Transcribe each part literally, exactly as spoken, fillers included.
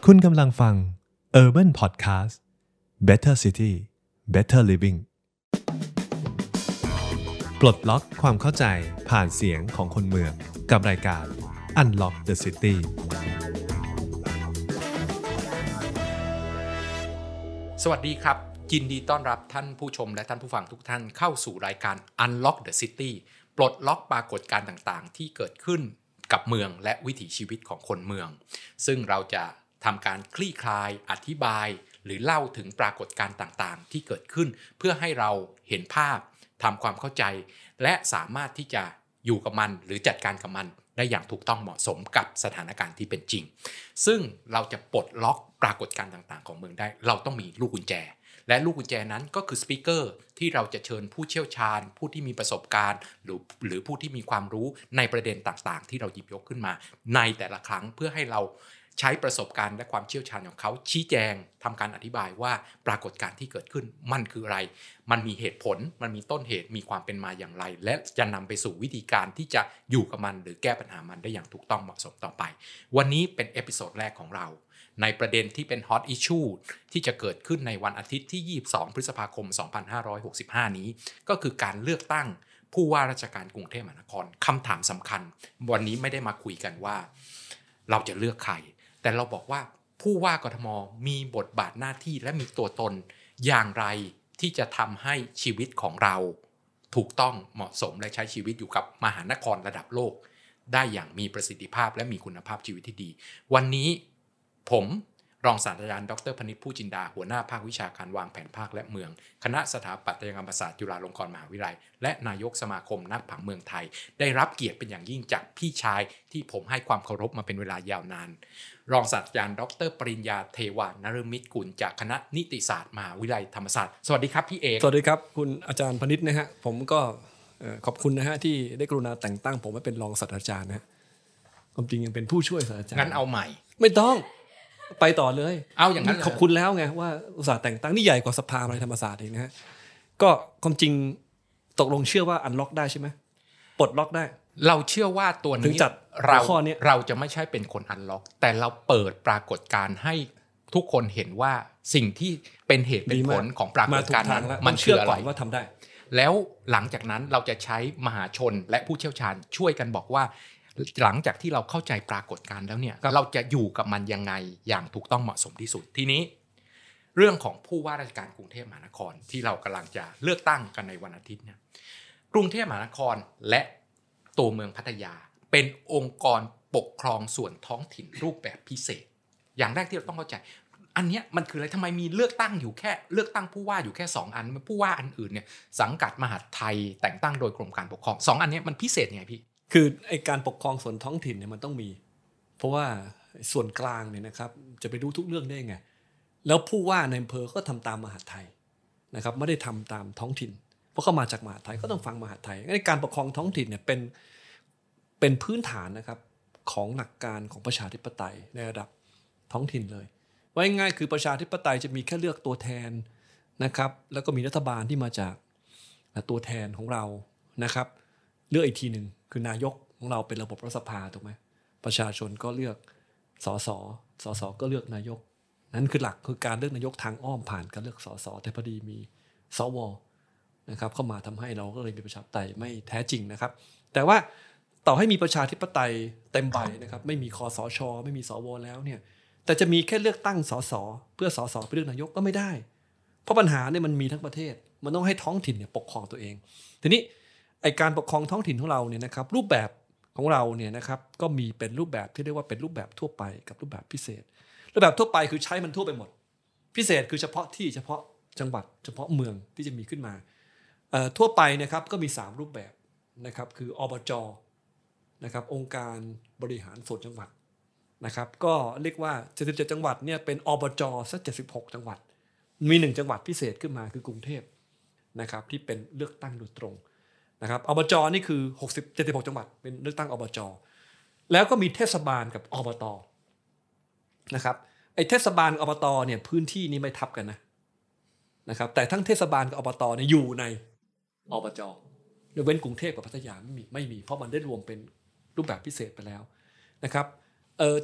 คุณกำลังฟัง Urban Podcast Better City Better Living ปลดล็อกความเข้าใจผ่านเสียงของคนเมืองกับรายการ Unlock the City สวัสดีครับยินดีต้อนรับท่านผู้ชมและท่านผู้ฟังทุกท่านเข้าสู่รายการ Unlock the City ปลดล็อกปรากฏการณ์ต่างๆที่เกิดขึ้นกับเมืองและวิถีชีวิตของคนเมืองซึ่งเราจะทำการคลี่คลายอธิบายหรือเล่าถึงปรากฏการณ์ต่างๆที่เกิดขึ้นเพื่อให้เราเห็นภาพทำความเข้าใจและสามารถที่จะอยู่กับมันหรือจัดการกับมันได้อย่างถูกต้องเหมาะสมกับสถานการณ์ที่เป็นจริงซึ่งเราจะปลดล็อกปรากฏการณ์ต่างๆของเมืองได้เราต้องมีลูกกุญแจและลูกกุญแจนั้นก็คือสปีกเกอร์ที่เราจะเชิญผู้เชี่ยวชาญผู้ที่มีประสบการณ์หรือหรือผู้ที่มีความรู้ในประเด็นต่างๆที่เราหยิบยกขึ้นมาในแต่ละครั้งเพื่อให้เราใช้ประสบการณ์และความเชี่ยวชาญของเขาชี้แจงทำการอธิบายว่าปรากฏการณ์ที่เกิดขึ้นมันคืออะไรมันมีเหตุผลมันมีต้นเหตุมีความเป็นมาอย่างไรและจะนำไปสู่วิธีการที่จะอยู่กับมันหรือแก้ปัญหามันได้อย่างถูกต้องเหมาะสมต่อไปวันนี้เป็นเอพิโซดแรกของเราในประเด็นที่เป็น Hot Issue ที่จะเกิดขึ้นในวันอาทิตย์ที่ยี่สิบสองพฤษภาคมสองพันห้าร้อยหกสิบห้านี้ก็คือการเลือกตั้งผู้ว่าราชการกรุงเทพมหานครคำถามสำคัญวันนี้ไม่ได้มาคุยกันว่าเราจะเลือกใครแต่เราบอกว่าผู้ว่ากทมมีบทบาทหน้าที่และมีตัวตนอย่างไรที่จะทำให้ชีวิตของเราถูกต้องเหมาะสมและใช้ชีวิตอยู่กับมหานครระดับโลกได้อย่างมีประสิทธิภาพและมีคุณภาพชีวิตที่ดีวันนี้ผมรองศาสตราจารย์ดรพนิษฐ์ผู้จินดาหัวหน้าภาควิชาการวางแผนภาคและเมืองคณะสถาปัตยกรรมศาสตร์จุฬาลงกรณ์มหาวิทยาลัยและนายกสมาคมนักผังเมืองไทยได้รับเกียรติเป็นอย่างยิ่งจากพี่ชายที่ผมให้ความเคารพมาเป็นเวลายาวนานรองศาสตราจารย์ดรปริญญาเทวานฤมิตกุลจากคณะนิติศาสตร์มหาวิทยาลัยธรรมศาสตร์สวัสดีครับพี่เอกสวัสดีครับคุณอาจารย์พนิษฐ์นะฮะผมก็ขอบคุณนะฮะที่ได้กรุณาแต่งตั้งผมให้เป็นรองศาสตราจารย์นะฮะความจริงยังเป็นผู้ช่วยศาสตราจารย์งั้นเอาใหม่ไม่ต้องไปต่อเลยเอาอย่างนั้นขอบคุณแล้วไงว่าอุตส่าห์แต่งตั้งนี่ใหญ่กว่าสภาวิทยาลัยธรรมศาสตร์เองนะฮะก็ความจริงตกลงเชื่อว่าอันล็อกได้ใช่ไหมปลดล็อกได้เราเชื่อว่าตัวนี้เราเราจะไม่ใช่เป็นคนอันล็อกแต่เราเปิดปรากฏการณ์ให้ทุกคนเห็นว่าสิ่งที่เป็นเหตุเป็นผลของปรากฏการณ์นั้นมันคืออะไรว่าทำได้แล้วหลังจากนั้นเราจะใช้มหาชนและผู้เชี่ยวชาญช่วยกันบอกว่าหลังจากที่เราเข้าใจปรากฏการณ์แล้วเนี่ยเราจะอยู่กับมันยังไงอย่างถูกต้องเหมาะสมที่สุดทีนี้เรื่องของผู้ว่าราชการกรุงเทพมหานครที่เรากำลังจะเลือกตั้งกันในวันอาทิตย์เนี่ยกรุงเทพมหานครและตัวเมืองพัทยาเป็นองค์กรปกครองส่วนท้องถิ่นรูปแบบพิเศษอย่างแรกที่เราต้องเข้าใจอันนี้มันคืออะไรทำไมมีเลือกตั้งอยู่แค่เลือกตั้งผู้ว่าอยู่แค่สองอันผู้ว่าอันอื่นเนี่ยสังกัดมหาดไทยแต่งตั้งโดยกรมการปกครองสองอันนี้มันพิเศษไงพี่คือไอการปกครองส่วนท้องถิ่นเนี่ยมันต้องมีเพราะว่าส่วนกลางเนี่ยนะครับจะไปรู้ทุกเรื่องได้ไงแล้วผู้ว่าในอำเภอก็ทำตามมหาดไทยนะครับไม่ได้ทำตามท้องถิ่นเพราะเขามาจากมหาดไทยก็ต้องฟังมหาดไทยในการปกครองท้องถิ่นเนี่ยเป็นเป็นพื้นฐานนะครับของหลักการของประชาธิปไตยในระดับท้องถิ่นเลยว่าง่ายๆคือประชาธิปไตยจะมีแค่เลือกตัวแทนนะครับแล้วก็มีรัฐบาลที่มาจากตัวแทนของเรานะครับเลือกอีกทีหนึ่งคือนายกของเราเป็นระบบรัฐสภาถูกไหมประชาชนก็เลือกสสสสก็เลือกนายกนั่นคือหลักคือการเลือกนายกทางอ้อมผ่านการเลือกสสแต่พอดีมีสวนะครับเข้ามาทำให้เราก็เลยมีประชาธิปไตยไม่แท้จริงนะครับแต่ว่าต่อให้มีประชาธิปไตยเต็มใบนะครับไม่มีคสช.ไม่มีสวแล้วเนี่ยแต่จะมีแค่เลือกตั้งสสเพื่อสสไปเลือกนายกก็ไม่ได้เพราะปัญหาเนี่ยมันมีทั้งประเทศมันต้องให้ท้องถิ่นเนี่ยปกครองตัวเองทีนี้ไอการปกครองท้องถิ่นของเราเนี่ยนะครับรูปแบบของเราเนี่ยนะครับก็มีเป็นรูปแบบที่เรียกว่าเป็นรูปแบบทั่วไปกับรูปแบบพิเศษรูปแบบทั่วไปคือใช้มันทั่วไปหมดพิเศษคือเฉพาะที่เฉพาะจังหวัดเฉพาะเมืองที่จะมีขึ้นมาเอ่อทั่วไปนะครับก็มีสามรูปแบบนะครับคืออบจ.นะครับองค์การบริหารส่วนจังหวัดนะครับก็เรียกว่าเจ็ดสิบเจ็ดจังหวัดเนี่ยเป็นอบจ.ซะเจ็ดสิบหกจังหวัดมีหนึ่งจังหวัดพิเศษขึ้นมาคือกรุงเทพนะครับที่เป็นเลือกตั้งโดยตรงนะครับอบจ.นี่คือหกสิบ เจ็ดสิบหกจังหวัดเป็นเลือกตั้งอบจ.แล้วก็มีเทศบาลกับอบต.นะครับไอ้เทศบาลกับอบต.เนี่ยพื้นที่นี้ไม่ทับกันนะนะครับแต่ทั้งเทศบาลกับอบต.เนี่ยอยู่ในอบจ.ยกเว้นกรุงเทพกับพัทยาไม่มีไม่มีเพราะมันได้รวมเป็นรูปแบบพิเศษไปแล้วนะครับเออจาก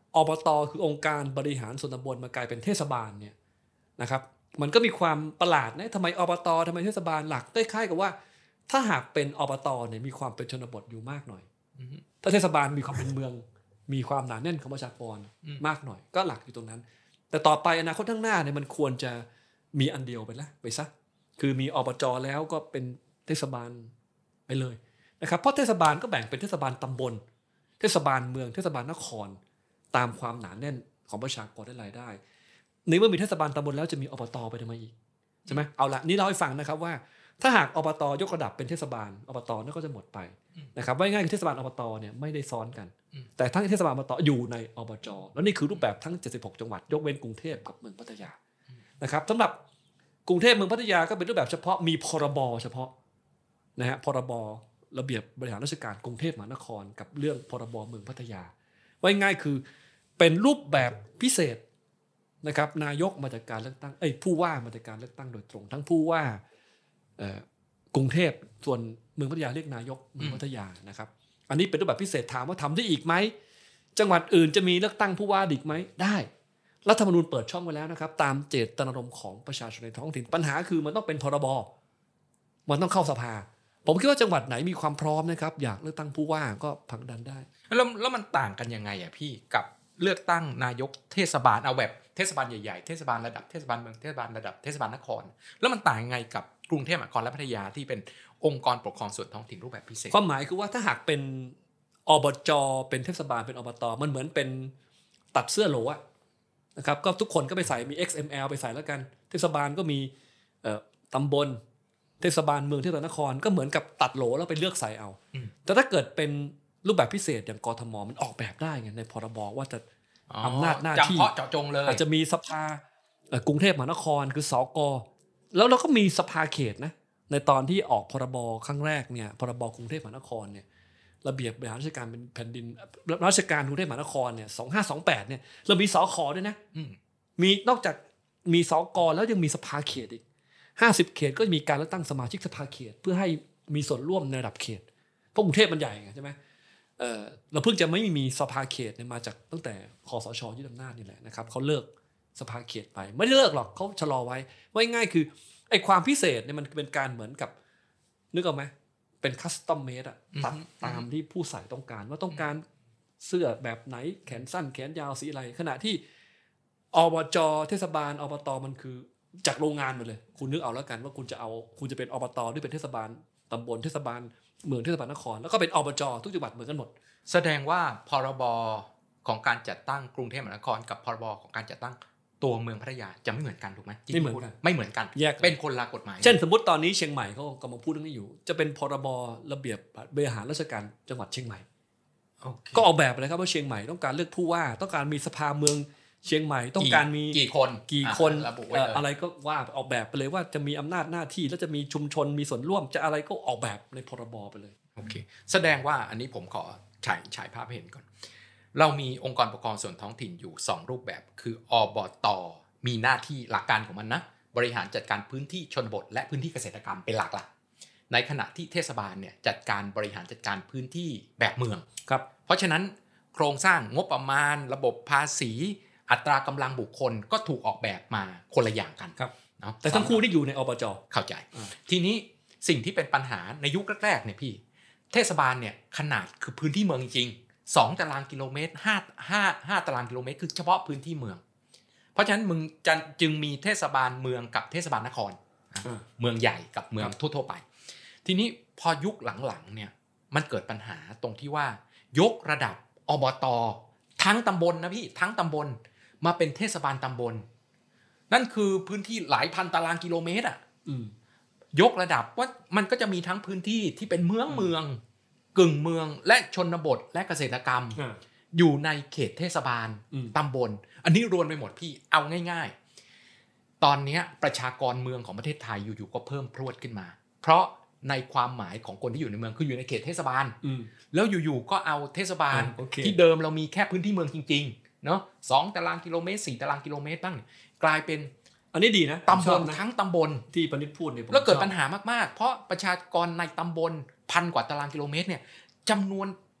อบต.คือองค์การบริหารส่วนตำบลมากลายเป็นเทศบาลเนี่ยนะครับมันก็มีความประหลาดนะทำไมอบต.ทำไมเทศบาลหลักคล้ายๆกับว่าถ้าหากเป็นอบต.เนี่ยมีความเป็นชนบทอยู่มากหน่อยถ้าเทศบาลมีความเป็นเมืองมีความหนาแน่นของประชากรมากหน่อยก็หลักอยู่ตรงนั้นแต่ต่อไปอนาคตข้างหน้าเนี่ยมันควรจะมีอันเดียวไปละไปซะคือมีอบจ.แล้วก็เป็นเทศบาลไปเลยนะครับเพราะเทศบาลก็แบ่งเป็นเทศบาลตำบลเทศบาลเมืองเทศบาลนครตามความหนาแน่นของประชากรและรายได้ในเมื่อมีเทศบาลตำบลแล้วจะมีอบต.ไปทำไมอีกใช่ไหมเอาละนี่เล่าให้ฟังนะครับว่าถ้าหากอบต.ยกระดับเป็นเทศบาลอบต.นั่นก็จะหมดไปนะครับว่าง่ายๆคือเทศบาลอบต.เนี่ยไม่ได้ซ้อนกันแต่ทั้งเทศบาลอบต.อยู่ในอบจ.แล้วนี่คือรูปแบบทั้งเจ็ดสิบหกจังหวัดยกเว้นกรุงเทพกับเมืองพัทยานะครับสำหรับกรุงเทพเมืองพัทยาก็เป็นรูปแบบเฉพาะมีพรบเฉพาะนะฮะพรบระเบียบบริหารราชการกรุงเทพมหานครกับเรื่องพรบเมืองพัทยาว่าง่ายๆคือเป็นรูปแบบพิเศษนะครับนายกมาจากการเลือกตั้งเอ้ยผู้ว่ามาจากการเลือกตั้งโดยตรงทั้งผู้ว่ากรุงเทพส่วนเมืองพัทยาเรียกนายกเมืองพัทยานะครับอันนี้เป็นรูปแบบพิเศษถามว่าทำได้อีกไหมจังหวัดอื่นจะมีเลือกตั้งผู้ว่าอีกไหมได้รัฐธรรมนูญเปิดช่องไว้แล้วนะครับตามเจตนารมณ์ของประชาชนในท้องถิ่นปัญหาคือมันต้องเป็นพรบมันต้องเข้าสภาผมคิดว่าจังหวัดไหนมีความพร้อมนะครับอยากเลือกตั้งผู้ว่าก็ผลักดันได้แล้วแล้วมันต่างกันยังไงอ่ะพี่กับเลือกตั้งนายกเทศบาลเอาแบบเทศบาลใหญ่ๆเทศบาลระดับเทศบาลเมืองเทศบาลระดับเทศบาลนครแล้วมันต่างยังไงกับกรุงเทพมหานครและพัทยาที่เป็นองค์กรปกครองส่วนท้องถิ่นรูปแบบพิเศษความหมายคือว่าถ้าหากเป็นอบจ.เป็นเทศบาลเป็นอบต.มันเหมือนเป็นตัดเสื้อโหลอะนะครับก็ทุกคนก็ไปใส่มี เอ็กซ์ เอ็ม แอล ไปใส่แล้วกันเทศบาลก็มีเอ่อตำบลเทศบาลเมืองเทศบาลนครก็เหมือนกับตัดโหลแล้วไปเลือกใส่เอาแต่ถ้าเกิดเป็นรูปแบบพิเศษอย่างกทม.มันออกแบบได้ไงในพรบว่าจะอำนาจหน้าที่จำเพาะเจาะจงเลยอาจจะมีสภากรุงเทพมหานครคือสก.แล้วเราก็มีสภาเขตนะในตอนที่ออกพรบครั้งแรกเนี่ยพรบกรุงเทพมหานครเนี่ยระเบียบบริหารราชการเป็นแผ่นดินราชการกรุงเทพมหานครเนี่ยสองพันห้าร้อยยี่สิบแปดเนี่ยเรามีสค.ด้วยนะมีนอกจากมีสก.แล้วยังมีสภาเขตอีกห้าสิบเขตก็มีการเลือกตั้งสมาชิกสภาเขตเพื่อให้มีส่วนร่วมในระดับเขตเพราะกรุงเทพมันใหญ่ไงใช่ไหมเอ่อเราเพิ่งจะไม่มีสภาเขตเนี่ยมาจากตั้งแต่คสช.ยึดอำนาจนี่แหละนะครับเขาเลิกสภาเขตไปไม่ได้เลิกหรอกเขาชะลอไว้ว่าง่ายคือไอ้ความพิเศษเนี่ยมันเป็นการเหมือนกับนึกออกไหมเป็นคัสตอมเมดอะตัดตามที่ผู้ใส่ต้องการว่าต้องการเสื้อแบบไหนแขนสั้นแขนยาวสีอะไรขณะที่อบจ.เทศบาลอบต.มันคือจากโรงงานหมดเลยคุณนึกเอาแล้วกันว่าคุณจะเอาคุณจะเป็นอบต.หรือเป็นเทศบาลตำบลเทศบาลเมืองเทศบาลนครแล้วก็เป็นอบจ.ทุกจังหวัดเหมือนกันหมดแสดงว่าพรบของการจัดตั้งกรุงเทพมหานครกับพรบของการจัดตั้งตัวเมืองพัทยาจะไม่เหมือนกันถูกไหมไม่เหมือนกันไม่เหมือนกันแยกเป็นคนละกฎหมายเช่นสมมติตอนนี้เชียงใหม่เขากำลังพูดเรื่องนี้อยู่จะเป็นพรบระเบียบบริหารราชการจังหวัดเชียงใหม่ okay. ก็ออกแบบเลยครับว่าเชียงใหม่ต้องการเลือกผู้ว่าต้องการมีสภาเมืองเชียงใหม่ต้องการมีกี่คนกี่คนอะไรก็ว่าออกแบบไปเลยว่าจะมีอำนาจหน้าที่แล้วจะมีชุมชนมีส่วนร่วมจะอะไรก็ออกแบบในพรบไปเลยโอเคแสดงว่าอันนี้ผมขอฉายฉายภาพให้เห็นก่อนเรามีองค์กรปกครองส่วนท้องถิ่นอยู่สองรูปแบบคืออบต.มีหน้าที่หลักการของมันนะบริหารจัดการพื้นที่ชนบทและพื้นที่เกษตรกรรมเป็นหลักละในขณะที่เทศบาลเนี่ยจัดการบริหารจัดการพื้นที่แบบเมืองครับเพราะฉะนั้นโครงสร้างงบประมาณระบบภาษีอัตรากำลังบุคคลก็ถูกออกแบบมาคนละอย่างกันครับเนาะแต่ทั้งคู่ที่อยู่ในอบจ. เข้าใจทีนี้สิ่งที่เป็นปัญหาในยุคแรกๆเนี่ยพี่เทศบาลเนี่ยขนาดคือพื้นที่เมืองจริงๆสองตารางกิโลเมตรห้า ห้า ห้าตารางกิโลเมตรคือเฉพาะพื้นที่เมืองเพราะฉะนั้นมึงจึงมีเทศบาลเมืองกับเทศบาลนครเมืองใหญ่กับเมืองทั่วๆไปทีนี้พอยุคหลังๆเนี่ยมันเกิดปัญหาตรงที่ว่ายกระดับอบต.ทั้งตำบลนะพี่ทั้งตำบลมาเป็นเทศบาลตำบลนั่นคือพื้นที่หลายพันตารางกิโลเมตรอ่ะยกระดับว่ามันก็จะมีทั้งพื้นที่ที่เป็นเมืองเมืองกึ่งเมืองและชนบทและเกษตรกรรมอยู่ในเขตเทศบาลตำบลอันนี้รวมไปหมดพี่เอาง่ายๆตอนนี้ประชากรเมืองของประเทศไทยอยู่ๆก็เพิ่มพรวดขึ้นมาเพราะในความหมายของคนที่อยู่ในเมืองคืออยู่ในเขตเทศบาลแล้วอยู่ๆก็เอาเทศบาลที่เดิมเรามีแค่พื้นที่เมืองจริงๆเนาะสองตารางกิโลเมตรสี่ตารางกิโลเมตรบ้างกลายเป็นอันนี้ดีนะตำบลทั้งตำบลที่ปณิธพูดเนี่ยแล้วเกิดปัญหามากๆเพราะประชากรในตำบลพันกว่าตารางกิโลเมตรเนี่ยจำนวน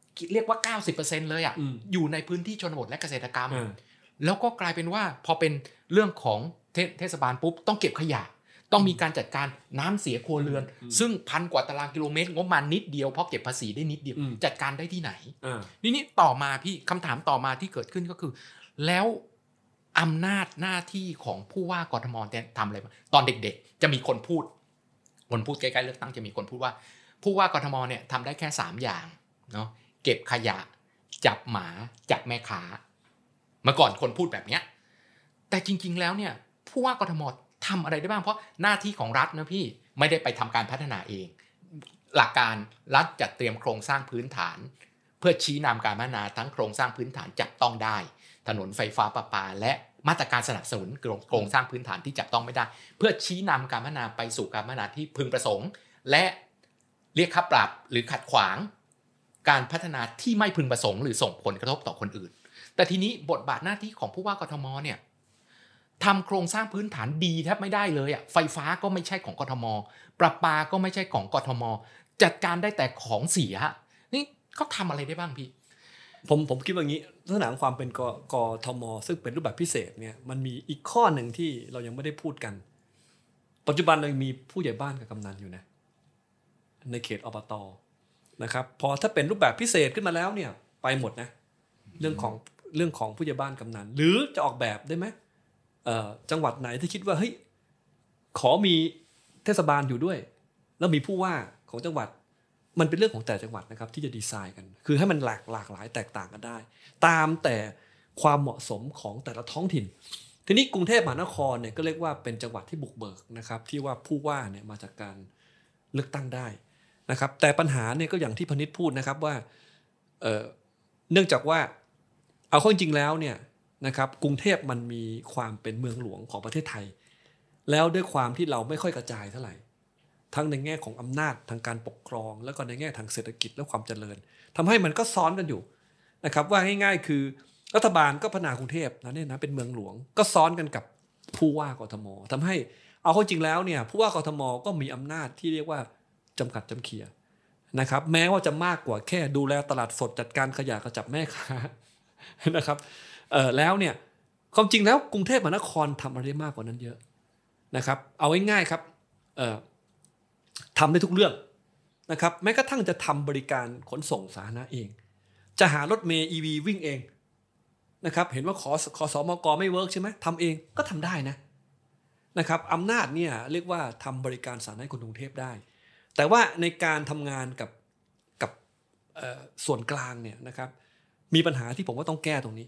เรียกว่า เก้าสิบเปอร์เซ็นต์ เลยอ่ะอยู่ในพื้นที่ชนบทและเกษตรกรรมแล้วก็กลายเป็นว่าพอเป็นเรื่องของเท, เทศบาลปุ๊บต้องเก็บขยะต้องมีการจัดการน้ำเสียครัวเรือนซึ่งพันกว่าตารางกิโลเมตรงบประมาณนิดเดียวเพราะเก็บภาษีได้นิดเดียวจัดการได้ที่ไหนนี่นี่ต่อมาพี่คำถามต่อมาที่เกิดขึ้นก็คือแล้วอำนาจหน้าที่ของผู้ว่ากทมทำอะไรมาตอนเด็กๆจะมีคนพูดคนพูดใกล้ๆเลือกตั้งจะมีคนพูดว่าผู้ว่ากทมเนี่ยทำได้แค่สามอย่างเนาะเก็บขยะจับหมาจับแม่ค้าเมื่อก่อนคนพูดแบบเนี้ยแต่จริงๆแล้วเนี่ยผู้ว่ากทมทำอะไรได้บ้างเพราะหน้าที่ของรัฐนะพี่ไม่ได้ไปทำการพัฒนาเองหลักการรัฐจัดเตรียมโครงสร้างพื้นฐานเพื่อชี้นำการพัฒนาทั้งโครงสร้างพื้นฐานจับต้องได้ถนนไฟฟ้าประปาและมาตรการสนับสนุนโครงสร้างพื้นฐานที่จับต้องไม่ได้เพื่อชี้นำการพัฒนาไปสู่การพัฒนาที่พึงประสงค์และเรียกค่าปรับหรือขัดขวางการพัฒนาที่ไม่พึงประสงค์หรือส่งผลกระทบต่อคนอื่นแต่ทีนี้บทบาทหน้าที่ของผู้ว่ากทมเนี่ยทำโครงสร้างพื้นฐานดีแทบไม่ได้เลยอ่ะไฟฟ้าก็ไม่ใช่ของกทมประปาก็ไม่ใช่ของกทมจัดการได้แต่ของเสียนี่เขาทำอะไรได้บ้างพี่ผมผมคิดว่าอย่างนี้ลักษณะของความเป็นกกทมซึ่งเป็นรูปแบบพิเศษเนี่ยมันมีอีกข้อหนึ่งที่เรายังไม่ได้พูดกันปัจจุบันเรามีผู้ใหญ่บ้านกับกำนันอยู่นะในเขตอบต.นะครับพอถ้าเป็นรูปแบบพิเศษขึ้นมาแล้วเนี่ยไปหมดนะเรื่องของเรื่องของผู้ใหญ่บ้านกำนันหรือจะออกแบบได้ไหมเอ่อจังหวัดไหนที่คิดว่าเฮ้ยขอมีเทศบาลอยู่ด้วยแล้วมีผู้ว่าของจังหวัดมันเป็นเรื่องของแต่จังหวัดนะครับที่จะดีไซน์กันคือให้มันหลากหลากหลายแตกต่างกันได้ตามแต่ความเหมาะสมของแต่ละท้องถิ่นทีนี้กรุงเทพมหานครเนี่ยก็เรียกว่าเป็นจังหวัดที่บุกเบิกนะครับที่ว่าผู้ว่าเนี่ยมาจากการเลือกตั้งได้นะครับแต่ปัญหาเนี่ยก็อย่างที่พนิษฐ์พูดนะครับว่า เอ่อ เนื่องจากว่าเอาเข้าจริงๆแล้วเนี่ยนะครับกรุงเทพมันมีความเป็นเมืองหลวงของประเทศไทยแล้วด้วยความที่เราไม่ค่อยกระจายเท่าไหร่ทั้งในแง่ของอำนาจทางการปกครองแล้วก็ในแง่ทางเศรษฐกิจและความเจริญทำให้มันก็ซ้อนกันอยู่นะครับว่าง่ายๆคือรัฐบาลก็พัฒนากรุงเทพนะเนี่ยนะเป็นเมืองหลวงก็ซ้อนกันกับผู้ว่ากทมทำให้เอาเข้าจริงแล้วเนี่ยผู้ว่ากทมก็มีอำนาจที่เรียกว่าจำกัดจำเขียนะครับแม้ว่าจะมากกว่าแค่ดูแลตลาดสดจัดการขยะกระจับแม่ค้านะครับเอ่อแล้วเนี่ยความจริงแล้วกรุงเทพมหานครทำอะไรได้มากกว่านั้นเยอะนะครับเอาง่ายๆครับเอ่อทำได้ทุกเรื่องนะครับแม้กระทั่งจะทำบริการขนส่งสาธารณะเองจะหารถเมล์ อี วี วิ่งเองนะครับเห็นว่าขอขอสมกไม่เวิร์กใช่ไหมทำเองก็ทำได้นะนะครับอำนาจเนี่ยเรียกว่าทำบริการสาธารณะให้คนกรุงเทพได้แต่ว่าในการทำงานกับกับส่วนกลางเนี่ยนะครับมีปัญหาที่ผมว่าต้องแก้ตรงนี้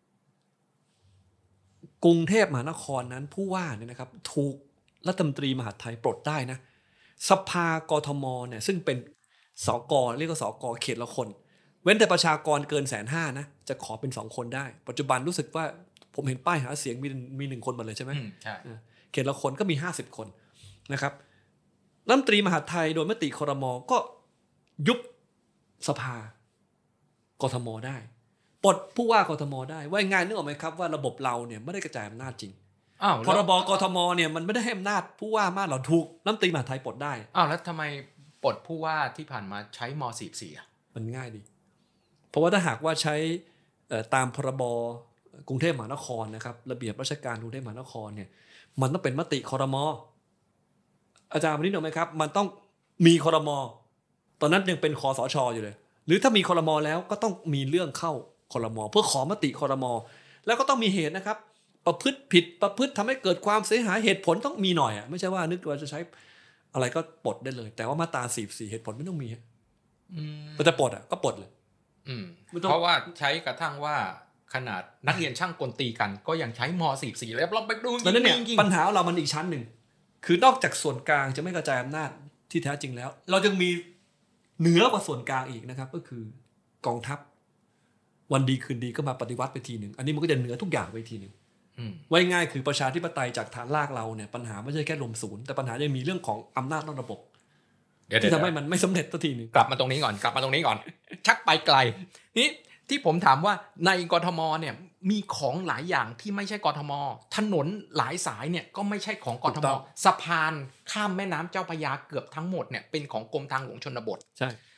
กรุงเทพมหานครนั้นผู้ว่าเนี่ยนะครับถูกรัฐมนตรีมหาดไทยปลดได้นะสภากทมเนี่ยซึ่งเป็นสกเรียกว่าสกเขตละคนเว้นแต่ประชากรเกินแสนห้านะจะขอเป็นสองคนได้ปัจจุบันรู้สึกว่าผมเห็นป้ายหาเสียงมีมีหนึ่งคนหมดเลยใช่ไหมใช่เขตละคนก็มีห้าสิบคนนะครับรัฐมนตรีมหาดไทยโดยมติครม.ก็ยุบสภากทมได้ปลดผู้ว่ากทมได้ว่าง่ายนึกออกไหมครับว่าระบบเราเนี่ยไม่ได้กระจายอำนาจจริงพรบกทมเนี่ยมันไม่ได้ให้อำนาจผู้ว่ามากหรอกถูกรัฐมนตรีมหาดไทยปลดได้อ้าวแล้วทำไมปลดผู้ว่าที่ผ่านมาใช้ม.สี่สิบสี่อ่ะมันง่ายดีเพราะว่าถ้าหากว่าใช้ตามพรบกรุงเทพมหานครนะครับระเบียบราชการกรุงเทพมหานครเนี่ยมันต้องเป็นมติครม.อาจารย์วันนี้หน่อยไหมครับมันต้องมีครม.ตอนนั้นยังเป็นคสช.อยู่เลยหรือถ้ามีครม.แล้วก็ต้องมีเรื่องเข้าครม.เพื่อขอมติครม.แล้วก็ต้องมีเหตุนะครับประพฤติผิดประพฤติทำให้เกิดความเสียหายเหตุผลต้องมีหน่อยอ่ะไม่ใช่ว่านึกว่าจะใช้อะไรก็ปลดได้เลยแต่ว่ามาตราสี่สิบสี่เหตุผลไม่ต้องมีอืมแต่ปลดอ่ะก็ปลดเลยอืมเพราะว่าใช้กระทั่งว่าขนาดนักเรียนช่างกลตีกันก็ยังใช้ม.สี่สิบสี่แล้วลองไปดูจริงๆเนี่ยปัญหาเรามันอีกชั้นนึงคือนอกจากส่วนกลางจะไม่กระจายอำนาจที่แท้จริงแล้วเราจึงมีเหนือกว่าส่วนกลางอีกนะครับก็คือกองทัพวันดีคืนดีก็มาปฏิวัติไปทีนึงอันนี้มันก็จะเหนือทุกอย่างไปทีนึงไว้ง่ายคือประชาธิปไตยจากฐานรากเราเนี่ยปัญหาไม่ใช่แค่ลมศูนย์แต่ปัญหายังมีเรื่องของอำนาจนอกระบบที่ทำให้มันไม่สำเร็จสักทีนึงกลับมาตรงนี้ก่อนกลับมาตรงนี้ก่อนชักไปไกลนี่ที่ผมถามว่าในกทมเนี่ยมีของหลายอย่างที่ไม่ใช่กทมถนนหลายสายเนี่ยก็ไม่ใช่ของกทมสะพานข้ามแม่น้ำเจ้าพระยาเกือบทั้งหมดเนี่ยเป็นของกรมทางหลวงชนบทใช่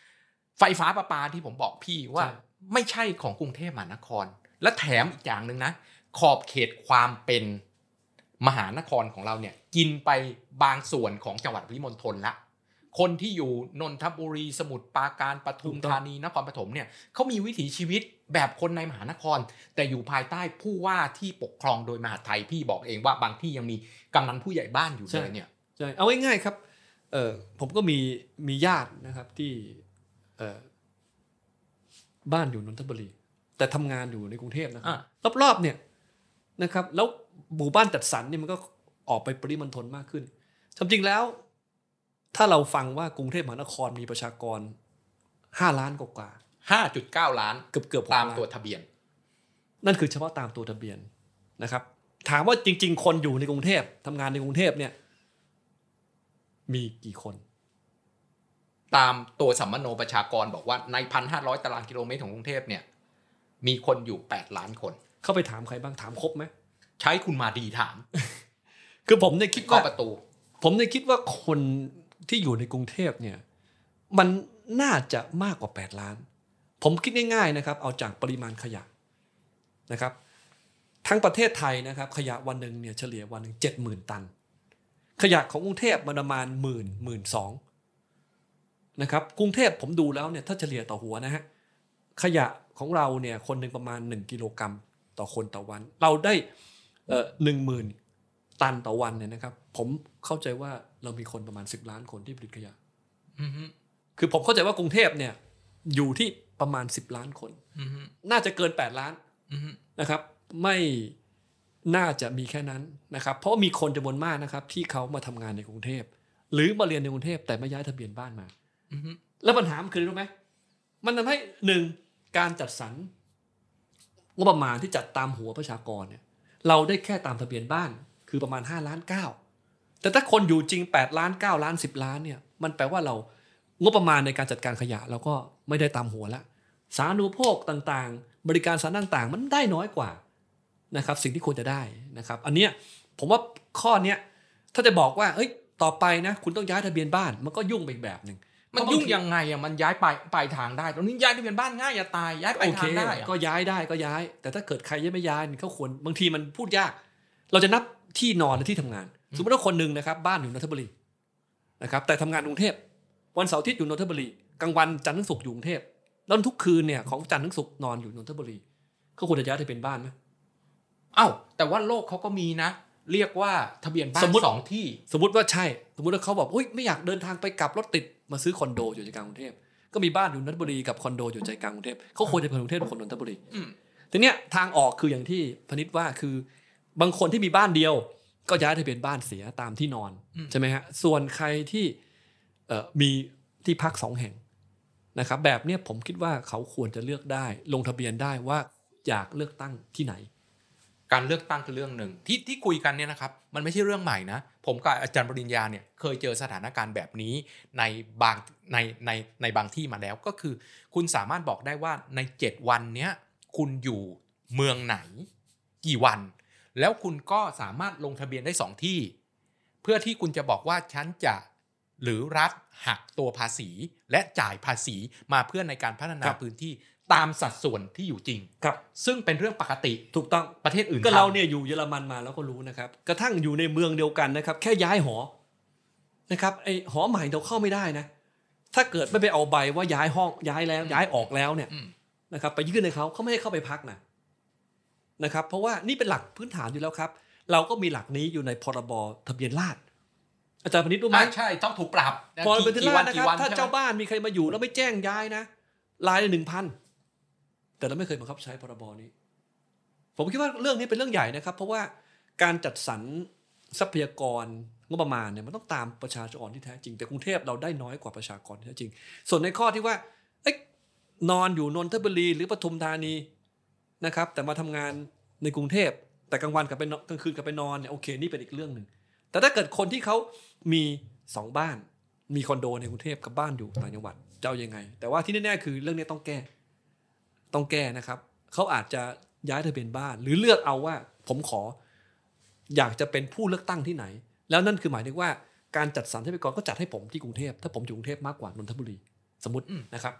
ไฟฟ้าประปาที่ผมบอกพี่ว่าไม่ใช่ของกรุงเทพมหานครและแถมอีกอย่างนึงนะขอบเขตความเป็นมหานครของเราเนี่ยกินไปบางส่วนของจังหวัดปริมณฑลละคนที่อยู่นนทบุรีสมุทรปราการปทุมธานีนครปฐมเนี่ยเขามีวิถีชีวิตแบบคนในมหานครแต่อยู่ภายใต้ผู้ว่าที่ปกครองโดยมหาดไทยพี่บอกเองว่าบางที่ยังมีกำนันผู้ใหญ่บ้านอยู่เลยเนี่ยใช่เอาง่ายๆครับเออผมก็มีมีญาตินะครับที่เออบ้านอยู่นนทบุรีแต่ทำงานอยู่ในกรุงเทพนะครับรอบๆเนี่ยนะครับแล้วหมู่บ้านจัดสรรนี่มันก็ออกไปปริมณฑลมากขึ้นจริงๆแล้วถ้าเราฟังว่ากรุงเทพมหานครมีประชากรห้าล้านกว่าห้าจุดเก้า ล้านเกือบๆตามตัวทะเบียนนั่นคือเฉพาะตามตัวทะเบียนนะครับถามว่าจริงๆคนอยู่ในกรุงเทพทำงานในกรุงเทพเนี่ยมีกี่คนตามตัวสัมมโนประชากรบอกว่าใน หนึ่งพันห้าร้อย ตารางกิโลเมตรของกรุงเทพเนี่ยมีคนอยู่แปดล้านคนเข้าไปถามใครบ้างถามครบไหมใช้คุณมาดีถามคือผมเนี่ยคิดว่าประตูผมเนี่ยคิดว่าคนที่อยู่ในกรุงเทพเนี่ยมันน่าจะมากกว่าแปดล้านผมคิดง่ายๆนะครับเอาจากปริมาณขยะนะครับทั้งประเทศไทยนะครับขยะวันนึงเนี่ยเฉลี่ยวันนึง เจ็ดหมื่น ตันขยะของกรุงเทพมันประมาณหมื่น หนึ่งหมื่นสองพันนะครับกรุงเทพผมดูแล้วเนี่ยถ้าเฉลี่ยต่อหัวนะฮะขยะของเราเนี่ยคนนึงประมาณหนึ่งกิโลกรัมต่อคนต่อวันเราได้เอ่อ หนึ่งหมื่น ตันต่อวันเนี่ยนะครับผมเข้าใจว่าเรามีคนประมาณสิบล้านคนที่ผลิตขยะคือผมเข้าใจว่ากรุงเทพเนี่ยอยู่ที่ประมาณสิบล้านคนน่าจะเกินแปดล้านนะครับไม่น่าจะมีแค่นั้นนะครับเพราะมีคนจำนวนมากนะครับที่เขามาทำงานในกรุงเทพหรือมาเรียนในกรุงเทพแต่ไม่ย้ายทะเบียนบ้านมาแล้วปัญหามันคือรู้ไหมมันทำให้หนึ่งการจัดสรรงบประมาณที่จัดตามหัวประชากรเนี่ยเราได้แค่ตามทะเบียนบ้านคือประมาณห้าล้านเก้าแต่ถ้าคนอยู่จริงแปดล้านเก้าล้านสิบล้านเนี่ยมันแปลว่าเรางบประมาณในการจัดการขยะเราก็ไม่ได้ตามหัวละสาธารณูปโภคต่างๆบริการสาธารณต่างๆมันได้น้อยกว่านะครับสิ่งที่ควรจะได้นะครับอันเนี้ยผมว่าข้อเนี้ยถ้าจะบอกว่าเอ้ยต่อไปนะคุณต้องย้ายทะเบียนบ้านมันก็ยุ่งไปอีกแบบนึงมันยุ่งยังไงอ่ะมันย้ายไปปลายทางได้ตรงนี้ย้ายทะเบียนบ้านง่ายอย่าตายย้ายไปทางได้ก็ย้ายได้ก็ย้ายแต่ถ้าเกิดใครยังไม่ย้ายเขาควรบางทีมันพูดยากเราจะนับที่นอนและที่ทำงานสมมติว่าคนนึงนะครับบ้านอยู่นนทบุรีนะครับแต่ทำงานกรุงเทพวันเสาร์อาทิตย์อยู่นนทบุรีกลางวันจันทร์ถึงศุกร์อยู่กรุงเทพแล้วทุกคืนเนี่ยของจันทร์ถึงศุกร์นอนอยู่นนทบุรีเขาควรจะย้ายทะเบียนบ้านไหมอ้าวแต่ว่าโลกเขาก็มีนะเรียกว่าทะเบียนบ้านสองที่สมมติว่าใช่สมมติว่าเขาบอกอุ้ยไม่อยากเดินทางไปกลับรถติดมาซื้อคอนโดอยู่ใจกลางกรุงเทพก็มีบ้านอยู่นนทบุรีกับคอนโดอยู่ใจกลางกรุงเทพเขาควรจะเป็นกรุงเทพเป็นคนนนทบุรีทีเนี้ยทางออกคืออย่างที่พนิษฐ์ว่าคือบางคนที่มีบ้านเดียวก็ย้ายทะเบียนบ้านเสียตามที่นอนใช่ไหมฮะส่วนใครที่มีที่พักสองแห่งนะครับแบบนี้ผมคิดว่าเขาควรจะเลือกได้ลงทะเบียนได้ว่าอยากเลือกตั้งที่ไหนการเลือกตั้งคือเรื่องหนึ่งที่ที่คุยกันเนี่ยนะครับมันไม่ใช่เรื่องใหม่นะผมกับอาจารย์ปริญญาเนี่ยเคยเจอสถานการณ์แบบนี้ในบางในในในบางที่มาแล้วก็คือคุณสามารถบอกได้ว่าในเจ็ดวันเนี้ยคุณอยู่เมืองไหนกี่วันแล้วคุณก็สามารถลงทะเบียนได้สองที่เพื่อที่คุณจะบอกว่าฉันจะหรือรัฐหักตัวภาษีและจ่ายภาษีมาเพื่อในการพัฒนาพื้นที่ตามสัดส่วนที่อยู่จริงครับซึ่งเป็นเรื่องปกติถูกต้องประเทศอื่นก็เราเนี่ยอยู่เยอรมันมาแล้วก็รู้นะครับกระทั่งอยู่ในเมืองเดียวกันนะครับแค่ย้ายหอนะครับไอหอใหม่เราเข้าไม่ได้นะถ้าเกิดไม่ไปเอาใบว่าย้ายห้องย้ายแล้วย้ายออกแล้วเนี่ยนะครับไปยื่นให้เขาเขาไม่ให้เข้าไปพักนะนะครับเพราะว่านี่เป็นหลักพื้นฐานอยู่แล้วครับเราก็มีหลักนี้อยู่ในพรบทะเบียนราษฎร์อาจารย์พนิษฐ์รู้ไหมใช่ต้องถูกปรับพรบทะเบียนราษฎร์นะครับถ้าเจ้าบ้านมีใครมาอยู่แล้วไม่แจ้งย้ายนะรายละหนึ่งพันแต่เราไม่เคยบังคับใช้พรบนี้ผมคิดว่าเรื่องนี้เป็นเรื่องใหญ่นะครับเพราะว่าการจัดสรรทรัพยากรงบประมาณเนี่ยมันต้องตามประชากรที่แท้จริงแต่กรุงเทพเราได้น้อยกว่าประชากรที่แท้จริงส่วนในข้อที่ว่าเอ๊ะนอนอยู่นนทบุรีหรือปทุมธานีนะครับแต่มาทำงานในกรุงเทพแต่กลางวันกับไปกลางคืนกับไปนอนเนี่ยโอเคนี่เป็นอีกเรื่องนึงแต่ถ้าเกิดคนที่เขามีสองบ้านมีคอนโดในกรุงเทพกับบ้านอยู่ต่างจังหวัดจะเอายังไงแต่ว่าที่แน่ๆคือเรื่องนี้ต้องแก้ต้องแก้นะครับเขาอาจจะย้ายทะเบียนบ้านหรือเลือกเอาว่าผมขออยากจะเป็นผู้เลือกตั้งที่ไหนแล้วนั่นคือหมายถึงว่าการจัดสรรทรัพยากรก็จัดให้ผมที่กรุงเทพถ้าผมอยู่กรุงเทพมากกว่านนทบุรีสมมตินะครับ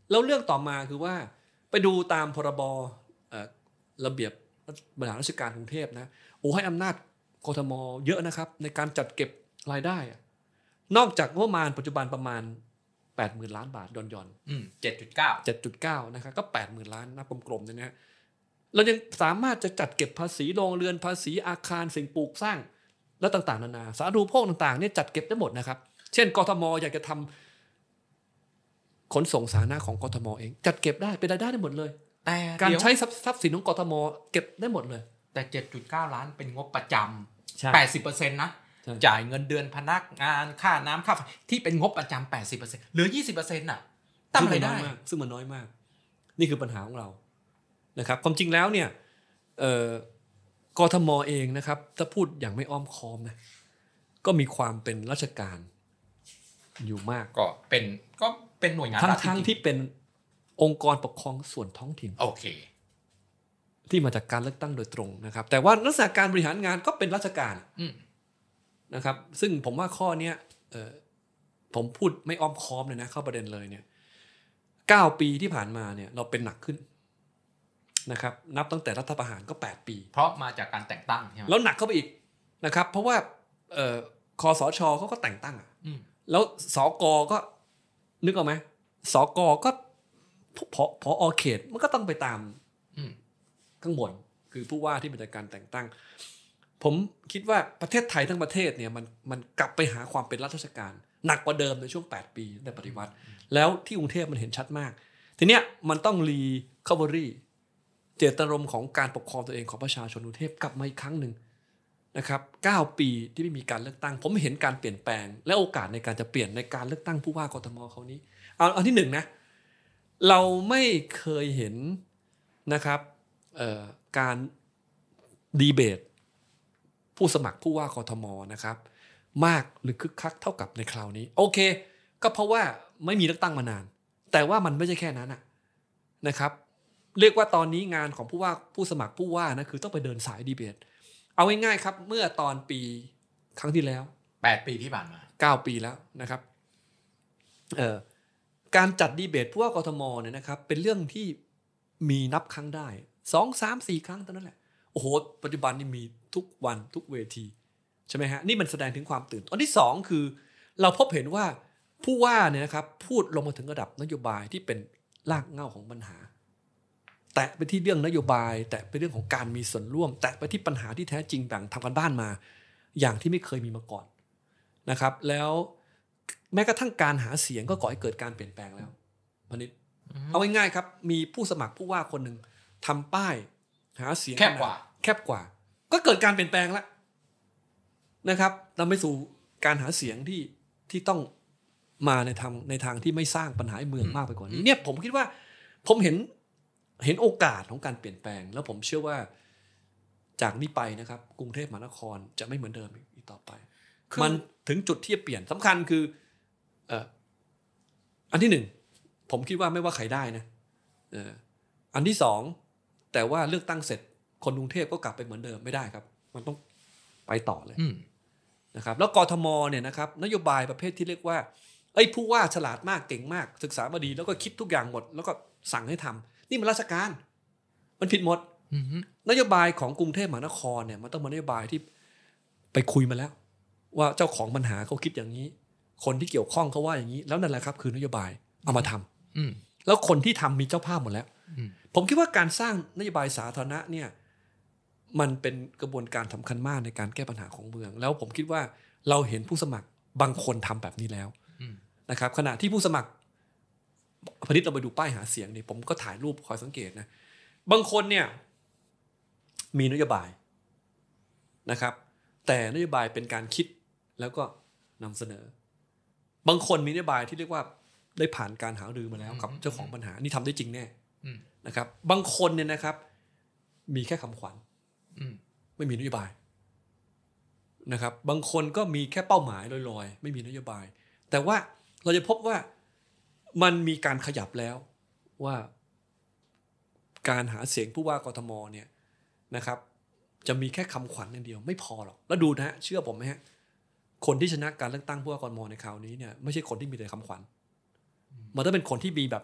แล้วเรื่องต่อมาคือว่าไปดูตามพรบเอ่อระเบียบบริหารราชการกรุงเทพนะโอ้ให้อำนาจกทมเยอะนะครับในการจัดเก็บรายได้นอกจากงบประมาณปัจจุบันประมาณ แปดหมื่น ล้านบาทย่อนๆอืม เจ็ดจุดเก้าเจ็ดจุดเก้า นะครับก็ แปดหมื่น ล้านนับกลมๆเนี่ยนะฮะเรายังสามารถจะจัดเก็บภาษีโรงเรือนภาษีอาคารสิ่งปลูกสร้างและต่างๆนานาสาธารณูปโภคต่างๆเนี่ยจัดเก็บได้หมดนะครับเช่นกทมอยากจะทำขนส่งสาธารณะของกทมเองจัดเก็บได้เป็นรายได้ได้หมดเลยแต่การใช้ทรัพย์สินของกทมเก็บได้หมดเลยแต่ เจ็ดจุดเก้า ล้านเป็นงบประจใช่ำ แปดสิบเปอร์เซ็นต์ นะจ่ายเงินเดือนพนักงานค่าน้ำค่าไฟที่เป็นงบประจำ แปดสิบเปอร์เซ็นต์ เหลือ ยี่สิบเปอร์เซ็นต์ น่ะทำอะไรได้ซึ่งมันน้อยมากนี่คือปัญหาของเรานะครับความจริงแล้วเนี่ยกทมเองนะครับถ้าพูดอย่างไม่อ้อมค้อมนะก็มีความเป็นราชการอยู่มากก็เป็นก็เป็นหน่วยงานทั้งทั้งที่เป็นองค์กรปกครองส่วนท้องถิ่นโอเคที่มาจากการเลือกตั้งโดยตรงนะครับแต่ว่าลักษณะการบริหารงานก็เป็นราชการนะครับซึ่งผมว่าข้อนี้ผมพูดไม่อ้อมค้อมเลยนะเข้าประเด็นเลยเนี่ยเก้าปีที่ผ่านมาเนี่ยเราเป็นหนักขึ้นนะครับนับตั้งแต่รัฐประหารก็แปดปีเพราะมาจากการแต่งตั้งใช่ไหมแล้วหนักเข้าไปอีกนะครับเพราะว่าคสช.เขาก็แต่งตั้งอ่ะแล้วสก.ก็นึกออกไหมสก.ก็พอพอเขตมันก็ต้องไปตามข้างบนคือผู้ว่าที่มาจากการแต่งตั้งผมคิดว่าประเทศไทยทั้งประเทศเนี่ยมันมันกลับไปหาความเป็นรัฐราชการหนักกว่าเดิมในช่วงแปดปีในปฏิวัติแล้วที่กรุงเทพมันเห็นชัดมากทีเนี้ยมันต้องรีคัฟเวอรี่เจตนารมณ์ของการปกครองตัวเองของประชาชนกรุงเทพกลับมาอีกครั้งหนึ่งนะครับเก้าปีที่ไม่มีการเลือกตั้งผมเห็นการเปลี่ยนแปลงและโอกาสในการจะเปลี่ยนในการเลือกตั้งผู้ว่ากทมคราวนี้เอาเอาที่หนึ่งนะเราไม่เคยเห็นนะครับการดีเบตผู้สมัครผู้ว่ากทมนะครับมากหรือคึกคักเท่ากับในคราวนี้โอเคก็เพราะว่าไม่มีเลือกตั้งมานานแต่ว่ามันไม่ใช่แค่นั้นนะครับเรียกว่าตอนนี้งานของผู้ว่าผู้สมัครผู้ว่านะคือต้องไปเดินสายดีเบตเอาง่ายๆครับเมื่อตอนปีครั้งที่แล้วแปดปีที่ผ่านมาเก้าปีแล้วนะครับเอ่อการจัดดีเบตผู้ว่ากทมเนี่ยนะครับเป็นเรื่องที่มีนับครั้งได้สอง สาม สี่ครั้งเท่านั้นแหละโอ้โหปัจจุบันนี่มีทุกวันทุกเวทีใช่ไหมฮะนี่มันแสดงถึงความตื่นอันที่สองคือเราพบเห็นว่าผู้ว่าเนี่ยนะครับพูดลงมาถึงระดับนโยบายที่เป็นรากเหง้าของปัญหาแตะไปที่เรื่องนโยบายแตะไปเรื่องของการมีส่วนร่วมแตะไปที่ปัญหาที่แท้จริงแบ่งทำกันบ้านมาอย่างที่ไม่เคยมีมาก่อนนะครับแล้วแม้กระทั่งการหาเสียงก็ก่อให้เกิดการเปลี่ยนแปลงแล้วพนิษฐ์เอาง่ายๆครับมีผู้สมัครผู้ว่าคนหนึ่งทำป้ายหาเสียงแคบกว่าแคบกว่าก็เกิดการเปลี่ยนแปลงแล้วนะครับนำไปสู่การหาเสียงที่ที่ต้องมาในทางในทางที่ไม่สร้างปัญหาเมืองมากไปกว่านี้เนี่ยผมคิดว่าผมเห็นเห็นโอกาสของการเปลี่ยนแปลงแล้วผมเชื่อว่าจากนี้ไปนะครับกรุงเทพมหานครจะไม่เหมือนเดิมอีกต่อไปมันถึงจุดที่จะเปลี่ยนสำคัญคือเอ่ออันที่หนึ่งผมคิดว่าไม่ว่าใครได้นะเอ่ออันที่สองแต่ว่าเลือกตั้งเสร็จคนกรุงเทพก็กลับไปเหมือนเดิมไม่ได้ครับมันต้องไปต่อเลยนะครับแล้วกทมเนี่ยนะครับนโยบายประเภทที่เรียกว่าเอ้ยผู้ว่าฉลาดมากเก่งมากศึกษามาดีแล้วก็คิดทุกอย่างหมดแล้วก็สั่งให้ทำนี่มันราชการมันผิดหมดนโยบายของกรุงเทพมหานครเนี่ยมันต้องเป็นนโยบายที่ไปคุยมาแล้วว่าเจ้าของปัญหาเขาคิดอย่างนี้คนที่เกี่ยวข้องเขาว่าอย่างนี้แล้วนั่นแหละครับคือนโยบายเอามาทำแล้วคนที่ทำมีเจ้าภาพหมดแล้วผมคิดว่าการสร้างนโยบายสาธารณะเนี่ยมันเป็นกระบวนการสำคัญมากในการแก้ปัญหาของเมืองแล้วผมคิดว่าเราเห็นผู้สมัครบางคนทำแบบนี้แล้วนะครับขณะที่ผู้สมัครพนิษฐ์เราไปดูป้ายหาเสียงนี่ผมก็ถ่ายรูปคอยสังเกตนะบางคนเนี่ยมีนโยบายนะครับแต่นโยบายเป็นการคิดแล้วก็นำเสนอบางคนมีนโยบายที่เรียกว่าได้ผ่านการหารือมาแล้วกับเจ้าของปัญหานี่ทำได้จริงแน่นะครับบางคนเนี่ยนะครับมีแค่คำขวัญไม่มีนโยบายนะครับบางคนก็มีแค่เป้าหมายลอยๆไม่มีนโยบายแต่ว่าเราจะพบว่ามันมีการขยับแล้วว่าการหาเสียงผู้ว่ากทมเนี่ยนะครับจะมีแค่คำขวัญอย่างเดียวไม่พอหรอกแล้วดูนะฮะเชื่อผมไหมฮะคนที่ชนะการเลือกตั้งผู้ว่ากทมในคราวนี้เนี่ยไม่ใช่คนที่มีแต่คำขวัญมันต้องเป็นคนที่มีแบบ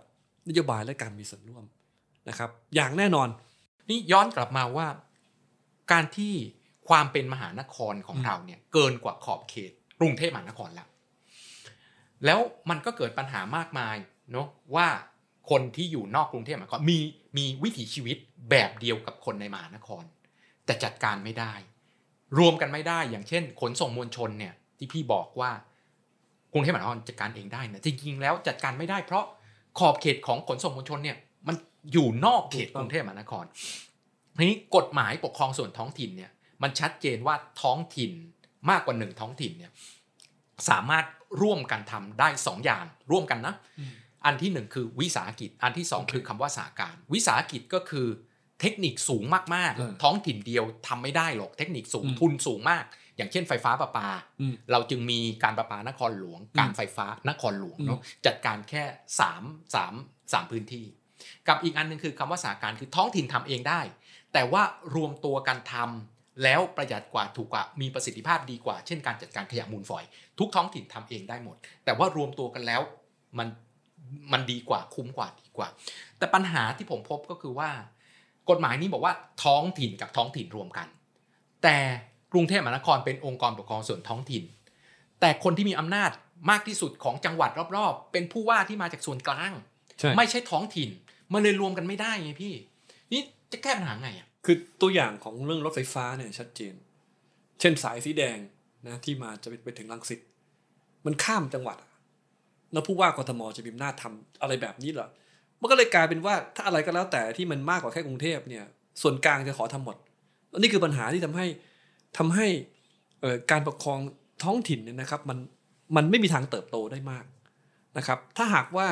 นโยบายและการมีส่วนร่วมนะครับอย่างแน่นอนนี่ย้อนกลับมาว่าการที่ความเป็นมหานครของเราเนี่ยเกินกว่าขอบเขตกรุงเทพมหานครแล้วแล้วมันก็เกิดปัญหามากมายเนาะว่าคนที่อยู่นอกกรุงเทพมหานครมีมีวิถีชีวิตแบบเดียวกับคนในมหานครแต่จัดการไม่ได้รวมกันไม่ได้อย่างเช่นขนส่งมวลชนเนี่ยที่พี่บอกว่ากรุงเทพมหานครจัดการเองได้นะจริงๆแล้วจัดการไม่ได้เพราะขอบเขตของขนส่งมวลชนเนี่ยมันอยู่นอกเขตกรุงเทพมหานครทีนี้กฎหมายปกครองส่วนท้องถิ่นเนี่ยมันชัดเจนว่าท้องถิ่นมากกว่าหนึ่งท้องถิ่นเนี่ยสามารถร่วมกันทำได้สองอย่างร่วมกันนะอันที่หนึ่งคือวิสาหกิจอันที่สอง okay. คือคำว่าสหการวิสาหกิจก็คือเทคนิคสูงมากๆท้องถิ่นเดียวทำไม่ได้หรอกเทคนิคสูงทุนสูงมากอย่างเช่นไฟฟ้าประปาเราจึงมีการประปานครหลวงการไฟฟ้านครหลวงเนาะจัดการแค่สาม สาม สามพื้นที่กับอีกอันนึงคือคำว่าสหการคือท้องถิ่นทำเองได้แต่ว่ารวมตัวกันทำแล้วประหยัดกว่าถูกกว่ามีประสิทธิภาพดีกว่าเช่นการจัดการขยะมูลฝอยทุกท้องถิ่นทำเองได้หมดแต่ว่ารวมตัวกันแล้วมันมันดีกว่าคุ้มกว่าดีกว่าแต่ปัญหาที่ผมพบก็คือว่ากฎหมายนี้บอกว่าท้องถิ่นกับท้องถิ่นรวมกันแต่กรุงเทพมหานครเป็นองค์กรปกครองส่วนท้องถิ่นแต่คนที่มีอำนาจมากที่สุดของจังหวัดรอบๆเป็นผู้ว่าที่มาจากส่วนกลางไม่ใช่ท้องถิ่นมันเลยรวมกันไม่ได้ไงพี่นี่จะแก้ปัญหาไงอ่ะคือตัวอย่างของเรื่องรถไฟฟ้าเนี่ยชัดเจนเช่นสายสีแดงนะที่มาจะไปถึงรังสิตมันข้ามจังหวัดแล้วผู้ว่ากทมจะมีอำนาจทำอะไรแบบนี้เหรอมันก็เลยกลายเป็นว่าถ้าอะไรก็แล้วแต่ที่มันมากกว่าแค่กรุงเทพเนี่ยส่วนกลางจะขอทำหมดแล้วนี่คือปัญหาที่ทำให้ทำให้การปกครองท้องถิ่นเนี่ยนะครับมันมันไม่มีทางเติบโตได้มากนะครับถ้าหากว่า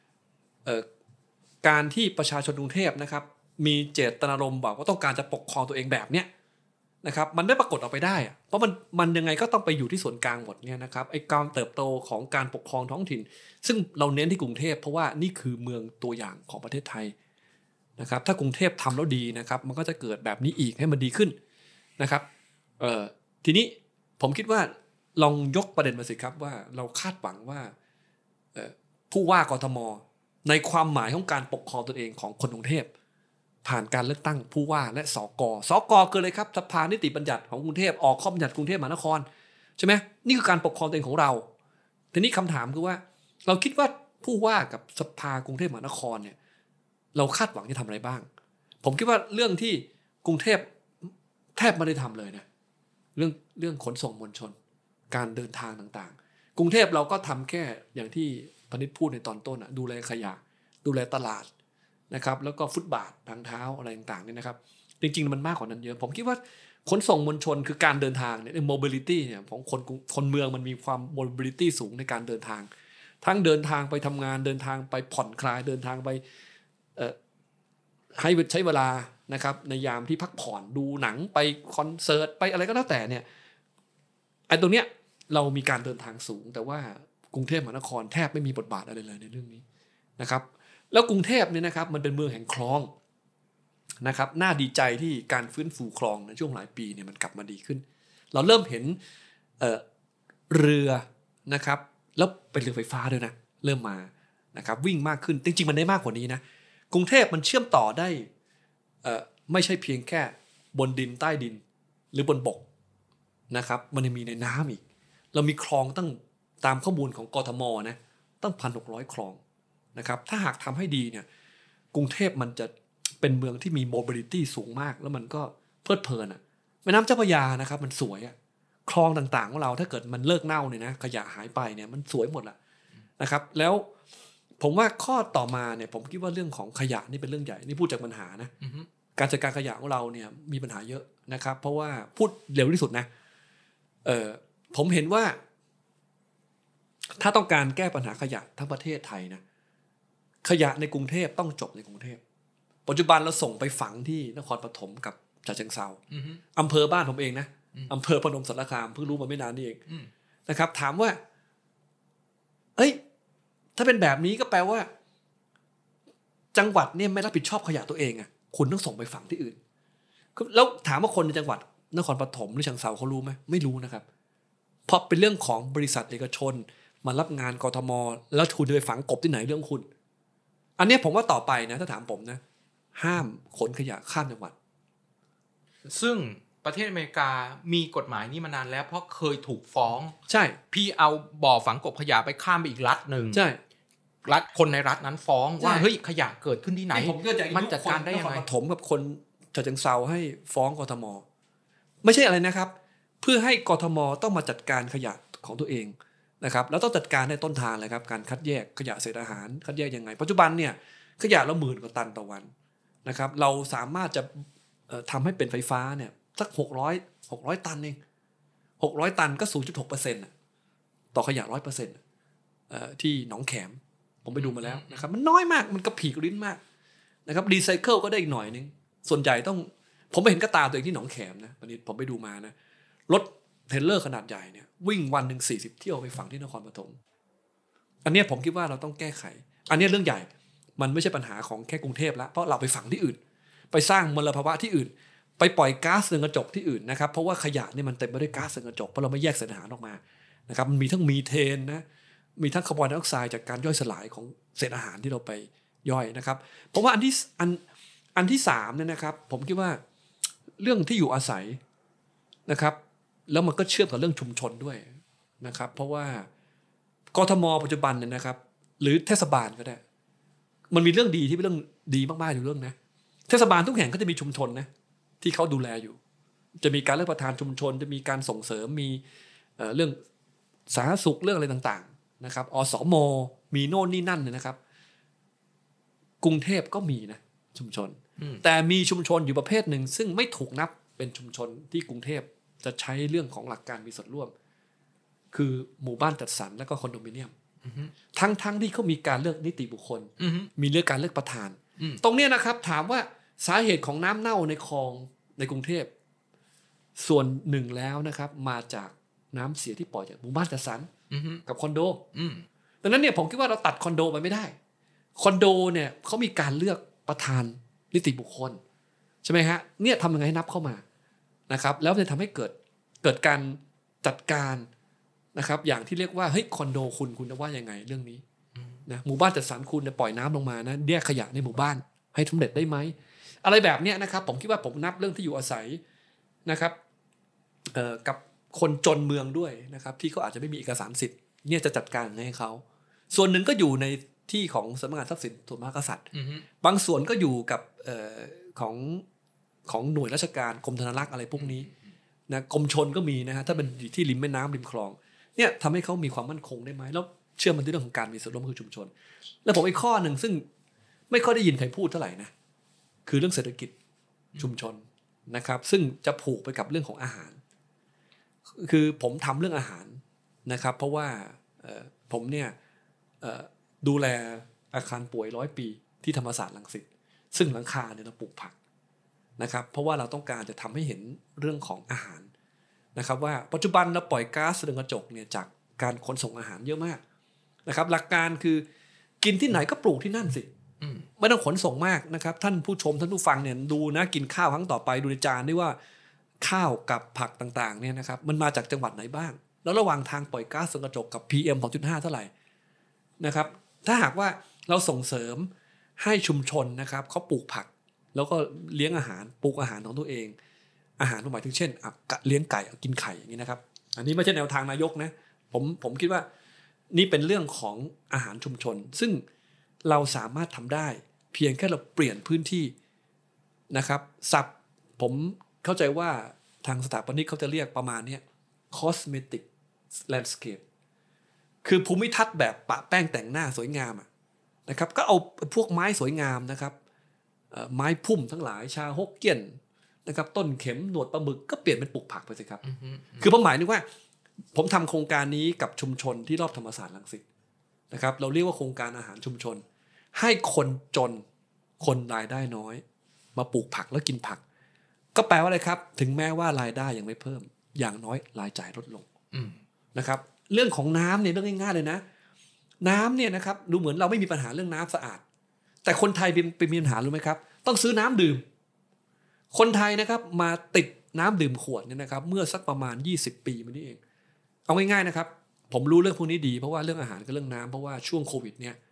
การที่ประชาชนกรุงเทพนะครับมีเจตนารมณ์บอกว่าต้องการจะปกครองตัวเองแบบเนี้ยนะครับมันไม่ปรากฏออกไปได้เพราะมันมันยังไงก็ต้องไปอยู่ที่ส่วนกลางหมดเนี่ยนะครับไอ้การเติบโตของการปกครองท้องถิ่นซึ่งเราเน้นที่กรุงเทพเพราะว่านี่คือเมืองตัวอย่างของประเทศไทยนะครับถ้ากรุงเทพทำแล้วดีนะครับมันก็จะเกิดแบบนี้อีกให้มันดีขึ้นนะครับเอ่อทีนี้ผมคิดว่าลองยกประเด็นมาสิครับว่าเราคาดหวังว่าเอ่อผู้ว่ากทมในความหมายของการปกครองตัวเองของคนกรุงเทพผ่านการเลือกตั้งผู้ว่าและสกสกคือเลยครับสภานิติบัญญัติของกรุงเทพออกข้อบัญญัติกรุงเทพมหานครใช่ไหมนี่คือการปกครองตัวเองของเราทีนี้คำถามคือว่าเราคิดว่าผู้ว่ากับสภากรุงเทพมหานครเนี่ยเราคาดหวังจะทำอะไรบ้างผมคิดว่าเรื่องที่กรุงเทพแทบไม่ได้ทำเลยนะเรื่องเรื่องขนส่งมวลชนการเดินทางต่างๆกรุงเทพเราก็ทำแค่อย่างที่พนิษฐ์พูดในตอนต้นดูแลขยะดูแลตลาดนะครับแล้วก็ฟุตบาททางเท้าอะไรต่างๆเนี่ยนะครับจริงๆมันมากกว่านั้นเยอะผมคิดว่าขนส่งมวลชนคือการเดินทางเนี่ย mobility เนี่ยของคนคนเมืองมันมีความ mobility สูงในการเดินทางทั้งเดินทางไปทำงานเดินทางไปผ่อนคลายเดินทางไปเอ่อให้ใช้เวลานะครับในยามที่พักผ่อนดูหนังไปคอนเสิร์ตไปอะไรก็แล้วแต่เนี่ยไอ้ตรงเนี้ยเรามีการเดินทางสูงแต่ว่ากรุงเทพมหานครแทบไม่มีบทบาทอะไรเลยในเรื่องนี้นะครับแล้วกรุงเทพเนี่ยนะครับมันเป็นเมืองแห่งคลองนะครับน่าดีใจที่การฟื้นฟูคลองในช่วงหลายปีเนี่ยมันกลับมาดีขึ้นเราเริ่มเห็น เอ่อ เรือนะครับแล้วเป็นเรือไฟฟ้าด้วยนะเริ่มมานะครับวิ่งมากขึ้นจริงๆมันได้มากกว่านี้นะกรุงเทพมันเชื่อมต่อได้เอ่อไม่ใช่เพียงแค่บนดินใต้ดินหรือบนบกนะครับมันยังมีในน้ำอีกเรามีคลองตั้งตามข้อมูลของกทมนะตั้ง หนึ่งพันหกร้อย คลองนะครับถ้าหากทำให้ดีเนี่ยกรุงเทพมันจะเป็นเมืองที่มี mobility สูงมากแล้วมันก็เพลิดเพลินอ่ะแม่น้ำเจ้าพระยานะครับมันสวยอ่ะคลองต่างๆของเราถ้าเกิดมันเลิกเน่าเนี่ยนะขยะหายไปเนี่ยมันสวยหมดละนะครับแล้วผมว่าข้อต่อมาเนี่ยผมคิดว่าเรื่องของขยะนี่เป็นเรื่องใหญ่นี่พูดจากปัญหานะ mm-hmm. การจัดการขยะของเราเนี่ยมีปัญหาเยอะนะครับเพราะว่าพูดเร็วที่สุดนะเออผมเห็นว่าถ้าต้องการแก้ปัญหาขยะทั้งประเทศไทยนะขยะในกรุงเทพต้องจบในกรุงเทพปัจจุบันเราส่งไปฝังที่นครปฐมกับฉะเชิงเทราอำเภอบ้านผมเองนะอำเภอพนมสารคามเพิ่งรู้มาไม่นานนี่เองนะครับถามว่าเอ้ยถ้าเป็นแบบนี้ก็แปลว่าจังหวัดเนี่ยไม่รับผิดชอบขยะตัวเองอ่ะคุณต้องส่งไปฝังที่อื่นแล้วถามว่าคนในจังหวัดนครปฐมหรือฉะเชิงเทราเขารู้ไหมไม่รู้นะครับเพราะเป็นเรื่องของบริษัทเอกชนมารับงานกทมแล้วคุณจะไปฝังกบที่ไหนเรื่องคุณอันนี้ผมว่าต่อไปนะถ้าถามผมนะห้ามขนขยะข้ามจังหวัดซึ่งประเทศอเมริกามีกฎหมายนี้มานานแล้วเพราะเคยถูกฟ้องใช่พี่เอาบ่อฝังกบขยะไปข้ามไปอีกรัฐนึงใช่รัฐคนในรัฐนั้นฟ้องว่าเฮ้ยขยะเกิดขึ้นที่ไหนมันจัดการได้ยังไงถมกับคนฉะเชิงเทราให้ฟ้องกทมไม่ใช่อะไรนะครับเพื่อให้กทมต้องมาจัดการขยะของตัวเองนะครับแล้วต้องจัดการในต้นทางเลยครับการคัดแยกขยะเศษอาหารคัดแยกยังไงปัจจุบันเนี่ยขยะเราหมื่นกว่าตันต่อวันนะครับเราสามารถจะทำให้เป็นไฟฟ้าเนี่ยสักหกร้อย หกร้อยตันเองหกร้อยตันก็ ศูนย์จุดหกเปอร์เซ็นต์ ต่อขยะ หนึ่งร้อยเปอร์เซ็นต์ เอ่อที่หนองแขมผมไปดูมาแล้วนะครับมันน้อยมากมันกระผีกลิ้นมากนะครับรีไซเคิลก็ได้อีกหน่อยนึงส่วนใหญ่ต้องผมไปเห็นกระตาตัวเองที่หนองแขมนะตอนนี้ผมไปดูมานะรถเทรลเลอร์ขนาดใหญ่เนี่ยวิ่งวันนึงสี่สิบเที่ยวไปฝั่งที่นครปฐมอันนี้ผมคิดว่าเราต้องแก้ไขอันนี้เรื่องใหญ่มันไม่ใช่ปัญหาของแค่กรุงเทพแล้วเพราะเราไปฝังที่อื่นไปสร้างมลภาวะที่อื่นไปปล่อยก๊าซเรือนกระจกที่อื่นนะครับเพราะว่าขยะนี่มันเต็มไปด้วยก๊าซเรือนกระจกเพราะเราไม่แยกเศษอาหารออกมานะครับมันมีทั้งมีเทนนะมีทั้งคาร์บอนไดออกไซด์จากการย่อยสลายของเศษอาหารที่เราไปย่อยนะครับเพราะว่าอันที่อันอันที่สามเนี่ยนะครับผมคิดว่าเรื่องที่อยู่อาศัยนะครับแล้วมันก็เชื่อมกับเรื่องชุมชนด้วยนะครับเพราะว่ากทมปัจจุบันเนี่ยนะครับหรือเทศบาลก็ได้มันมีเรื่องดีที่เป็นเรื่องดีมากๆอยู่เรื่องนะเทศบาลทุกแห่งก็จะมีชุมชนนะที่เขาดูแลอยู่จะมีการเลือกประธานชุมชนจะมีการส่งเสริมมี เอ่อ เรื่องสาธารณสุขเรื่องอะไรต่างๆนะครับอสมมีโน่นนี่นั่นเนี่ยนะครับกรุงเทพก็มีนะชุมชนแต่มีชุมชนอยู่ประเภทหนึ่งซึ่งไม่ถูกนับเป็นชุมชนที่กรุงเทพจะใช้เรื่องของหลักการมีส่วนร่วมคือหมู่บ้านจัดสรรและก็คอนโดมิเนียมทั้งๆที่เขามีการเลือกนิติบุคคลมีเรื่องการเลือกประธานตรงนี้นะครับถามว่าสาเหตุของน้ำเน่าในคลองในกรุงเทพส่วนหนึ่งแล้วนะครับมาจากน้ำเสียที่ปล่อยจากหมู่บ้านจัดสรรกับคอนโดดังนั้นเนี่ยผมคิดว่าเราตัดคอนโดไปไม่ได้คอนโดเนี่ยเขามีการเลือกประธานนิติบุคคลใช่ไหมฮะเนี่ยทำยังไงให้นับเข้ามานะครับแล้วจะทำให้เกิดเกิดการจัดการนะครับอย่างที่เรียกว่าเฮ้ยคอนโดคุณคุณจะว่ายังไงเรื่องนี้นะหมู่บ้านจัดสรรคุณจะปล่อยน้ำลงมานะแยกขยะในหมู่บ้านให้สำเร็จได้ไหมอะไรแบบนี้นะครับผมคิดว่าผมนับเรื่องที่อยู่อาศัยนะครับกับคนจนเมืองด้วยนะครับที่เขาอาจจะไม่มีเอกสารสิทธิ์เนี่ยจะจัดการให้เขาส่วนหนึ่งก็อยู่ในที่ของสำนักงานทรัพย์สินส่วนพระมหากษัตริย์บางส่วนก็อยู่กับเอ่อของของหน่วยราชการกรมธนารักษ์อะไรพวกนี้นะกรมชลก็มีนะฮะถ้าเป็นที่ริมแม่น้ำริมคลองเนี่ยทำให้เขามีความมั่นคงได้ไหมแล้วเชื่อมันในเรื่องของการมีส่วนร่วมคือชุมชนแล้วผมอีกข้อหนึ่งซึ่งไม่ค่อยได้ยินใครพูดเท่าไหร่นะคือเรื่องเศรษฐกิจชุมชนนะครับซึ่งจะผูกไปกับเรื่องของอาหารคือผมทำเรื่องอาหารนะครับเพราะว่าผมเนี่ยดูแลอาคารป่วยร้อยปีที่ธรรมศาสตร์รังสิตซึ่งหลังคาเนี่ยเราปลูกผักนะครับเพราะว่าเราต้องการจะทำให้เห็นเรื่องของอาหารนะครับว่าปัจจุบันเราปล่อยก๊าซเรือนกระจกเนี่ยจากการขนส่งอาหารเยอะมากนะครับหลักการคือกินที่ไหนก็ปลูกที่นั่นสิไม่ต้องขนส่งมากนะครับท่านผู้ชมท่านผู้ฟังเนี่ยดูนะกินข้าวครั้งต่อไปดูในจานได้ว่าข้าวกับผักต่างๆเนี่ยนะครับมันมาจากจังหวัดไหนบ้างแล้วระหว่างทางปล่อยก๊าซเรือนกระจกกับ พี เอ็ม สองจุดห้า เท่าไหร่นะครับถ้าหากว่าเราส่งเสริมให้ชุมชนนะครับเขาปลูกผักแล้วก็เลี้ยงอาหารปลูกอาหารของตัวเองอาหารหมายถึงเช่นเลี้ยงไก่กินไข่อย่างนี้นะครับอันนี้ไม่ใช่แนวทางนายกนะผมผมคิดว่านี่เป็นเรื่องของอาหารชุมชนซึ่งเราสามารถทำได้เพียงแค่เราเปลี่ยนพื้นที่นะครับศัพท์ผมเข้าใจว่าทางสถาปนิกเขาจะเรียกประมาณนี้ cosmetic landscape คือภูมิทัศน์แบบปะแป้งแต่งหน้าสวยงามนะครับก็เอาพวกไม้สวยงามนะครับไม้พุ่มทั้งหลายชาฮกเกี้ยนนะครับต้นเข็มหนวดปลาหมึกก็เปลี่ยนเป็นปลูกผักไปสิครับ mm-hmm. คือผมหมายถึงว่าผมทำโครงการนี้กับชุมชนที่รอบธรรมศาสตร์รังสิตนะครับเราเรียกว่าโครงการอาหารชุมชนให้คนจนคนรายได้น้อยมาปลูกผักแล้วกินผักก็แปลว่าอะไรครับถึงแม้ว่ารายได้ยังไม่เพิ่มอย่างน้อยรายจ่ายลดลง mm. นะครับเรื่องของน้ำเนี่ยเรื่องง่ายๆเลยนะน้ำเนี่ยนะครับดูเหมือนเราไม่มีปัญหาเรื่องน้ำสะอาดแต่คนไทยเป็นมีปัญหารู้ไหมครับต้องซื้อน้ำดื่มคนไทยนะครับมาติดน้ำดื่มขวดเนี่ยนะครับเมื่อสักประมาณยี่สิบปีมานี้เองเอาง่ายๆนะครับผมรู้เรื่องพวกนี้ดีเพราะว่าเรื่องอาหารกับเรื่องน้ำเพราะว่าช่วงโควิดเนี่ย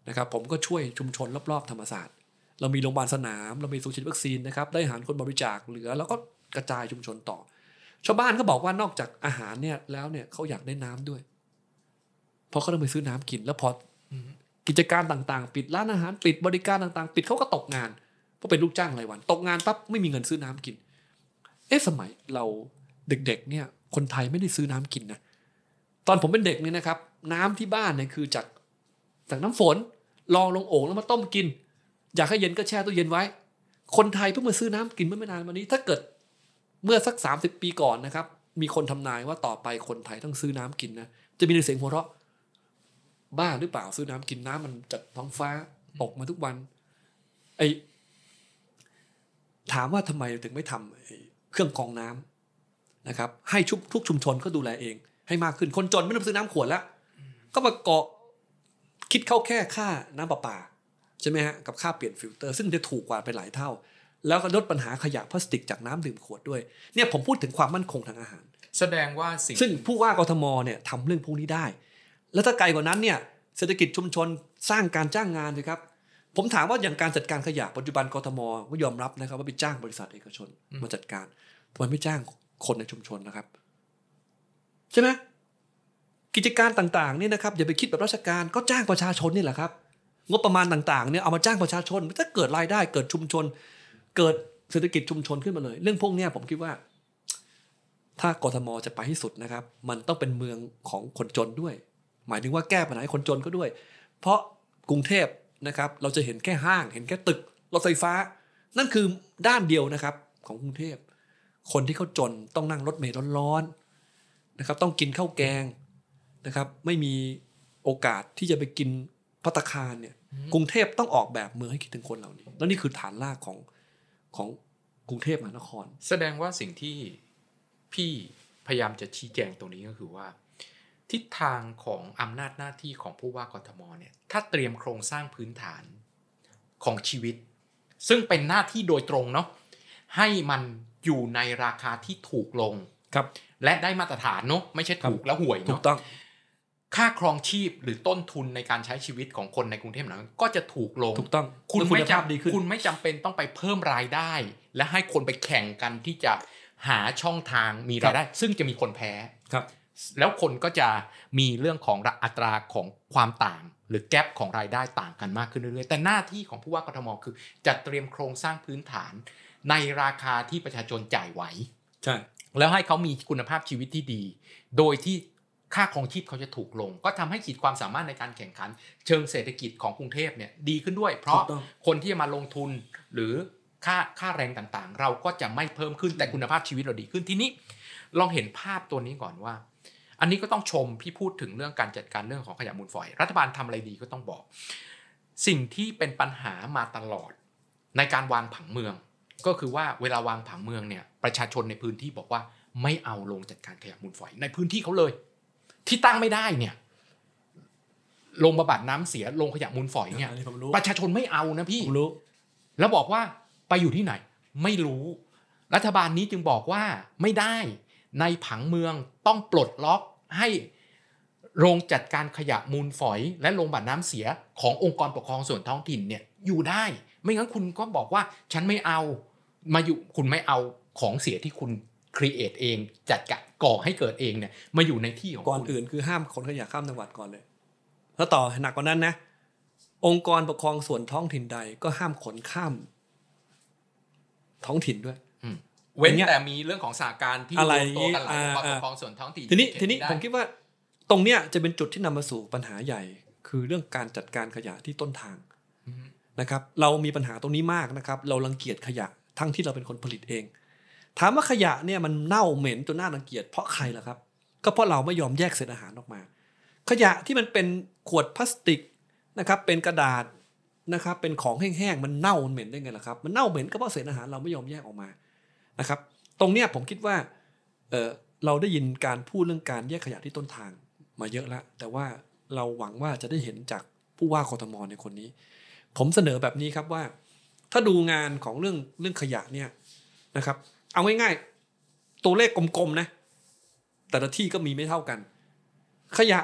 นะครับผมก็ช่วยชุมชนรอบๆธรรมศาสตร์เรามีโรงพยาบาลสนามเรามีศูนย์ฉีดวัคซีนนะครับได้อาหารคนบริจาคเหลือแล้วก็กระจายชุมชนต่อชาวบ้านก็บอกว่านอกจากอาหารเนี่ยแล้วเนี่ยเขาอยากได้น้ำด้วยเพราะเขาต้องไปซื้อน้ำกินแล้วพอกิจการต่างๆปิดร้านอาหารปิดบริการต่างๆปิดเขาก็ตกงานเพราะเป็นลูกจ้างรายวันตกงานปั๊บไม่มีเงินซื้อน้ำกินเอ๊ะสมัยเราเด็กๆเนี่ยคนไทยไม่ได้ซื้อน้ำกินนะตอนผมเป็นเด็กเนี่ยนะครับน้ำที่บ้านเนี่ยคือจากจากน้ำฝนรองลงโอ่งแล้วมาต้มกินอยากให้เย็นก็แช่ตู้เย็นไว้คนไทยเพิ่งมาซื้อน้ำกินเมื่อไม่นานมานี้ถ้าเกิดเมื่อสักสามสิบปีก่อนนะครับมีคนทำนายว่าต่อไปคนไทยต้องซื้อน้ำกินนะจะมีเสียงหัวเราะบ้าหรือเปล่าซื้อน้ำกินน้ำมันจากท้องฟ้าตกมาทุกวันไอถามว่าทำไมถึงไม่ทำเครื่องกรองน้ำนะครับให้ทุกชุมชนก็ดูแลเองให้มากขึ้นคนจนไม่ต้องซื้อน้ำขวดแล้วก็มาเกาะคิดเข้าแค่ค่าน้ำประปาใช่ไหมฮะกับค่าเปลี่ยนฟิลเตอร์ซึ่งจะถูกกว่าไปหลายเท่าแล้วก็ลดปัญหาขยะพลาสติกจากน้ำดื่มขวดด้วยเนี่ยผมพูดถึงความมั่นคงทางอาหารแสดงว่าสิ่งซึ่งผู้ว่ากทมเนี่ยทำเรื่องพวกนี้ได้แล้วถ้าไกลกว่านั้นเนี่ยเศรษฐกิจชุมชนสร้างการจ้างงานเลยครับผมถามว่าอย่างการจัดการขยะปัจจุบันกทมก็ยอมรับนะครับว่าไปจ้างบริษัทเอกชนมาจัดการทำไมไม่จ้างคนในชุมชนนะครับใช่ไหมกิจการต่างๆนี่นะครับอย่าไปคิดแบบราชการก็จ้างประชาชนนี่แหละครับงบประมาณต่างๆเนี่ยเอามาจ้างประชาชนถ้าเกิดรายได้เกิดชุมชนเกิดเศรษฐกิจชุมชนขึ้นมาเลยเรื่องพวกนี้ผมคิดว่าถ้ากทมจะไปให้สุดนะครับมันต้องเป็นเมืองของคนจนด้วยหมายถึงว่าแก้ปัญหาคนจนก็ด้วยเพราะกรุงเทพนะครับเราจะเห็นแค่ห้างเห็นแค่ตึกรถไฟฟ้านั่นคือด้านเดียวนะครับของกรุงเทพคนที่เขาจนต้องนั่งรถเมล์ร้อนๆนะครับต้องกินข้าวแกงนะครับไม่มีโอกาสที่จะไปกินภัตตาคารเนี่ยกรุงเทพต้องออกแบบเมืองให้คิดถึงคนเหล่านี้แล้วนี่คือฐานรากของของกรุงเทพมหานครแสดงว่าสิ่งที่พี่พยายามจะชี้แจงตรงนี้ก็คือว่าทิศทางของอำนาจหน้าที่ของผู้ว่ากทมเนี่ยถ้าเตรียมโครงสร้างพื้นฐานของชีวิตซึ่งเป็นหน้าที่โดยตรงเนาะให้มันอยู่ในราคาที่ถูกลงครับและได้มาตรฐานเนาะไม่ใช่ถูกแล้วห่วยเนาะถูกต้องค่าครองชีพหรือต้นทุนในการใช้ชีวิตของคนในกรุงเทพมหานครก็จะถูกลงถูกต้องคุณไม่จำคุณไม่จำเป็นต้องไปเพิ่มรายได้และให้คนไปแข่งกันที่จะหาช่องทางมีรายได้ซึ่งจะมีคนแพ้ครับแล้วคนก็จะมีเรื่องของอัตราของความต่างหรือแกปของรายได้ต่างกันมากขึ้นเรื่อยๆแต่หน้าที่ของผู้ว่ากทมคือจัดเตรียมโครงสร้างพื้นฐานในราคาที่ประชาชนจ่ายไหวใช่แล้วให้เขามีคุณภาพชีวิตที่ดีโดยที่ค่าครองชีพเขาจะถูกลงก็ทำให้ขีดความสามารถในการแข่งขันเชิงเศรษฐกิจของกรุงเทพเนี่ยดีขึ้นด้วยเพราะคนที่จะมาลงทุนหรือค่าค่าแรงต่างๆเราก็จะไม่เพิ่มขึ้นแต่คุณภาพชีวิตเราดีขึ้นทีนี้ลองเห็นภาพตัวนี้ก่อนว่าอันนี้ก็ต้องชมพี่พูดถึงเรื่องการจัดการเรื่องของขยะมูลฝอยรัฐบาลทำอะไรดีก็ต้องบอกสิ่งที่เป็นปัญหามาตลอดในการวางผังเมืองก็คือว่าเวลาวางผังเมืองเนี่ยประชาชนในพื้นที่บอกว่าไม่เอาลงจัดการขยะมูลฝอยในพื้นที่เขาเลยที่ตั้งไม่ได้เนี่ยลงบำบัดน้ำเสียลงขยะมูลฝอยเนี่ยประชาชนไม่เอานะพี่แล้วบอกว่าไปอยู่ที่ไหนไม่รู้รัฐบาลนี้จึงบอกว่าไม่ได้ในผังเมืองต้องปลดล็อกให้โรงจัดการขยะมูลฝอยและโรงบำบัดน้ำเสียขององค์กรปกครองส่วนท้องถิ่นเนี่ยอยู่ได้ไม่งั้นคุณก็บอกว่าฉันไม่เอามาอยู่คุณไม่เอาของเสียที่คุณครีเอทเองจัดกะก่อให้เกิดเองเนี่ยมาอยู่ในที่ของก่อนอื่นคือห้ามขนขยะข้ามจังหวัดก่อนเลยแล้วต่อหนักกว่านั้นนะองค์กรปกครองส่วนท้องถิ่นใดก็ห้ามขนข้ามท้องถิ่นด้วยเว้นแต่มีเรื่องของสหการณ์ที่รวมตัวกันหลายองค์กรปกครองส่วนท้องถิ่นทีนี้ทีนี้ผมคิดว่าตรงเนี้ยจะเป็นจุดที่นำมาสู่ปัญหาใหญ่คือเรื่องการจัดการขยะที่ต้นทางนะครับเรามีปัญหาตรงนี้มากนะครับเรารังเกียจขยะทั้งที่เราเป็นคนผลิตเองถามว่าขยะเนี่ยมันเน่าเหม็นจนน่ารังเกียจเพราะใครล่ะครับก็เพราะเราไม่ยอมแยกเศษอาหารออกมาขยะที่มันเป็นขวดพลาสติกนะครับเป็นกระดาษนะครับเป็นของแห้งๆมันเน่ามันเหม็นได้ไงล่ะครับมันเน่าเหม็นก็เพราะเศษอาหารเราไม่ยอมแยกออกมานะครับตรงเนี้ยผมคิดว่า เอ่อ เราได้ยินการพูดเรื่องการแยกขยะที่ต้นทางมาเยอะแล้วแต่ว่าเราหวังว่าจะได้เห็นจากผู้ว่ากทมในคนนี้ผมเสนอแบบนี้ครับว่าถ้าดูงานของเรื่องเรื่องขยะเนี่ยนะครับเอาง่ายๆตัวเลขกลมๆนะแต่ละที่ก็มีไม่เท่ากันขยะ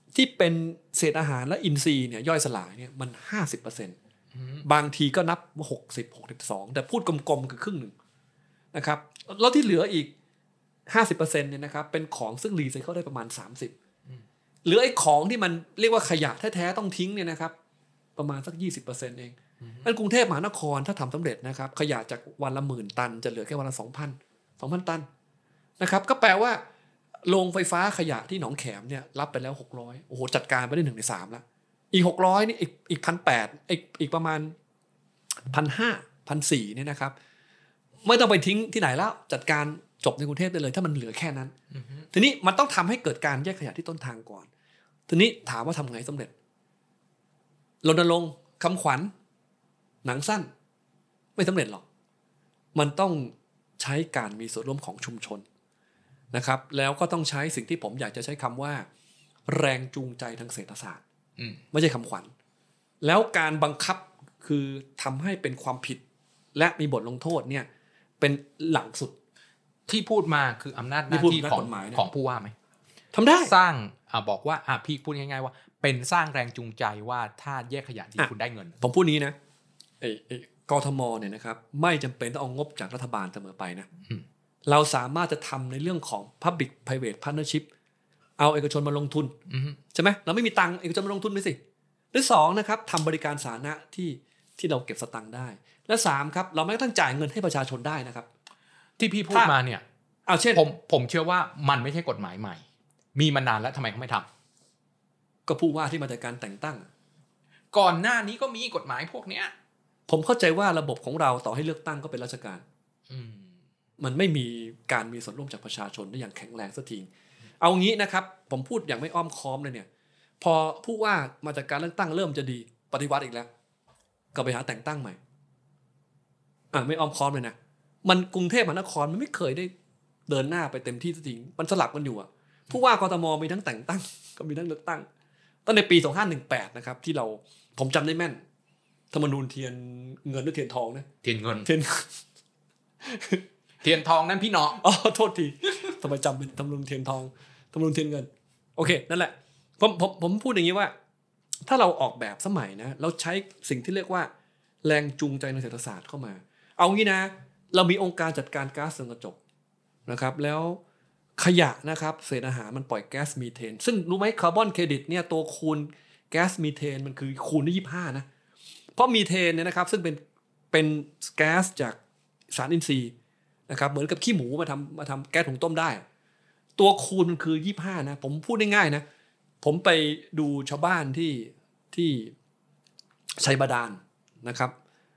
ที่เป็นเศษอาหารและอินทรีย์เนี่ยย่อยสลายเนี่ยมัน ห้าสิบเปอร์เซ็นต์ บางทีก็นับหกสิบ หกสิบสองแต่พูดกลมๆคือครึ่งหนึ่งนะครับแล้วที่เหลืออีก ห้าสิบเปอร์เซ็นต์ เนี่ยนะครับเป็นของซึ่งรีไซเคิลได้ประมาณสามสิบเหลือไอ้ของที่มันเรียกว่าขยะแท้ๆต้องทิ้งเนี่ยนะครับประมาณสัก ยี่สิบเปอร์เซ็นต์ เองนั่นกรุงเทพมหานครถ้าทำสำเร็จนะครับขยะจากวันละหมื่นตันจะเหลือแค่วันละ สองพัน สองพัน ตันนะครับก็แปลว่าโรงไฟฟ้าขยะที่หนองแขมเนี่ยรับไปแล้วหกร้อยโอ้โหจัดการไปได้หนึ่งในสามแล้วอีกหกร้อยนี่อีกอีก หนึ่งพันแปดร้อย อีกอีกประมาณ หนึ่งพันห้าร้อย หนึ่งพันสี่ร้อย เนี่ยนะครับไม่ต้องไปทิ้งที่ไหนแล้วจัดการจบในกรุงเทพได้เลยถ้ามันเหลือแค่นั้น mm-hmm. ทีนี้มันต้องทำให้เกิดการแยกขยะที่ต้นทางก่อนทีนี้ถามว่าทำไงสำเร็จรณรงค์คำขวัญหนังสั้นไม่สำเร็จหรอกมันต้องใช้การมีส่วนร่วมของชุมชนนะครับแล้วก็ต้องใช้สิ่งที่ผมอยากจะใช้คำว่าแรงจูงใจทางเศรษฐศาสตร์ไม่ใช่คำขวัญแล้วการบังคับคือทำให้เป็นความผิดและมีบทลงโทษเนี่ยเป็นหลังสุดที่พูดมาคืออำนาจหน้าที่ของของผู้ว่าไหมทำได้สร้างอ่าบอกว่าอ่าพี่พูดง่ายๆว่าเป็นสร้างแรงจูงใจว่าถ้าแยกขยะที่คุณได้เงินผมพูดนี้นะไอ้ไอ้กทมเนี่ยนะครับไม่จำเป็นต้องเอางบจากรัฐบาลเสมอไปนะเราสามารถจะทำในเรื่องของ Public Private Partnership เอาเอกชนมาลงทุนใช่ไหมเราไม่มีตังค์เอกชนมาลงทุนไปสิหรือสองนะครับทำบริการสาธารณะที่ที่เราเก็บสตังค์ได้และสามครับเราไม่ต้องจ่ายเงินให้ประชาชนได้นะครับที่พี่พูดมาเนี่ยเอาเช่นผมผมเชื่อว่ามันไม่ใช่กฎหมายใหม่มีมานานแล้วทำไมเขาไม่ทำก็ผู้ว่าที่มาจากการแต่งตั้งก่อนหน้านี้ก็มีกฎหมายพวกเนี้ยผมเข้าใจว่าระบบของเราต่อให้เลือกตั้งก็เป็นราชการมันไม่มีการมีส่วนร่วมจากประชาชนได้อย่างแข็งแรงสักทีเอางี้นะครับผมพูดอย่างไม่อ้อมค้อมเลยเนี่ยพอผู้ว่ามาจากการเลือกตั้งเริ่มจะดีปฏิวัติอีกแล้วก็ไปหาแต่งตั้งใหม่อ่ะไม่อ้อมค้อมเลยนะมันกรุงเทพมหานครมันไม่เคยได้เดินหน้าไปเต็มที่สักทีมันสลับกันอยู่อ่ะผู้ว่ากทมมีทั้งแต่งตั้งก็มีทั้งเลือกตั้งตั้งในปีสองพันห้าร้อยสิบแปดนะครับที่เราผมจำได้แม่นธรรมนูญเทียนเงินหรือเทียนทองนะเทียนเงินเทียนเทียนทองนั่นพี่น้องอ๋อโทษทีทำไมจำเป็นธรรมนูญเทียนทองธรรมนูญเทียนเงินโอเคนั่นแหละผมผมผมพูดอย่างนี้ว่าถ้าเราออกแบบสมัยนะเราใช้สิ่งที่เรียกว่าแรงจูงใจในเศรษฐศาสตร์เข้ามาเอางี้นะเรามีองค์การจัดการก๊าซเรือนกระจกนะครับแล้วขยะนะครับเศษอาหารมันปล่อยแก๊สมีเทนซึ่งรู้ไหมคาร์บอนเครดิตเนี่ยตัวคูณแก๊สมีเทนมันคือคูณได้ยี่สิบห้านะเพราะมีเทนเนี่ยนะครับซึ่งเป็นเป็นแก๊สจากสารอินทรีย์นะครับเหมือนกับขี้หมูมาทำมาทำแก๊สถุงต้มได้ตัวคูณมันคือยี่สิบห้านะผมพูดง่ายๆนะผมไปดูชาวบ้านที่ที่ชัยบาดาลนะครับ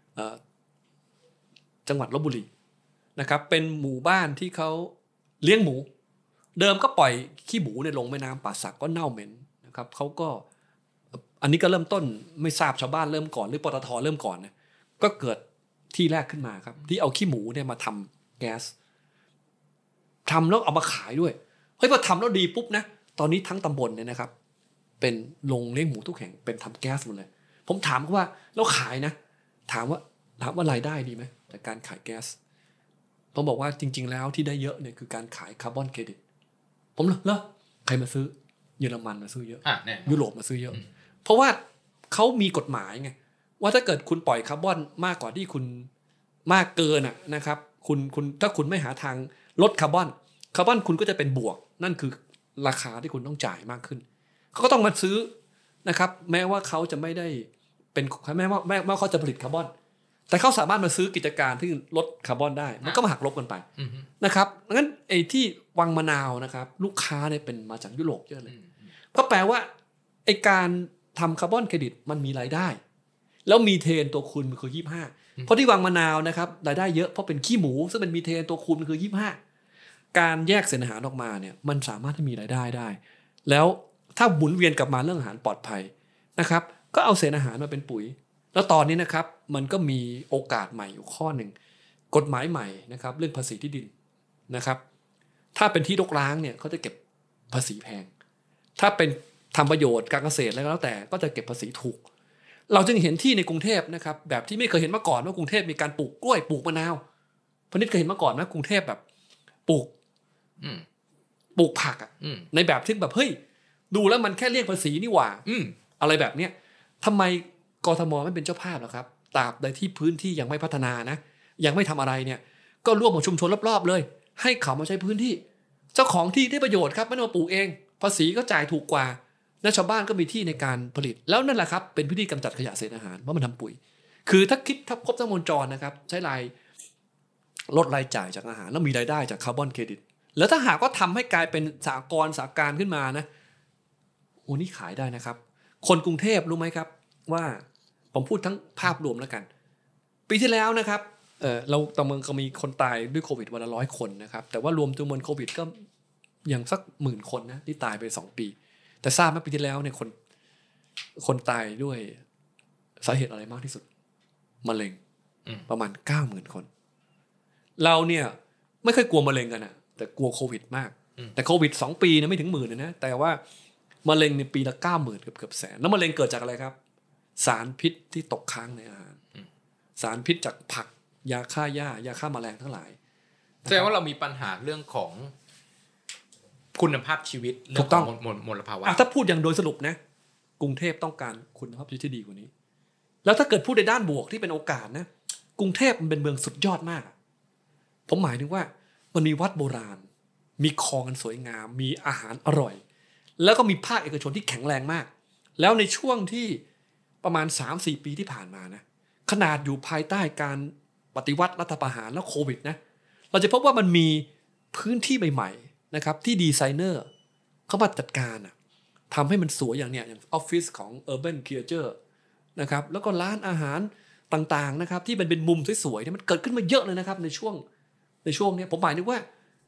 จังหวัดลพบุรีนะครับเป็นหมู่บ้านที่เขาเลี้ยงหมูเดิมก็ปล่อยขี้หมูในลงแม่น้ำป่าสักก็เน่าเหม็นนะครับเขาก็อันนี้ก็เริ่มต้นไม่ทราบชาวบ้านเริ่มก่อนหรือปตท.เริ่มก่อนนะก็เกิดที่แรกขึ้นมาครับที่เอาขี้หมูเนี่ยมาทำแก๊สทำแล้วเอามาขายด้วยเฮ้ยพอทำแล้วดีปุ๊บนะตอนนี้ทั้งตำบลเนี่ยนะครับเป็นโรงเลี้ยงหมูทุกแห่งเป็นทำแก๊สหมดเลยผมถามเขาว่าแล้วขายนะถามว่าถามว่ารายได้ดีไหมจากการขายแก๊สผมบอกว่าจริงๆแล้วที่ได้เยอะเนี่ยคือการขายคาร์บอนเครดิตผมเหรอใครมาซื้อเยอรมันมาซื้อเยอะยุโรปมาซื้อเยอะเพราะว่าเขามีกฎหมายไงว่าถ้าเกิดคุณปล่อยคาร์บอนมากกว่าที่คุณมากเกินอ่ะนะครับคุณคุณถ้าคุณไม่หาทางลดคาร์บอนคาร์บอนคุณก็จะเป็นบวกนั่นคือราคาที่คุณต้องจ่ายมากขึ้นเขาก็ต้องมาซื้อนะครับแม้ว่าเขาจะไม่ได้เป็นแม้ว่าแม้ว่าเขาจะผลิตคาร์บอนแต่เขาสามารถมาซื้อกิจการที่ลดคาร์บอนได้มันก็มาหักลบกันไปนะครับงั้นไอ้ที่วังมะนาวนะครับลูกค้าเนี่ยเป็นมาจากยุโรปเยอะเลยก็แปลว่าไอ้การทำคาร์บอนเครดิตมันมีรายได้แล้วมีเทนตัวคูณมันคือยี่สิบห้าเพราะที่วังมะนาวนะครับรายได้เยอะเพราะเป็นขี้หมูซึ่งเป็นมีเทนตัวคูณมันคือยี่สิบห้าการแยกเศษอาหารออกมาเนี่ยมันสามารถที่มีรายได้ได้แล้วถ้าหมุนเวียนกลับมาเรื่องอาหารปลอดภัยนะครับก็เอาเศษอาหารมาเป็นปุ๋ยแล้วตอนนี้นะครับมันก็มีโอกาสใหม่อยู่ข้อหนึ่งกฎหมายใหม่นะครับเรื่องภาษีที่ดินนะครับถ้าเป็นที่รกร้างเนี่ยเขาจะเก็บภาษีแพงถ้าเป็นทำประโยชน์การเกษตรอะไรก็แล้วแต่ก็จะเก็บภาษีถูกเราจึงเห็นที่ในกรุงเทพนะครับแบบที่ไม่เคยเห็นมาก่อนว่ากรุงเทพมีการปลูกกล้วยปลูกมะนาวพนิดเคยเห็นมาก่อนนะกรุงเทพแบบปลูกปลูกผักอ่ะในแบบที่แบบเฮ้ยดูแล้วมันแค่เรียกภาษีนี่หว่าอืมอะไรแบบเนี้ยทำไมกทมไม่เป็นเจ้าภาพล่ะครับตราบใดที่พื้นที่ยังไม่พัฒนานะยังไม่ทำอะไรเนี่ยก็ร่วมกับชุมชนรอบๆเลยให้เขามาใช้พื้นที่เจ้าของที่ได้ประโยชน์ครับไม่ต้องมาปลูกเองภาษีก็จ่ายถูกกว่าและชาวบ้านก็มีที่ในการผลิตแล้วนั่นแหละครับเป็นพื้นที่กำจัดขยะเศษอาหารเพราะมันทำปุ๋ยคือถ้าคิดถ้าครบทั้งวงจรนะครับใช้รายลดรายจ่ายจากอาหารแล้วมีรายได้จากคาร์บอนเครดิตแล้วถ้าหากว่าทำให้กลายเป็นสหกรณ์สหการขึ้นมานะโอ้นี่ขายได้นะครับคนกรุงเทพรู้ไหมครับว่าผมพูดทั้งภาพรวมแล้วกันปีที่แล้วนะครับเออเราตะเมืองก็มีคนตายด้วยโควิดวันละร้อยคนนะครับแต่ว่ารวมจำนวนโควิดก็อย่างสักหมื่นคนนะที่ตายไปสองปีแต่ทราบไหมปีที่แล้วเนี่ยคนคนตายด้วยสาเหตุอะไรมากที่สุดมะเร็งประมาณเก้าหมื่นคนเราเนี่ยไม่เคยกลัวมะเร็งกันนะแต่กลัวโควิดมากแต่โควิดสองปีนะไม่ถึงหมื่นนะแต่ว่ามะเร็งในปีละเก้าหมื่นเกือบเกือบแสนแล้วมะเร็งเกิดจากอะไรครับสารพิษที่ตกค้างในอาหารสารพิษจากผักยาฆ่าหญ้ายาฆ่าแมลงทั้งหลายแสดงว่าเรามีปัญหาเรื่องของคุณภาพชีวิตเรื่องของมลมลภาวะถ้าพูดอย่างโดยสรุปนะกรุงเทพต้องการคุณภาพชีวิตที่ดีกว่านี้แล้วถ้าเกิดพูดในด้านบวกที่เป็นโอกาสนะกรุงเทพมันเป็นเมืองสุดยอดมากผมหมายถึงว่ามันมีวัดโบราณมีคลองอันสวยงามมีอาหารอร่อยแล้วก็มีภาคเอกชนที่แข็งแรงมากแล้วในช่วงที่ประมาณ สามสี่ ปีที่ผ่านมานะขนาดอยู่ภายใต้การปฏิวัติรัฐประหารแล้วโควิดนะเราจะพบว่ามันมีพื้นที่ใหม่ๆนะครับที่ดีไซเนอร์เข้ามาจัดการอ่ะทำให้มันสวยอย่างเนี้ยอย่างออฟฟิศของ Urban Creature นะครับแล้วก็ร้านอาหารต่างๆนะครับที่มันเป็นมุมสวยๆเนี่ยมันเกิดขึ้นมาเยอะเลยนะครับในช่วงในช่วงนี้ผมหมายถึงว่า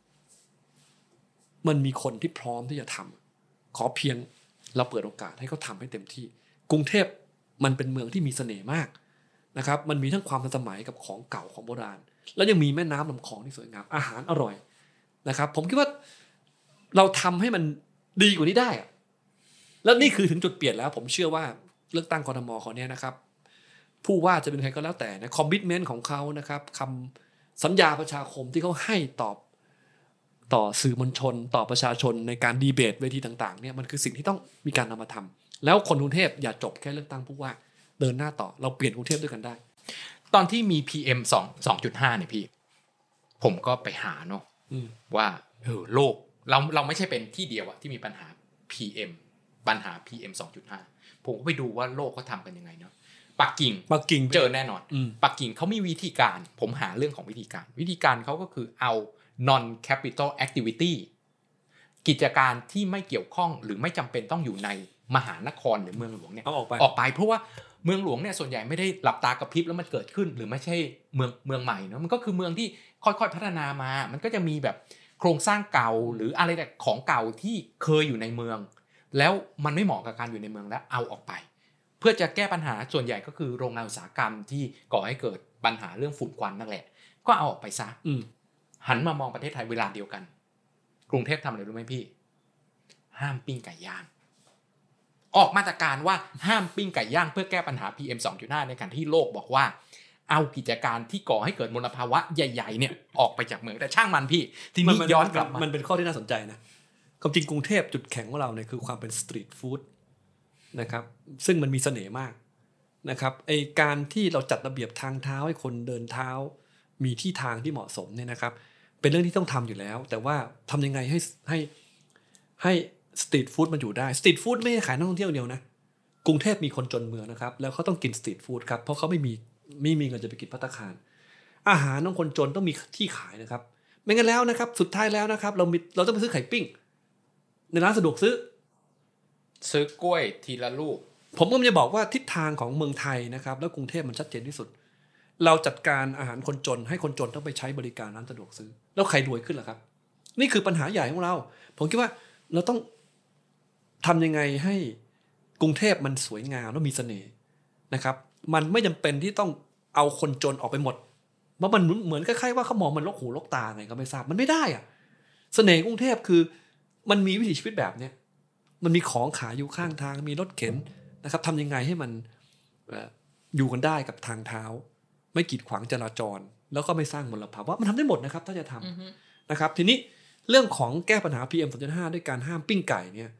มันมีคนที่พร้อมที่จะทำขอเพียงเราเปิดโอกาสให้เขาทำให้เต็มที่กรุงเทพมันเป็นเมืองที่มีเสน่ห์มากนะครับมันมีทั้งความทันสมัยกับของเก่าของโบราณแล้วยังมีแม่น้ำลำคลองที่สวยงามอาหารอร่อยนะครับผมคิดว่าเราทำให้มันดีกว่านี้ได้อะแล้วนี่คือถึงจุดเปลี่ยนแล้วผมเชื่อว่าเลือกตั้งกทมคราวนี้นะครับผู้ว่าจะเป็นใครก็แล้วแต่นะคอมมิตเมนต์ของเขานะครับคำสัญญาประชาคมที่เขาให้ตอบต่อสื่อมวลชนต่อประชาชนในการดีเบตเวทีต่างๆเนี่ยมันคือสิ่งที่ต้องมีการนำมาทำแล้วคนกรุงเทพอย่าจบแค่เลือกตั้งผู้ว่าเดินหน้าต่อเราเปลี่ยนกรุงเทพด้วยกันได้ตอนที่มี พี เอ็ม สอง สองจุดห้า เนี่ยพี่ผมก็ไปหาเนาะว่าเออโลกเราเราไม่ใช่เป็นที่เดียวอะที่มีปัญหา พี เอ็ม ปัญหา พี เอ็ม สองจุดห้า ผมก็ไปดูว่าโลกเขาทำกันยังไงเนาะปักกิ่งปักกิ่งเจอแน่นอนปักกิ่งเขามีวิธีการผมหาเรื่องของวิธีการวิธีการเขาก็คือเอา non capital activity กิจการที่ไม่เกี่ยวข้องหรือไม่จำเป็นต้องอยู่ในมหานครหรือเมืองหลวงเนี่ยเอาออกไปออกไปเพราะว่าเมืองหลวงเนี่ยส่วนใหญ่ไม่ได้หลับตากระพริบแล้วมันเกิดขึ้นหรือไม่ใช่เมืองเมืองใหม่เนาะมันก็คือเมืองที่ค่อยๆพัฒนามามันก็จะมีแบบโครงสร้างเก่าหรืออะไรแต่ของเก่าที่เคยอยู่ในเมืองแล้วมันไม่เหมาะกับการอยู่ในเมืองแล้วเอาออกไปเพื่อจะแก้ปัญหาส่วนใหญ่ก็คือโรงงานอุตสาหกรรมที่ก่อให้เกิดปัญหาเรื่องฝุ่นควันนั่นแหละก็เอาออกไปซะหันมามองประเทศไทยเวลาเดียวกันกรุงเทพทำอะไรรู้ไหมพี่ห้ามปิ้งไก่ย่างออกมาตรการว่าห้ามปิ้งไก่ย่างเพื่อแก้ปัญหา พี เอ็ม สองจุดห้า ในขณะที่โลกบอกว่าเอากิจการที่ก่อให้เกิดมลภาวะใหญ่ๆเนี่ยออกไปจากเมืองแต่ช่างมันพี่ทีนี้ย้อนกลับมามันเป็นข้อที่น่าสนใจนะความจริงกรุงเทพจุดแข็งของเราเนี่ยคือความเป็นสตรีทฟู้ดนะครับซึ่งมันมีเสน่ห์มากนะครับไอการที่เราจัดระเบียบทางเท้าให้คนเดินเท้ามีที่ทางที่เหมาะสมเนี่ยนะครับเป็นเรื่องที่ต้องทำอยู่แล้วแต่ว่าทำยังไงให้ให้ให้สตรีทฟู้ดมันอยู่ได้สตรีทฟู้ดไม่ได้ขายนักท่องเที่ยวเดียวนะกรุงเทพมีคนจนเมืองนะครับแล้วเขาต้องกินสตรีทฟู้ดครับเพราะเขาไม่มีไม่มีเงินจะไปกินภัตตาคารอาหารของคนจนต้องมีที่ขายนะครับไม่งั้นแล้วนะครับสุดท้ายแล้วนะครับเราเราต้องไปซื้อไข่ปิ้งในร้านสะดวกซื้อซื้อกล้วยทีละลูกผมก็จะบอกว่าทิศทางของเมืองไทยนะครับแล้วกรุงเทพมันชัดเจนที่สุดเราจัดการอาหารคนจนให้คนจนต้องไปใช้บริการร้านสะดวกซื้อแล้วใครรวยขึ้นล่ะครับนี่คือปัญหาใหญ่ของเราผมคิดว่าเราต้องทำยังไงให้กรุงเทพมันสวยงามและมีเสน่ห์นะครับมันไม่จำเป็นที่ต้องเอาคนจนออกไปหมดเพราะมันเหมือนคล้ายๆว่าเขามองมันลกหูลกตาไงก็ไม่ทราบมันไม่ได้อะเสน่ห์กรุงเทพคือมันมีวิถีชีวิตแบบเนี้ยมันมีของขายอยู่ข้างทางมีรถเข็นนะครับทำยังไงให้มันอยู่กันได้กับทางเท้าไม่กีดขวางจราจรแล้วก็ไม่สร้างมลภาวะมันทำได้หมดนะครับถ้าจะทำนะครับทีนี้เรื่องของแก้ปัญหา พี เอ็ม สองจุดห้า ด้วยการห้ามปิ้งไก่เนี่ย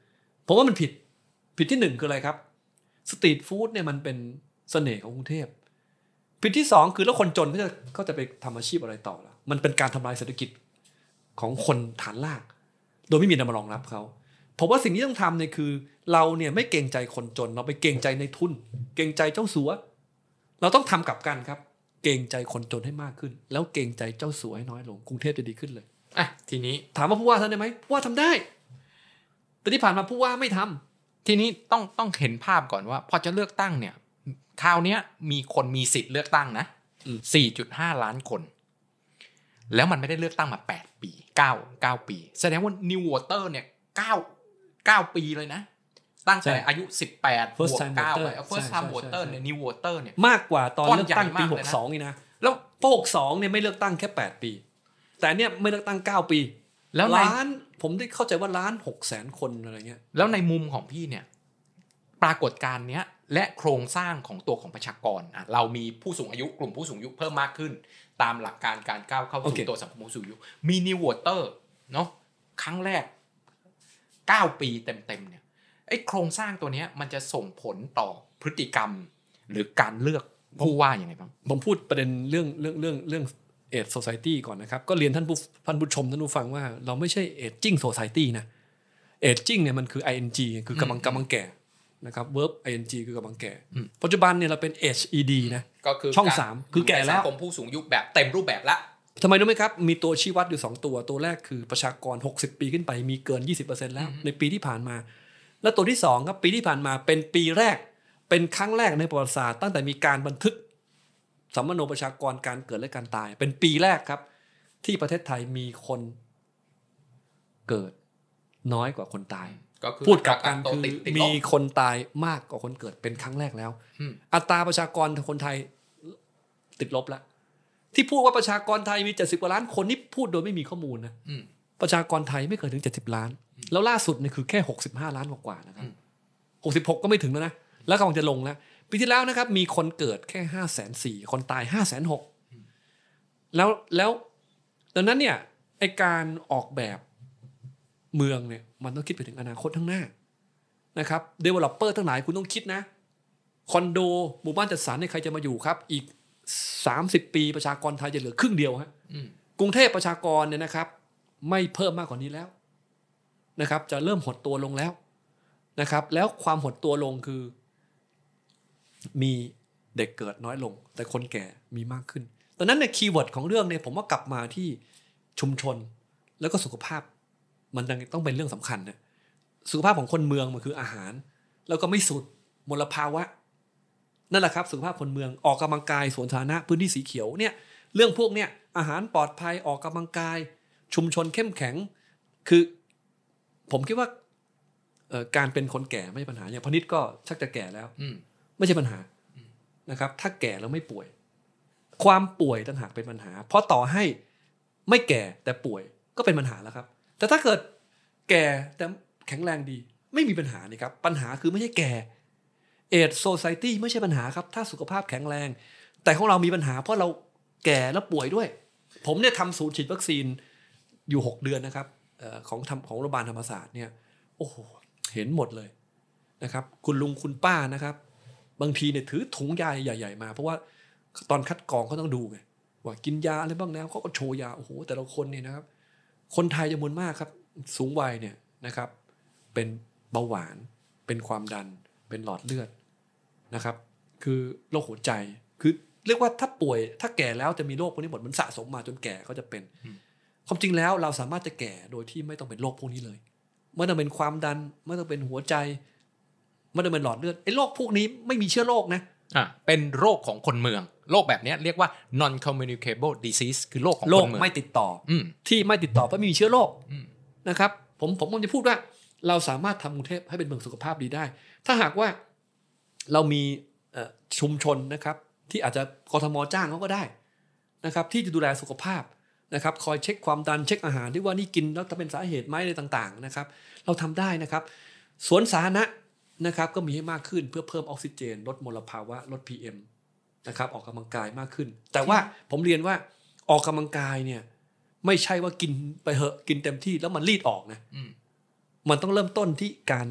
ผมว่ามันผิดผิดที่หนึ่งคืออะไรครับสตรีทฟู้ดเนี่ยมันเป็นเสน่ห์ของกรุงเทพผิดที่สองคือแล้วคนจนเขาจะเขาจะไปทำอาชีพอะไรต่อล่ะมันเป็นการทำลายเศรษฐกิจของคนฐานรากโดยไม่มีนำมารองรับเขาผมว่าสิ่งที่ต้องทำเนี่ยคือเราเนี่ยไม่เกรงใจคนจนเราไปเกรงใจในทุนเกรงใจเจ้าสัวเราต้องทำกลับกันครับเกรงใจคนจนให้มากขึ้นแล้วเกรงใจเจ้าสัวให้น้อยลงกรุงเทพจะดีขึ้นเลยอ่ะทีนี้ถามว่าผู้ว่าทำได้ไหมผู้ว่าทำได้แต่ที่ผ่านมาผู้ว่าไม่ทำทีนี้ต้องต้องเห็นภาพก่อนว่าพอจะเลือกตั้งเนี่ยคราวนี้มีคนมีสิทธิ์เลือกตั้งนะ สี่จุดห้า ล้านคนแล้วมันไม่ได้เลือกตั้งมาแปดปีเก้า เก้าปีแสดงว่า New Voter เนี่ยเก้า เก้าปีเลยนะตั้งแต่อายุสิบแปดบวกเก้าไป First Time Voter เนี่ย New Voter เนี่ยมากกว่าตอนเลือกตั้งปีหกสิบสองนี่นะแล้วพอหกสิบสองเนี่ยไม่เลือกตั้งแค่แปดปีแต่เนี่ยไม่เลือกตั้งเก้าปีแล้วล้านผมได้เข้าใจว่าล้านหกแสนคนอะไรเงี้ยแล้วในมุมของพี่เนี่ยปรากฏการณ์เนี้ยและโครงสร้างของตัวของประชากรอ่ะเรามีผู้สูงอายุกลุ่มผู้สูงอายุเพิ่มมากขึ้นตามหลักการการก้าวเข้าสู่ okay. ตัวสังคมผู้สูงอายุมี New Voter เนาะครั้งแรกเก้าปีเต็มๆเนี่ยไอ้โครงสร้างตัวเนี้ยมันจะส่งผลต่อพฤติกรรมหรือการเลือกผู้ว่าอย่างไรบ้างผมพูดประเด็นเรื่องเรื่องเรื่องเรื่องเอจโซไซตี้ก่อนนะครับก็เรียนท่านผู้ท่านผู้ชมท่านผู้ฟังว่าเราไม่ใช่เอจจิ้งโซไซตี้นะเอจจิ้งเนี่ยมันคือ ไอ เอ็น จี คือกำลังกำลังแก่นะครับ verb ไอ เอ็น จี คือกำลังแก่ปัจจุบันเนี่ยเราเป็น เอช อี ดี นะก็คือช่องสามคือแก่แล้วสังคมผู้สูงอายุแบบเต็มรูปแบบละทำไมรู้ไหมครับมีตัวชี้วัดอยู่สองตัวตัวแรกคือประชากรหกสิบปีขึ้นไปมีเกิน ยี่สิบเปอร์เซ็นต์ แล้วในปีที่ผ่านมาแล้วตัวที่สองครับปีที่ผ่านมาเป็นปีแรกเป็นครั้งแรกในประวัติศาสตร์ตั้งแต่มีการบันทึกสัมมโนประชากรการเกิดและการตายเป็นปีแรกครับที่ประเทศไทยมีคนเกิดน้อยกว่าคนตายพูดกับกันคือมีคนตายมากกว่าคนเกิดเป็นครั้งแรกแล้วอัตราประชากรคนไทยติดลบแล้วที่พูดว่าประชากรไทยมีเจ็ดสิบกว่าล้านคนนี่พูดโดยไม่มีข้อมูลนะประชากรไทยไม่เกินถึงเจ็ดสิบล้านแล้วล่าสุดเนี่ยคือแค่หกสิบห้าล้านกว่าๆนะครับหกสิบหกก็ไม่ถึงแล้วนะแล้วกำลังจะลงแล้วปีที่แล้วนะครับมีคนเกิดแค่ ห้าแสนสี่หมื่น คนตาย ห้าแสนหกหมื่น แล้วแล้วดังนั้นเนี่ยไอ้การออกแบบเมืองเนี่ยมันต้องคิดไปถึงอนาคตข้างหน้านะครับ developer ทั้งหลายคุณต้องคิดนะคอนโดหมู่บ้านจัดสรรเนี่ยใครจะมาอยู่ครับอีกสามสิบปีประชากรไทยจะเหลือครึ่งเดียวฮะกรุงเทพประชากรเนี่ยนะครับไม่เพิ่มมากกว่านี้แล้วนะครับจะเริ่มหดตัวลงแล้วนะครับแล้วความหดตัวลงคือมีเด็กเกิดน้อยลงแต่คนแก่มีมากขึ้นตอนนั้นเนี่ยคีย์เวิร์ดของเรื่องเนี่ยผมว่ากลับมาที่ชุมชนแล้วก็สุขภาพมันต้องเป็นเรื่องสำคัญนะสุขภาพของคนเมืองมันคืออาหารแล้วก็ไม่สุดมลภาวะนั่นแหละครับสุขภาพคนเมืองออกกำลังกายสวนสาธารณะพื้นที่สีเขียวเนี่ยเรื่องพวกเนี้ยอาหารปลอดภัยออกกำลังกายชุมชนเข้มแข็งคือผมคิดว่าการเป็นคนแก่ไม่ใช่ปัญหาอย่างพนิษก็ชักจะแก่แล้วไม่ใช่ปัญหานะครับถ้าแก่แล้วไม่ป่วยความป่วยต่างหากเป็นปัญหาเพราะต่อให้ไม่แก่แต่ป่วยก็เป็นปัญหาแล้วครับแต่ถ้าเกิดแก่แต่แข็งแรงดีไม่มีปัญหานี่ครับปัญหาคือไม่ใช่แก่เอจโซไซตี้ไม่ใช่ปัญหาครับถ้าสุขภาพแข็งแรงแต่ของเรามีปัญหาเพราะเราแก่แล้วป่วยด้วยผมเนี่ยทำศูนย์ฉีดวัคซีนอยู่หกเดือนนะครับของของโรงพยาบาลธรรมศาสตร์เนี่ยโอ้โหเห็นหมดเลยนะครับคุณลุงคุณป้านะครับบางทีเนี่ยถือถุงยาใหญ่ๆมาเพราะว่าตอนคัดกรองเขาต้องดูไงว่ากินยาอะไรบ้างแล้วเขาก็โชว์ยาโอ้โหแต่ละคนเนี่ยนะครับคนไทยจำนวนมากครับสูงวัยเนี่ยนะครับเป็นเบาหวานเป็นความดันเป็นหลอดเลือดนะครับคือโรคหัวใจคือเรียกว่าถ้าป่วยถ้าแก่แล้วจะมีโรคพวกนี้หมดมันสะสมมาจนแก่ก็จะเป็นความจริงแล้วเราสามารถจะแก่โดยที่ไม่ต้องเป็นโรคพวกนี้เลยไม่ต้องเป็นความดันไม่ต้องเป็นหัวใจไม่ต้องเป็นหลอดเลือดไอ้โรคพวกนี้ไม่มีเชื้อโรคนะอ่ะเป็นโรคของคนเมืองโรคแบบนี้เรียกว่า non communicable disease คือโรคของคนเมืองโรคไม่ติดต่อที่ไม่ติดต่อเพราะไม่มีเชื้อโรคนะครับผมผมกำลังจะพูดว่าเราสามารถทำกรุงเทพให้เป็นเมืองสุขภาพดีได้ถ้าหากว่าเรามีชุมชนนะครับที่อาจจะกทม.จ้างเขาก็ได้นะครับที่จะดูแลสุขภาพนะครับคอยเช็คความดันเช็คอาหารที่ว่านี่กินแล้วจะเป็นสาเหตุไหมอะไรต่างๆนะครับเราทำได้นะครับสวนสาธารณะนะครับก็มีให้มากขึ้นเพื่อเพิ่มออกซิเจนลดมลภาวะลด พี เอ็ม นะครับออกกำลังกายมากขึ้นแต่ว่าผมเรียนว่าออกกำลังกายเนี่ยไม่ใช่ว่ากินไปเหอะกินเต็มที่แล้วมันรีดออกนะมันต้องเริ่มต้นที่การ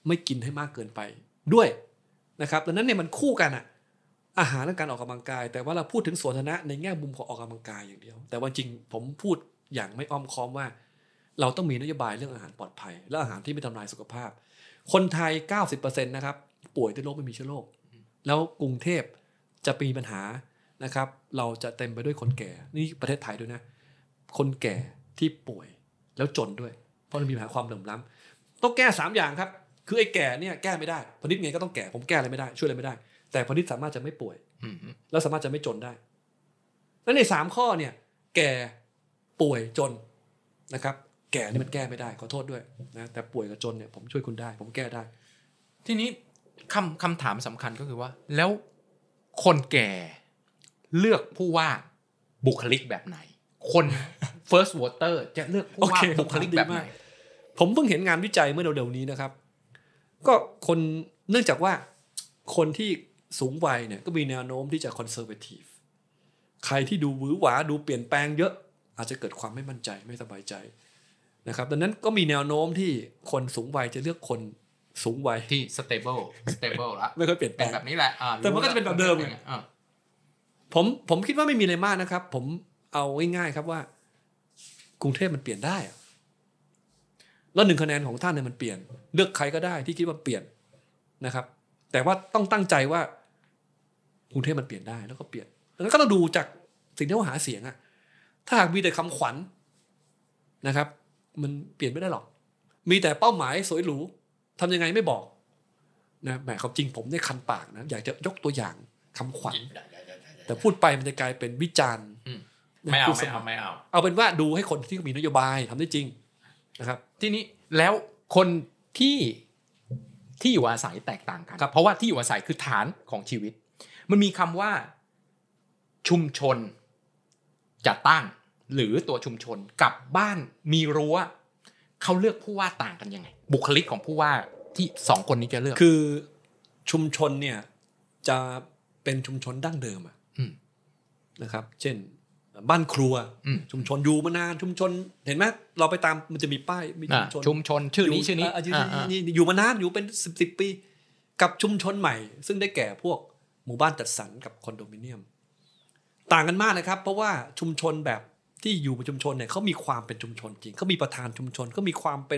ไม่กินให้มากเกินไปด้วยนะครับดังนั้นเนี่ยมันคู่กันอะอาหารและการออกกำลังกายแต่ว่าเราพูดถึงสวนสาธารณะในแง่มุมของออกกำลังกายอย่างเดียวแต่ว่าจริงผมพูดอย่างไม่อ้อมค้อมว่าเราต้องมีนโยบายเรื่องอาหารปลอดภัยและอาหารที่ไม่ทำลายสุขภาพคนไทย เก้าสิบเปอร์เซ็นต์ นะครับป่วยด้วยโรคไม่มีเชื้อโรคแล้วกรุงเทพจะมีปัญหานะครับเราจะเต็มไปด้วยคนแก่นี่ประเทศไทยด้วยนะคนแก่ที่ป่วยแล้วจนด้วยเพราะมันมีปัญหาความเหลื่อมล้ำต้องแก้สามอย่างครับคือไอ้แก่เนี่ยแก้ไม่ได้พนิษไงก็ต้องแก่ผมแก้อะไรไม่ได้ช่วยอะไรไม่ได้แต่พนิษสามารถจะไม่ป่วยแล้วสามารถจะไม่จนได้แล้วในสามข้อเนี่ยแก่ป่วยจนนะครับแก่นี่มันแก้ไม่ได้ขอโทษด้วยนะแต่ป่วยกับจนเนี่ยผมช่วยคุณได้ผมแก้ได้ทีนี้คำคำถามสำคัญก็คือว่าแล้วคนแก่เลือกผู้ว่าบุคลิกแบบไหนคน first voter จะเลือกผู้ว่า okay, บุคลิกแบบไหนผมเพิ่งเห็นงานวิจัยเมื่อเร็วๆนี้นะครับก็คนเนื่องจากว่าคนที่สูงวัยเนี่ยก็มีแนวโน้มที่จะ conservative ใครที่ดูหวือหวาดูเปลี่ยนแปลงเยอะอาจจะเกิดความไม่มั่นใจไม่สบายใจนะครับดังนั้นก็มีแนวโน้มที่คนสูงวัยจะเลือกคนสูงวัยที่ stable stable ละไม่ค่อยเปลี่ยนแปลงแบบนี้แหละแต่มันก็จะเป็นแบบเดิมผมผมคิดว่าไม่มีอะไรมากนะครับผมเอาง่ายๆครับว่ากรุงเทพมันเปลี่ยนได้แล้วหนึ่งคะแนนของท่านเนี่ยมันเปลี่ยนเลือกใครก็ได้ที่คิดว่าเปลี่ยนนะครับแต่ว่าต้องตั้งใจว่ากรุงเทพมันเปลี่ยนได้แล้วก็เปลี่ยนแล้วก็ต้องดูจากสิ่งที่เขาหาเสียงอะถ้าหากมีแต่คำขวัญนะครับมันเปลี่ยนไม่ได้หรอกมีแต่เป้าหมายสวยหรูทำยังไงไม่บอกนะแหมเขาจริงผมเนี่ยคันปากนะอยากจะยกตัวอย่างคำขวัญแต่พูดไปมันจะกลายเป็นวิจารณ์ไม่เอาไม่เอาไม่เอาเอาเป็นว่าดูให้คนที่มีนโยบายทำได้จริงนะครับทีนี้แล้วคนที่ที่อยู่อาศัยแตกต่างกันเพราะว่าที่อยู่อาศัยคือฐานของชีวิตมันมีคำว่าชุมชนจะตั้งหรือตัวชุมชนกับบ้านมีรั้วเขาเลือกผู้ว่าต่างกันยังไงบุคลิกของผู้ว่าที่สองคนนี้จะเลือกคือชุมชนเนี่ยจะเป็นชุมชนดั้งเดิมนะครับเช่นบ้านครัวชุมชนอยู่มานานชุมชนเห็นไหมเราไปตามมันจะมีป้ายมีชุมชนชุมชนชื่อนี้ชื่อนี้อยู่มานานอยู่เป็นสิบสิบปีกับชุมชนใหม่ซึ่งได้แก่พวกหมู่บ้านจัดสรรกับคอนโดมิเนียมต่างกันมากนะครับเพราะว่าชุมชนแบบที่อยู่ในชุมชนเนี่ยเขามีความเป็นชุมชนจริงเขามีประธานชุมชนเขามีความเป็น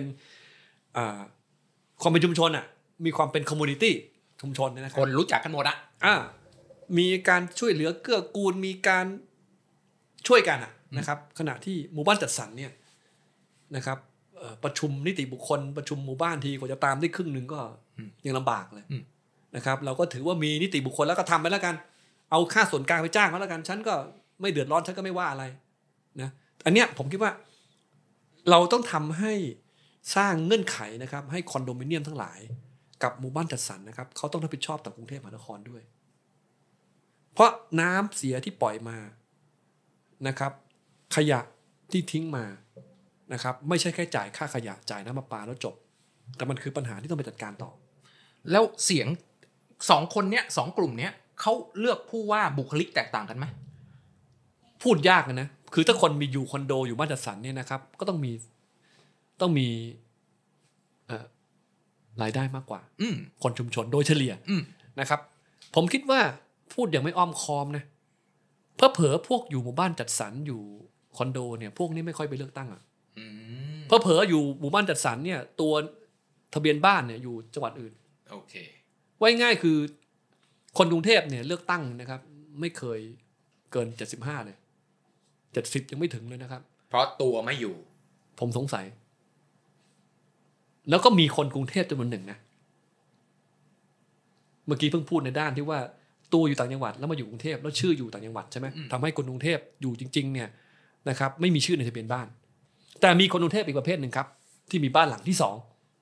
ความเป็นชุมชนอ่ะมีความเป็นคอมมูนิตี้ชุมชนเนี่ยนะครับคนรู้จักกันหมดอ่ะอ่ามีการช่วยเหลือเกื้อกูลมีการช่วยกันนะครับขณะที่หมู่บ้านจัดสรรเนี่ยนะครับประชุมนิติบุคคลประชุมหมู่บ้านทีกว่าจะตามได้ครึ่งนึงก็ยังลำบากเลยนะครับเราก็ถือว่ามีนิติบุคคลแล้วก็ทำไปแล้วกันเอาค่าส่วนกลางไปจ้างเขาแล้วกันฉันก็ไม่เดือดร้อนฉันก็ไม่ว่าอะไรนะอันเนี้ยผมคิดว่าเราต้องทำให้สร้างเงื่อนไขนะครับให้คอนโดมิเนียมทั้งหลายกับหมู่บ้านจัดสรรนะครับเขาต้องรับผิดชอบต่อกรุงเทพมหานครด้วยเพราะน้ำเสียที่ปล่อยมานะครับขยะที่ทิ้งมานะครับไม่ใช่แค่จ่ายค่าขยะจ่ายน้ำประปาแล้วจบแต่มันคือปัญหาที่ต้องไปจัดการต่อแล้วเสียงสองคนเนี้ยสองกลุ่มเนี้ยเขาเลือกผู้ว่าบุคลิกแตกต่างกันไหมพูดยากนะคือถ้าคนมีอยู่คอนโดอยู่บ้านจัดสรรเนี่ยนะครับก็ต้องมีต้องมีเอ่อรายได้มากกว่าคนชุมชนโดยเฉลี่ยนะครับผมคิดว่าพูดอย่างไม่อ้อมค้อมนะเพ้อเผลอพวกอยู่หมู่บ้านจัดสรรอยู่คอนโดเนี่ยพวกนี้ไม่ค่อยไปเลือกตั้งอ่ะเพ้อเผลออยู่หมู่บ้านจัดสรรเนี่ยตัวทะเบียนบ้านเนี่ยอยู่จังหวัดอื่นโอเคไว้ง่ายคือคนกรุงเทพเนี่ยเลือกตั้งนะครับไม่เคยเกินเจ็ดสิบห้าเลยเจ็ดสิบยังไม่ถึงเลยนะครับเพราะตัวไม่อยู่ผมสงสัยแล้วก็มีคนกรุงเทพจำนวนหนึ่งนะเมื่อกี้เพิ่งพูดในด้านที่ว่าตัวอยู่ต่างจังหวัดแล้วมาอยู่กรุงเทพแล้วชื่ออยู่ต่างจังหวัดใช่ไหมทำให้คนกรุงเทพอยู่จริงๆเนี่ยนะครับไม่มีชื่อในทะเบียนบ้านแต่มีคนกรุงเทพอีกประเภทหนึ่งครับที่มีบ้านหลังที่สอง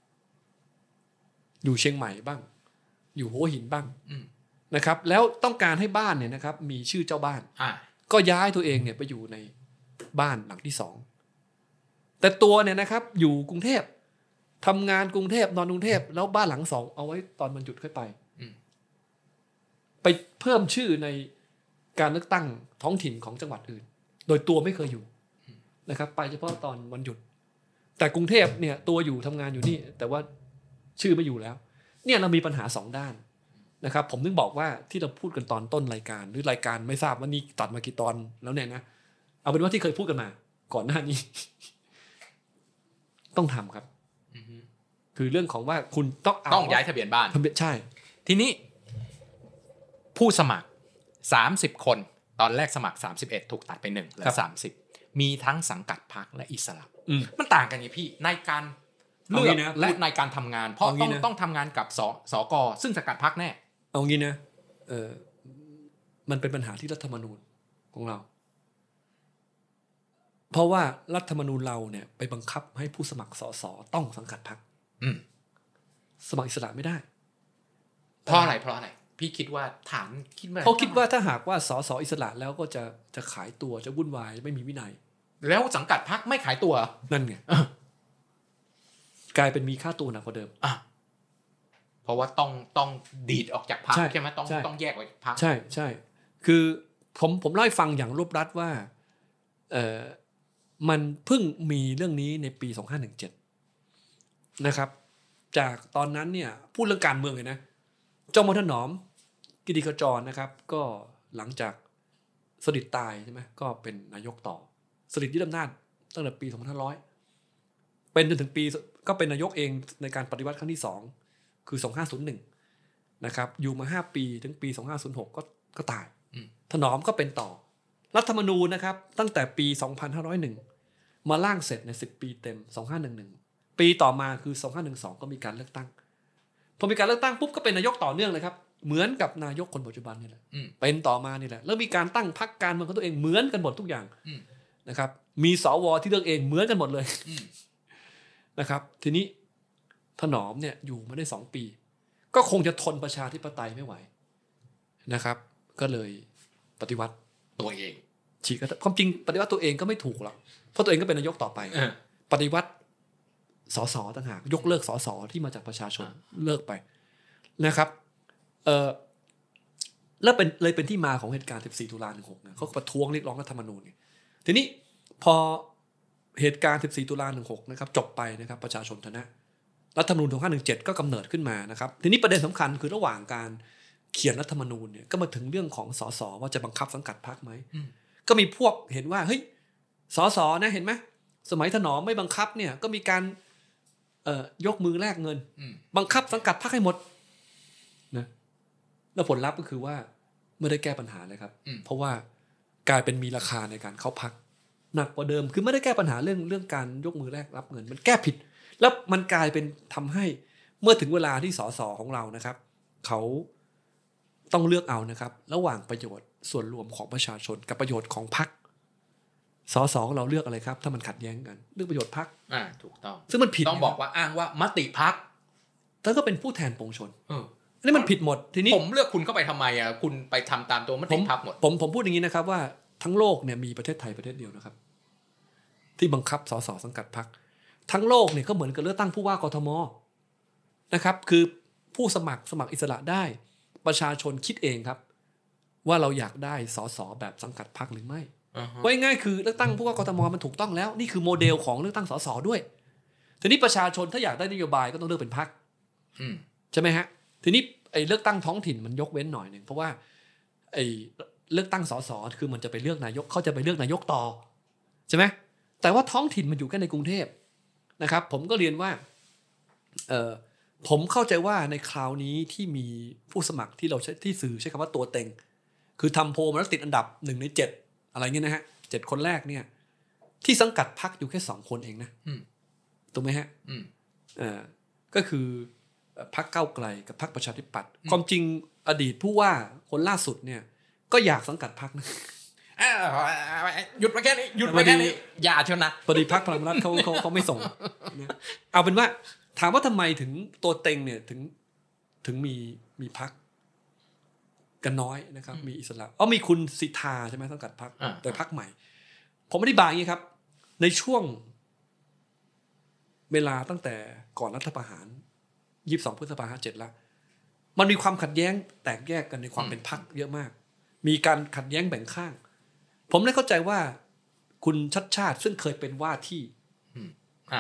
อยู่เชียงใหม่บ้างอยู่หัวหินบ้างนะครับแล้วต้องการให้บ้านเนี่ยนะครับมีชื่อเจ้าบ้านก็ย้ายตัวเองเนี่ยไปอยู่ในบ้านหลังที่สองแต่ตัวเนี่ยนะครับอยู่กรุงเทพทำงานกรุงเทพนอนกรุงเทพแล้วบ้านหลังสองเอาไว้ตอนวันหยุดค่อยไปไปเพิ่มชื่อในการเลือกตั้งท้องถิ่นของจังหวัดอื่นโดยตัวไม่เคยอยู่นะครับไปเฉพาะตอนวันหยุดแต่กรุงเทพเนี่ยตัวอยู่ทำงานอยู่นี่แต่ว่าชื่อไม่อยู่แล้วเนี่ยเรามีปัญหาสองด้านนะครับผมถึงบอกว่าที่เราพูดกันตอนต้นรายการหรือรายการไม่ทราบว่านี่ตัดมากี่ตอนแล้วเนี่ยนะเอาเป็นว่าที่เคยพูดกันมาก่อนหน้านี้ ต้องทำครับคือเรื่องของว่าคุณต้องเอาต้องย้ายทะเบียนบ้านใช่ทีนี้ผู้สมัครสามสิบคนตอนแรกสมัครสามสิบเอ็ดถูกตัดไปหนึ่งเหลือสามสิบมีทั้งสังกัดพรรคและอิสระมันต่างกันไงพี่ในการเลือกและในการทำงานเพราะต้องต้องทำงานกับสสกซึ่งสังกัดพรรคแน่เอางี้นะเออมันเป็นปัญหาที่รัฐธรรมนูญของเราเพราะว่ารัฐธรรมนูญเราเนี่ยไปบังคับให้ผู้สมัครสสต้องสังกัดพรรคสมัครอิสระไม่ได้เพราะอะไรเพราะอะไรพี่คิดว่าฐานคิดว่าเขาคิดว่าถ้าหากว่าสสอิสระแล้วก็จะจะขายตัวจะวุ่นวายไม่มีวินัยแล้วสังกัดพรรคไม่ขายตัวนั่นไงกลายเป็นมีค่าตัวหนักกว่าเดิมอ่ะเพราะว่าต้องต้องดีดออกจากพรรคใช่ไหมต้องต้องแยกออกจากพรรคใช่ใช่คือผมผมเล่าให้ฟังอย่างรวบรัดว่าเออมันเพิ่งมีเรื่องนี้ในปีสองพันห้าร้อยสิบเจ็ดนะครับจากตอนนั้นเนี่ยพูดเรื่องการเมืองเลยนะจอมพลถนอมกิติขจรนะครับก็หลังจากสฤษดิ์ตายใช่ไหมก็เป็นนายกต่อสฤษดิ์ยึดอำนาจตั้งแต่ปีสองพันห้าร้อยเป็นจนถึงปีก็เป็นนายกเองในการปฏิวัติครั้งที่สองคือสองพันห้าร้อยหนึ่งนะครับอยู่มาห้าปีถึงปีสองพันห้าร้อยหกก็ก็ตายถนอมก็เป็นต่อรัฐธรรมนูญนะครับตั้งแต่ปีสองพันห้าร้อยเอ็ดมาร่างเสร็จในสิบปีเต็มสองพันห้าร้อยสิบเอ็ดปีต่อมาคือสองพันห้าร้อยสิบสองก็มีการเลือกตั้งพอมีการเลือกตั้งปุ๊บก็เป็นนายกต่อเนื่องเลยครับเหมือนกับนายกคนปัจจุบันนี่แหละเป็นต่อมานี่แหละแล้วมีการตั้งพรรคการเมืองของตัวเองเหมือนกันหมดทุกอย่างนะครับมีสวที่เลือกเองเหมือนกันหมดเลยนะครับทีนี้ถนอมเนี่ยอยู่มาได้สองปีก็คงจะทนประชาธิปไตยไม่ไหวนะครับก็เลยปฏิวัติตัวเองฉีกความจริงปฏิวัติตัวเองก็ไม่ถูกหรอกเพราะตัวเองก็เป็นนายกต่อไปปฏิวัติสสต่างหากยกเลิกสสที่มาจากประชาชนเลิกไปนะครับเออแล้วเป็นเลยเป็นที่มาของเหตุการณ์สิบสี่ตุลาหนึ่งหกนะเขาประท้วงเรียกร้องรัฐธรรมนูญทีนี้พอเหตุการณ์สิบสี่ตุลาหนึ่งหกนะครับจบไปนะครับประชาชนชนะรัฐธรรมนูญสองพันสิบเจ็ดก็กำเนิดขึ้นมานะครับทีนี้ประเด็นสำคัญคือระหว่างการเขียนรัฐธรรมนูญเนี่ยก็มาถึงเรื่องของสสว่าจะบังคับสังกัดพรรคไหมก็มีพวกเห็นว่าเฮ้ยสสนะเห็นไหมสมัยถนอมไม่บังคับเนี่ยก็มีการเอ่อยกมือแลกเงินบังคับสังกัดพรรคให้หมดนะแล้วผลลัพธ์ก็คือว่าไม่ได้แก้ปัญหาเลยครับเพราะว่ากลายเป็นมีราคาในการเข้าพรรคหนักกว่าเดิมคือไม่ได้แก้ปัญหาเรื่องเรื่องการยกมือแลกรับเงินมันแก้ผิดแล้วมันกลายเป็นทำให้เมื่อถึงเวลาที่สสของเรานะครับเขาต้องเลือกเอานะครับระหว่างประโยชน์ส่วนรวมของประชาชนกับประโยชน์ของพรรคสสของเราเลือกอะไรครับถ้ามันขัดแย้งกันเลือกประโยชน์พรรคอ่าถูกต้องซึ่งมันผิดต้องบอกว่าอ้างว่ามติพรรคแล้วก็เป็นผู้แทนปวงชนเอออันนี้มันผิดหมดทีนี้ผมเลือกคุณเข้าไปทำไมอ่ะคุณไปทำตามตัวมติพรรคหมดผมผมพูดอย่างนี้นะครับว่าทั้งโลกเนี่ยมีประเทศไทยประเทศเดียวนะครับที่บังคับสสสังกัดพรรคทั้งโลกเนี่ยก็เหมือนกับเลือกตั้งผู้ว่ากทมนะครับคือผู้สมัครสมัครอิสระได้ประชาชนคิดเองครับว่าเราอยากได้สสแบบสังกัดพรรคหรือไม่ uh-huh. ว่าง่ายคือเลือกตั้งผู้ว่ากทมมันถูกต้องแล้วนี่คือโมเดลของเลือกตั้งสสด้วยทีนี้ประชาชนถ้าอยากได้นโยบายก็ต้องเลือกเป็นพรรคใช่ไหมฮะทีนี้ไอ้เลือกตั้งท้องถิ่นมันยกเว้นหน่อยนึงเพราะว่าไอ้เลือกตั้งสสคือมันจะไปเลือกนายกเขาจะไปเลือกนายกต่อใช่ไหมแต่ว่าท้องถิ่นมันอยู่แค่ในกรุงเทพนะครับผมก็เรียนว่าเอ่อผมเข้าใจว่าในคราวนี้ที่มีผู้สมัครที่เราใช้ที่สื่อใช้คำว่าตัวเต็งคือทำโพลมาแล้วติดอันดับหนึ่งในเจ็ดอะไรเงี้ยนะฮะเจ็ดคนแรกเนี่ยที่สังกัดพรรคอยู่แค่สองคนเองนะถูกไหมฮะอ่าก็คือพรรคก้าวไกลกับพรรคประชาธิปัตย์ความจริงอดีตผู้ว่าคนล่าสุดเนี่ยก็อยากสังกัดพรรคนะหยุดมาแค่นี้หยุดมาแค่นี้อย่าเชียวนะพอดีพรรคพลังรัฐเขาเขาเขาไม่ส่งเอาเป็นว่าถามว่าทำไมถึงตัวเต็งเนี่ยถึงถึงมีมีพรรคกันน้อยนะครับมีอิสระอ๋อมีคุณสิทธาใช่ไหมสังกัดพรรคแต่พรรคใหม่ผมอธิบายอย่างนี้ครับในช่วงเวลาตั้งแต่ก่อนรัฐประหารยี่สิบสองพฤษภาคมห้าเจ็ดแล้วมันมีความขัดแย้งแตกแยกกันในความเป็นพรรคเยอะมากมีการขัดแย้งแบ่งข้างผมได้เข้าใจว่าคุณชัดชาติซึ่งเคยเป็นว่าที่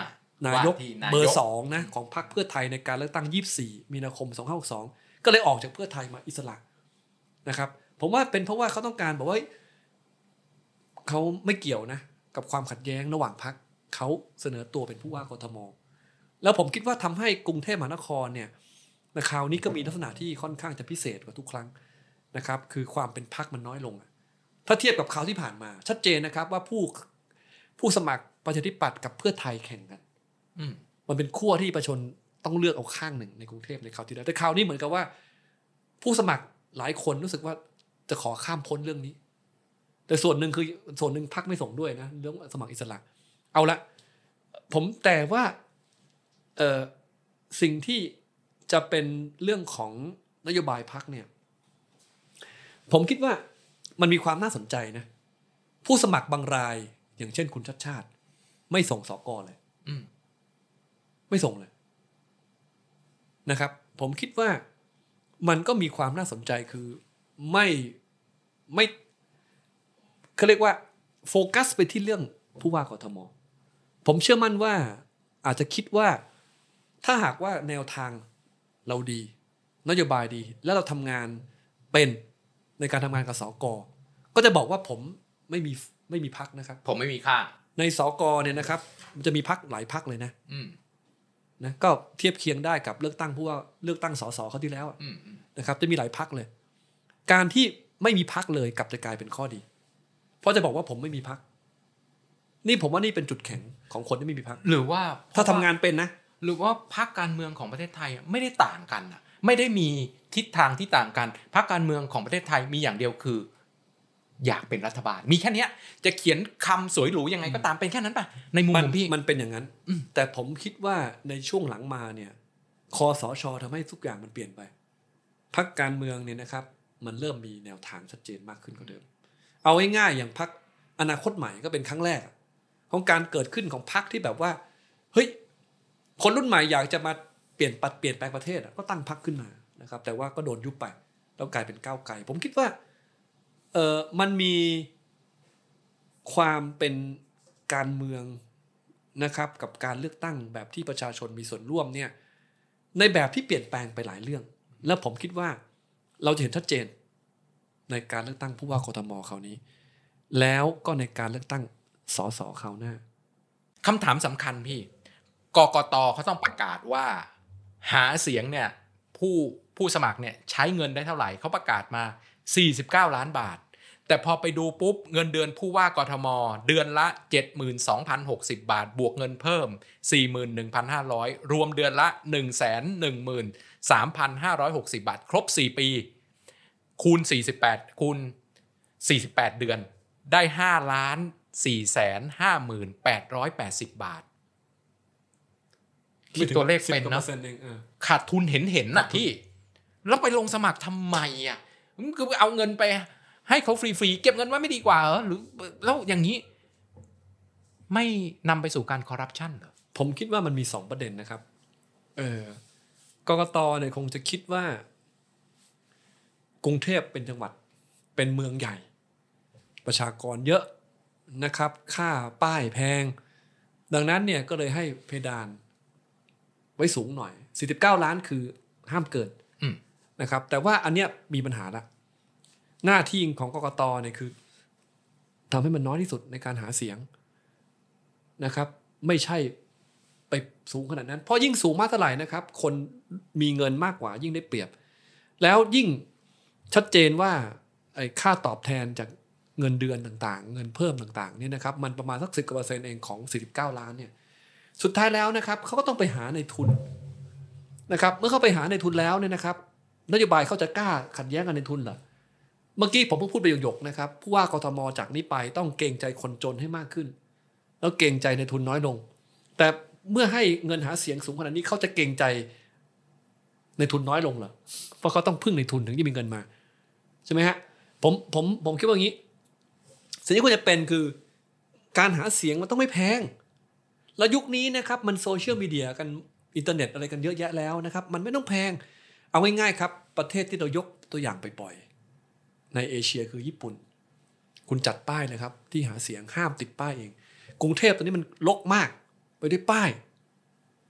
นายกนายกเบอร์สองนะของพรรคเพื่อไทยในการเลือกตั้งยี่สิบสี่มีนาคมสองพันห้าร้อยหกสิบสองก็เลยออกจากเพื่อไทยมาอิสระนะครับผมว่าเป็นเพราะว่าเขาต้องการบอกว่าเขาไม่เกี่ยวนะกับความขัดแย้งระหว่างพรรคเขาเสนอตัวเป็นผู้ว่ากทมแล้วผมคิดว่าทำให้กรุงเทพมหานครเนี่ยในคราวนี้ก็มีลักษณะที่ค่อนข้างจะพิเศษกว่าทุกครั้งนะครับคือความเป็นพรรคมันน้อยลงถ้าเทียบกับคราวที่ผ่านมาชัดเจนนะครับว่าผู้ผู้สมัครประชาธิปัตย์กับเพื่อไทยแข่งกันมันเป็นขั้วที่ประชาชนต้องเลือกเอาข้างหนึ่งในกรุงเทพในคราวที่แล้วแต่คราวนี้เหมือนกับว่าผู้สมัครหลายคนรู้สึกว่าจะขอข้ามพ้นเรื่องนี้แต่ส่วนหนึ่งคือส่วนหนึ่งพรรคไม่ส่งด้วยนะเรื่องสมัครอิสระเอาละผมแต่ว่าเอ่อสิ่งที่จะเป็นเรื่องของนโยบายพรรคเนี่ยผมคิดว่ามันมีความน่าสนใจนะผู้สมัครบางรายอย่างเช่นคุณชัชชาติไม่ส่งสกเลยไม่ส่งเลยนะครับผมคิดว่ามันก็มีความน่าสนใจคือไม่ไม่เขาเรียกว่าโฟกัสไปที่เรื่องผู้ว่ากทมผมเชื่อมั่นว่าอาจจะคิดว่าถ้าหากว่าแนวทางเราดีนโยบายดีแล้วเราทำงานเป็นในการทำงานกับสกก็จะบอกว่าผมไม่มีไม่มีพรรคนะครับผมไม่มีค่าในสกเนี่ยนะครับมันจะมีพรรคหลายพรรคเลยนะนะก็เทียบเคียงได้กับเลือกตั้งผู้ว่าเลือกตั้งสสเขาที่แล้วนะครับจะมีหลายพรรคเลยการที่ไม่มีพรรคเลยกลับจะกลายเป็นข้อดีเพราะจะบอกว่าผมไม่มีพรรคนี่ผมว่านี่เป็นจุดแข็งของคนที่ไม่มีพรรคหรือว่าถ้าทำงานเป็นนะหรือว่าพรรคการเมืองของประเทศไทยไม่ได้ต่างกันอ่ะไม่ได้มีทิศทางที่ต่างกันพรรคการเมืองของประเทศไทยมีอย่างเดียวคืออยากเป็นรัฐบาลมีแค่นี้จะเขียนคำสวยหรูยังไงก็ตามเป็นแค่นั้นป่ะในมุมของพี่มันเป็นอย่างนั้นแต่ผมคิดว่าในช่วงหลังมาเนี่ยคสช.ทำให้ทุกอย่างมันเปลี่ยนไปพรรคการเมืองเนี่ยนะครับมันเริ่มมีแนวทางชัดเจนมากขึ้นกว่าเดิมเอาง่ายๆอย่างพรรคอนาคตใหม่ก็เป็นครั้งแรกของการเกิดขึ้นของพรรคที่แบบว่าเฮ้ยคนรุ่นใหม่อยากจะมาเปลี่ยนปัดเปลี่ยนแปลงประเทศก็ตั้งพรรคขึ้นมานะครับแต่ว่าก็โดนยุบไปแล้วกลายเป็นก้าวไกลผมคิดว่าเออมันมีความเป็นการเมืองนะครับกับการเลือกตั้งแบบที่ประชาชนมีส่วนร่วมเนี่ยในแบบที่เปลี่ยนแปลงไปหลายเรื่องแล้วผมคิดว่าเราจะเห็นชัดเจนในการเลือกตั้งผู้ว่ากทมคราวนี้แล้วก็ในการเลือกตั้งสสคราวหน้าคำถามสำคัญพี่กกต.เขาต้องประกาศว่าหาเสียงเนี่ยผู้ผู้สมัครเนี่ยใช้เงินได้เท่าไหร่เขาประกาศมาสี่สิบเก้าล้านบาทแต่พอไปดูปุ๊บเงินเดือนผู้ว่ากทมเดือนละ เจ็ดหมื่นสองพันหกสิบ บาทบวกเงินเพิ่ม สี่หมื่นหนึ่งพันห้าร้อย รวมเดือนละ หนึ่งแสนหนึ่งหมื่นสามพันห้าร้อยหกสิบ บาทครบสี่ปีคูณสี่สิบแปดคูณสี่สิบแปดเดือนได้ห้าล้านสี่แสนห้าหมื่นแปดร้อยแปดสิบบาทคิดตัวเลขเป็นนะขาดทุนเห็นเห็นน่ะที่แล้วไปลงสมัครทำไมอ่ะคือเอาเงินไปให้เขาฟรีๆเก็บเงินไว้ไม่ดีกว่าเหรอหรือแล้วอย่างนี้ไม่นำไปสู่การคอร์รัปชันเหรอผมคิดว่ามันมีสองประเด็นนะครับเออกกต.เนี่ยคงจะคิดว่ากรุงเทพเป็นจังหวัดเป็นเมืองใหญ่ประชากรเยอะนะครับค่าป้ายแพงดังนั้นเนี่ยก็เลยให้เพดานไว้สูงหน่อยสี่สิบเก้าล้านคือห้ามเกินนะครับแต่ว่าอันเนี้ยมีปัญหาละหน้าที่ของกกต.เนี่ยคือทำให้มันน้อยที่สุดในการหาเสียงนะครับไม่ใช่ไปสูงขนาดนั้นเพราะยิ่งสูงมากเท่าไหร่นะครับคนมีเงินมากกว่ายิ่งได้เปรียบแล้วยิ่งชัดเจนว่าไอ้ค่าตอบแทนจากเงินเดือนต่างๆเงินเพิ่มต่างๆเนี่ยนะครับมันประมาณสักสิบกว่าเปอร์เซ็นต์เองของสี่สิบเก้าล้านเนี่ยสุดท้ายแล้วนะครับเขาก็ต้องไปหาในทุนนะครับเมื่อเขาไปหาในทุนแล้วเนี่ยนะครับนโยบายเขาจะกล้าขัดแย้งกับในทุนเหรอเมื่อกี้ผมเพิ่งพูดไปหยกๆนะครับผู้ว่ากทมจากนี้ไปต้องเกรงใจคนจนให้มากขึ้นแล้วเกรงใจในทุนน้อยลงแต่เมื่อให้เงินหาเสียงสูงขนาดนี้เขาจะเกรงใจในทุนน้อยลงเหรอเพราะเขาต้องพึ่งในทุนถึงจะมีเงินมาใช่ไหมฮะผมผมผมคิดว่าอย่างนี้สิ่งที่ควรจะเป็นคือการหาเสียงมันต้องไม่แพงแล้วยุคนี้นะครับมันโซเชียลมีเดียกันอินเทอร์เน็ตอะไรกันเยอะแยะแล้วนะครับมันไม่ต้องแพงเอาง่ายๆครับประเทศที่เรายกตัวอย่างไปบ่อยในเอเชียคือญี่ปุ่นคุณจัดป้ายเลยครับที่หาเสียงห้ามติดป้ายเองกรุงเทพตอนนี้มันรกมากไปด้วยป้าย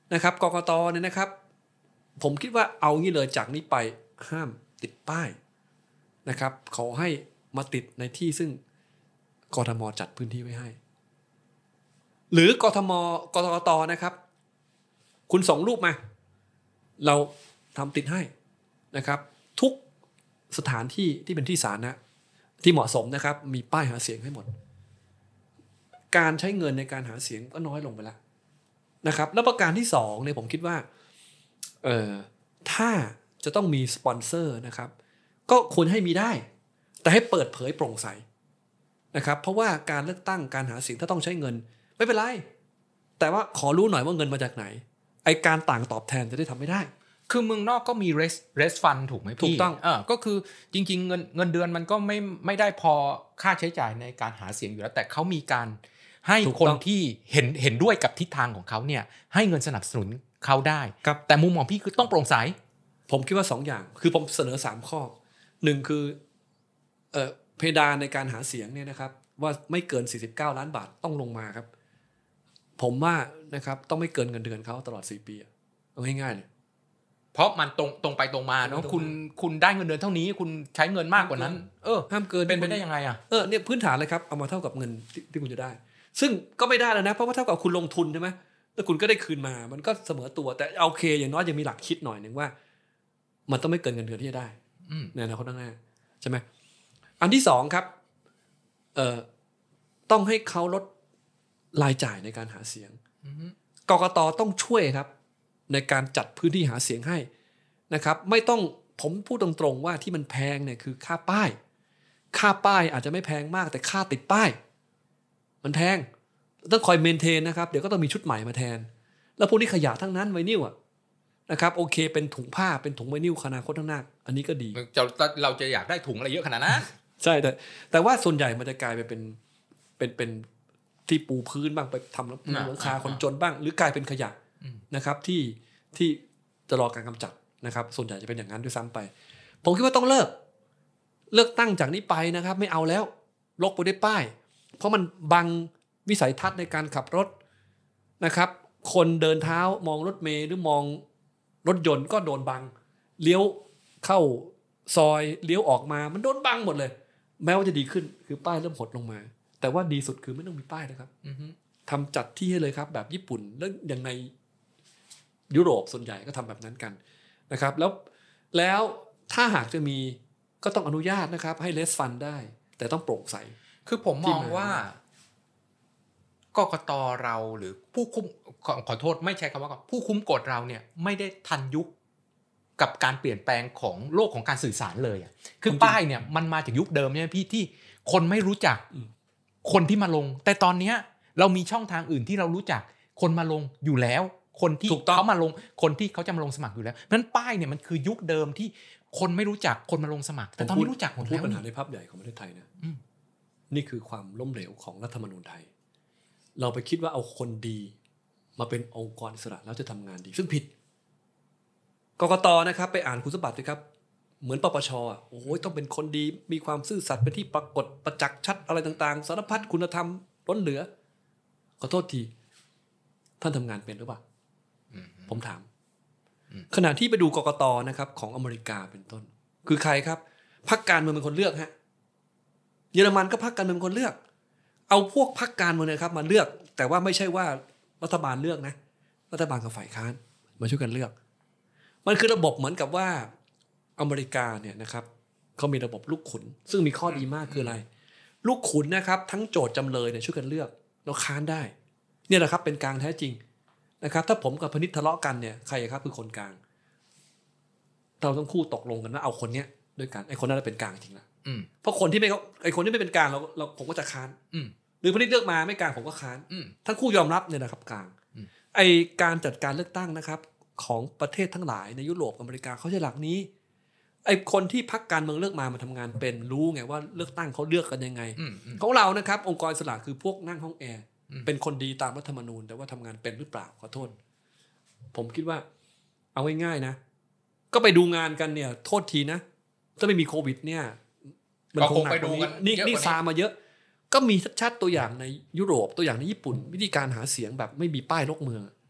นะครับกกตเนี่ยนะครับผมคิดว่าเอางี้เลยจากนี้ไปห้ามติดป้ายนะครับขอให้มาติดในที่ซึ่งกทมจัดพื้นที่ไว้ให้หรือกทมกทตนะครับคุณส่งรูปมาเราทำติดให้นะครับทุกสถานที่ที่เป็นที่สาธารณะที่เหมาะสมนะครับมีป้ายหาเสียงให้หมดการใช้เงินในการหาเสียงก็น้อยลงไปแล้วนะครับแล้วประการที่สองเนี่ยผมคิดว่าเอ่อถ้าจะต้องมีสปอนเซอร์นะครับก็ควรให้มีได้แต่ให้เปิดเผยโปร่งใสนะครับเพราะว่าการเลือกตั้งการหาเสียงถ้าต้องใช้เงินไม่เป็นไรแต่ว่าขอรู้หน่อยว่าเงินมาจากไหนไอการต่างตอบแทนจะได้ทำไม่ได้คือเมืองนอกก็มี rest rest fund ถูกไหมพี่ถูกต้องเออก็คือจริงๆเงินเงินเดือนมันก็ไม่ไม่ได้พอค่าใช้จ่ายในการหาเสียงอยู่แล้วแต่เขามีการให้คนที่เห็นเห็นด้วยกับทิศทางของเขาเนี่ยให้เงินสนับสนุนเขาได้แต่มุมมองพี่คือต้องโปร่งใสผมคิดว่าสองอย่างคือผมเสนอสามข้อหนึ่งคือเอ่อเพดานในการหาเสียงเนี่ยนะครับว่าไม่เกินสี่สิบเก้าล้านบาทต้องลงมาครับผมว่านะครับต้องไม่เกินเงินเดือนเขาตลอดสี่ปีเอาง่ายๆเลยเพราะมันตรงตรงไปตรงมาเนาะคุณคุณได้เงินเดือนเท่านี้คุณใช้เงินมากกว่านั้นเออห้ามเกินเป็นไปได้ยังไงอ่ะเออเนี่ยพื้นฐานเลยครับเอามาเท่ากับเงินที่ที่คุณจะได้ซึ่งก็ไม่ได้แล้วนะเพราะว่าเท่ากับคุณลงทุนใช่ไหมแล้วคุณก็ได้คืนมามันก็เสมอตัวแต่โอเคอย่างน้อยยังมีหลักคิดหน่อยนึงว่ามันต้องไม่เกินเงินเดือนที่จะได้ในอนาคตข้างหน้าใช่ไหมอันที่สองครับเอ่อต้องให้เขาลดรายจ่ายในการหาเสียงกกตต้องช่วยครับในการจัดพื้นที่หาเสียงให้นะครับไม่ต้องผมพูดตรงๆว่าที่มันแพงเนี่ยคือค่าป้ายค่าป้ายอาจจะไม่แพงมากแต่ค่าติดป้ายมันแพงต้องคอยเมนเทนนะครับเดี๋ยวก็ต้องมีชุดใหม่มาแทนแล้วพวกนี้ขยะทั้งนั้นไวนิลอ่ะนะครับโอเคเป็นถุงผ้าเป็นถุงไวนิลขนาดโคตรทั้งหน้าอันนี้ก็ดีเราเราจะอยากได้ถุงอะไรเยอะขนาดนั้นใช่แต่แต่ว่าส่วนใหญ่มันจะกลายไปเป็นเป็นเป็นที่ปูพื้นบ้างไปทำหลังคาคนจนบ้างหรือกลายเป็นขยะนะครับที่ที่จะรอการกำจัดนะครับส่วนใหญ่จะเป็นอย่างนั้นด้วยซ้ำไปผมคิดว่าต้องเลิกเลิกตั้งจากนี้ไปนะครับไม่เอาแล้วลกไปด้วยป้ายเพราะมันบังวิสัยทัศน์ในการขับรถนะครับคนเดินเท้ามองรถเมล์หรือมองรถยนต์ก็โดนบังเลี้ยวเข้าซอยเลี้ยวออกมามันโดนบังหมดเลยแม้ว่าจะดีขึ้นคือป้ายเริ่มหดลงมาแต่ว่าดีสุดคือไม่ต้องมีป้ายนะครับทำจัดที่ให้เลยครับแบบญี่ปุ่นแล้วอย่างในยุโรปส่วนใหญ่ก็ทำแบบนั้นกันนะครับแล้วแล้วถ้าหากจะมีก็ต้องอนุญาตนะครับให้เลสฟันได้แต่ต้องโปร่งใสคือผมมองว่ากกตเราหรือผู้คุมขอขอโทษไม่ใช่คำว่าผู้คุมกฎเราเนี่ยไม่ได้ทันยุคกับการเปลี่ยนแปลงของโลกของการสื่อสารเลยอ่ะคือป้ายเนี่ยมันมาจากยุคเดิมเนี่ยพี่ที่คนไม่รู้จักคนที่มาลงแต่ตอนนี้เรามีช่องทางอื่นที่เรารู้จักคนมาลงอยู่แล้วคนที่เขามาลงคนที่เขาจะมาลงสมัครอยู่แล้วนั้นป้ายเนี่ยมันคือยุคเดิมที่คนไม่รู้จักคนมาลงสมัครแต่ตอนนี้รู้จักหมดแล้วปัญหาในภาพใหญ่ของประเทศไทยนะนี่คือความล้มเหลวของรัฐธรรมนูญไทยเราไปคิดว่าเอาคนดีมาเป็นองค์กรอิสระแล้วจะทำงานดีซึ่งผิดกกตนะครับไปอ่านคุณสมบัติสิครับเหมือนปปชอ่ะโอ้โหต้องเป็นคนดีมีความซื่อสัตย์เป็นที่ปรากฏประจักษ์ชัดอะไรต่างๆสารพัดคุณธรรมล้นเหลือขอโทษทีท่านทำงานเป็นหรือเปล่าผมถามขณะที่ไปดูกกตนะครับของอเมริกาเป็นต้นคือใครครับพรรคการเมืองเป็นคนเลือกฮะเยอรมันก็พรรคการเมืองเป็นคนเลือกเอาพวกพรรคการเมืองนะครับมาเลือกแต่ว่าไม่ใช่ว่ารัฐบาลเลือกนะรัฐบาลกับฝ่ายค้านมาช่วยกันเลือกมันคือระบบเหมือนกับว่าอเมริกาเนี่ยนะครับเขามีระบบลูกขุนซึ่งมีข้อดีมากคืออะไรลูกขุนนะครับทั้งโจทย์จำเลยเนี่ยช่วยกันเลือกแล้วค้านได้เนี่ยแหละครับเป็นกลางแท้จริงนะครับถ้าผมกับพนิษทะเลาะกันเนี่ยใครครับคือคนกลางเราต้องคู่ตกลงกันว่าเอาคนเนี้ยด้วยกันไอ้คนนั้นเป็นกลางจริงนะเพราะคนที่ไม่ไอ้คนที่ไม่เป็นกลางเราเราผมก็จะค้านหรือพนิษเลือกมาไม่กลางผมก็ค้านทั้งคู่ยอมรับเนี่ยนะครับกลางไอ้การจัดการเลือกตั้งนะครับของประเทศทั้งหลายในยุโรปอเมริกาเขาใช้หลักนี้ไอ้คนที่พรรคการเมืองเลือกมามาทำงานเป็นรู้ไงว่าเลือกตั้งเขาเลือกกันยังไงของเรานะครับองค์กรอิสระคือพวกนั่งห้องแอร์เป็นคนดีตามรัฐธรรมนูญแต่ว่าทำงานเป็นหรือเปล่าขอโทษผมคิดว่าเอาง่ายๆนะก็ไปดูงานกันเนี่ยโทษทีนะถ้าไม่มีโควิดเนี่ยมันคงหนักกว่านี้นี่นี่ซามาเยอะก็มีชัดๆตัวอย่างในยุโรปตัวอย่างในญี่ปุ่นวิธีการหาเสียงแบบไม่มีป้ายลกเมือง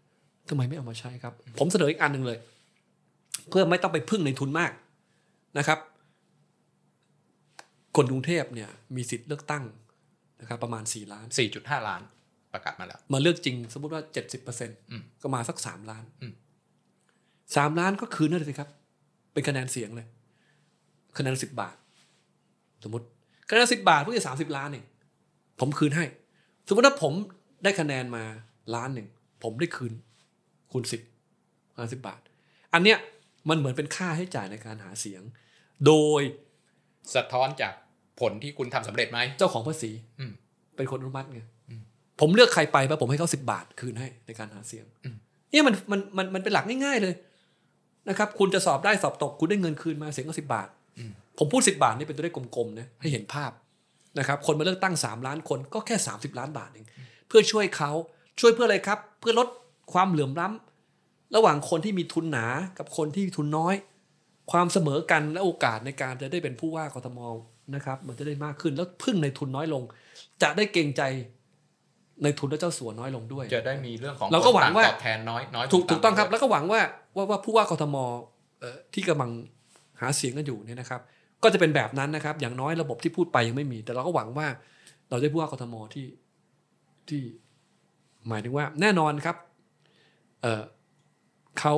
ทำไมไม่เอามาใช้ครับผมเสนออีกอันหนึ่งเลยเพื่อไม่ต้องไปพึ่งในทุนมากนะครับคนกรุงเทพเนี่ยมีสิทธิ์เลือกตั้งนะครับประมาณสี่ล้านสี่จุดห้า ล้านประกาศมาแล้วมาเลือกจริงสมมุติว่า เจ็ดสิบเปอร์เซ็นต์อืมก็มาสักสามล้านอืมสามล้านก็คืนนั่นเลยสิครับเป็นคะแนนเสียงเลยคะแนนสิบบาทสมมุติคะแนนสิบบาทเพื่อจะสามสิบล้านเองผมคืนให้สมมติว่าผมได้คะแนนมาล้านหนึ่งผมได้คืนคูณสิบห้าสิบบาทอันเนี้ยมันเหมือนเป็นค่าให้จ่ายในการหาเสียงโดยสะท้อนจากผลที่คุณทำสำเร็จไหมเจ้าของภาษีอืมเป็นคนอนุมัติไงผมเลือกใครไปป่ะผมให้เขาสิบบาทคืนให้ในการหาเสียงเนี่ยมันมันมันมันเป็นหลักง่ายๆเลยนะครับคุณจะสอบได้สอบตกคุณได้เงินคืนมาเสียงก็สิบบาทผมพูดสิบบาทนี่เป็นตัวเลขกลมๆนะให้เห็นภาพนะครับคนมาเลือกตั้งสามล้านคนก็แค่สามสิบล้านบาทเองเพื่อช่วยเขาช่วยเพื่ออะไรครับเพื่อลดความเหลื่อมล้ำระหว่างคนที่มีทุนหนากับคนที่ทุนน้อยความเสมอกันและโอกาสในการจะได้เป็นผู้ว่ากทมนะครับมันจะได้มากขึ้นแล้วพึ่งในทุนน้อยลงจะได้เกรงใจในทุนและเจ้าสัวน้อยลงด้วยจะได้มีเรื่องของเราก็หวังว่าตอบแทนน้อยน้อยถูกถูกต้องครับแล้วก็หวังว่าว่าว่าผู้ว่ากทมที่กำลังหาเสียงกันอยู่เนี่ยนะครับก็จะเป็นแบบนั้นนะครับอย่างน้อยระบบที่พูดไปยังไม่มีแต่เราก็หวังว่าเราได้ผู้ว่ากทมที่ที่หมายถึงว่าแน่นอนครับเออเขา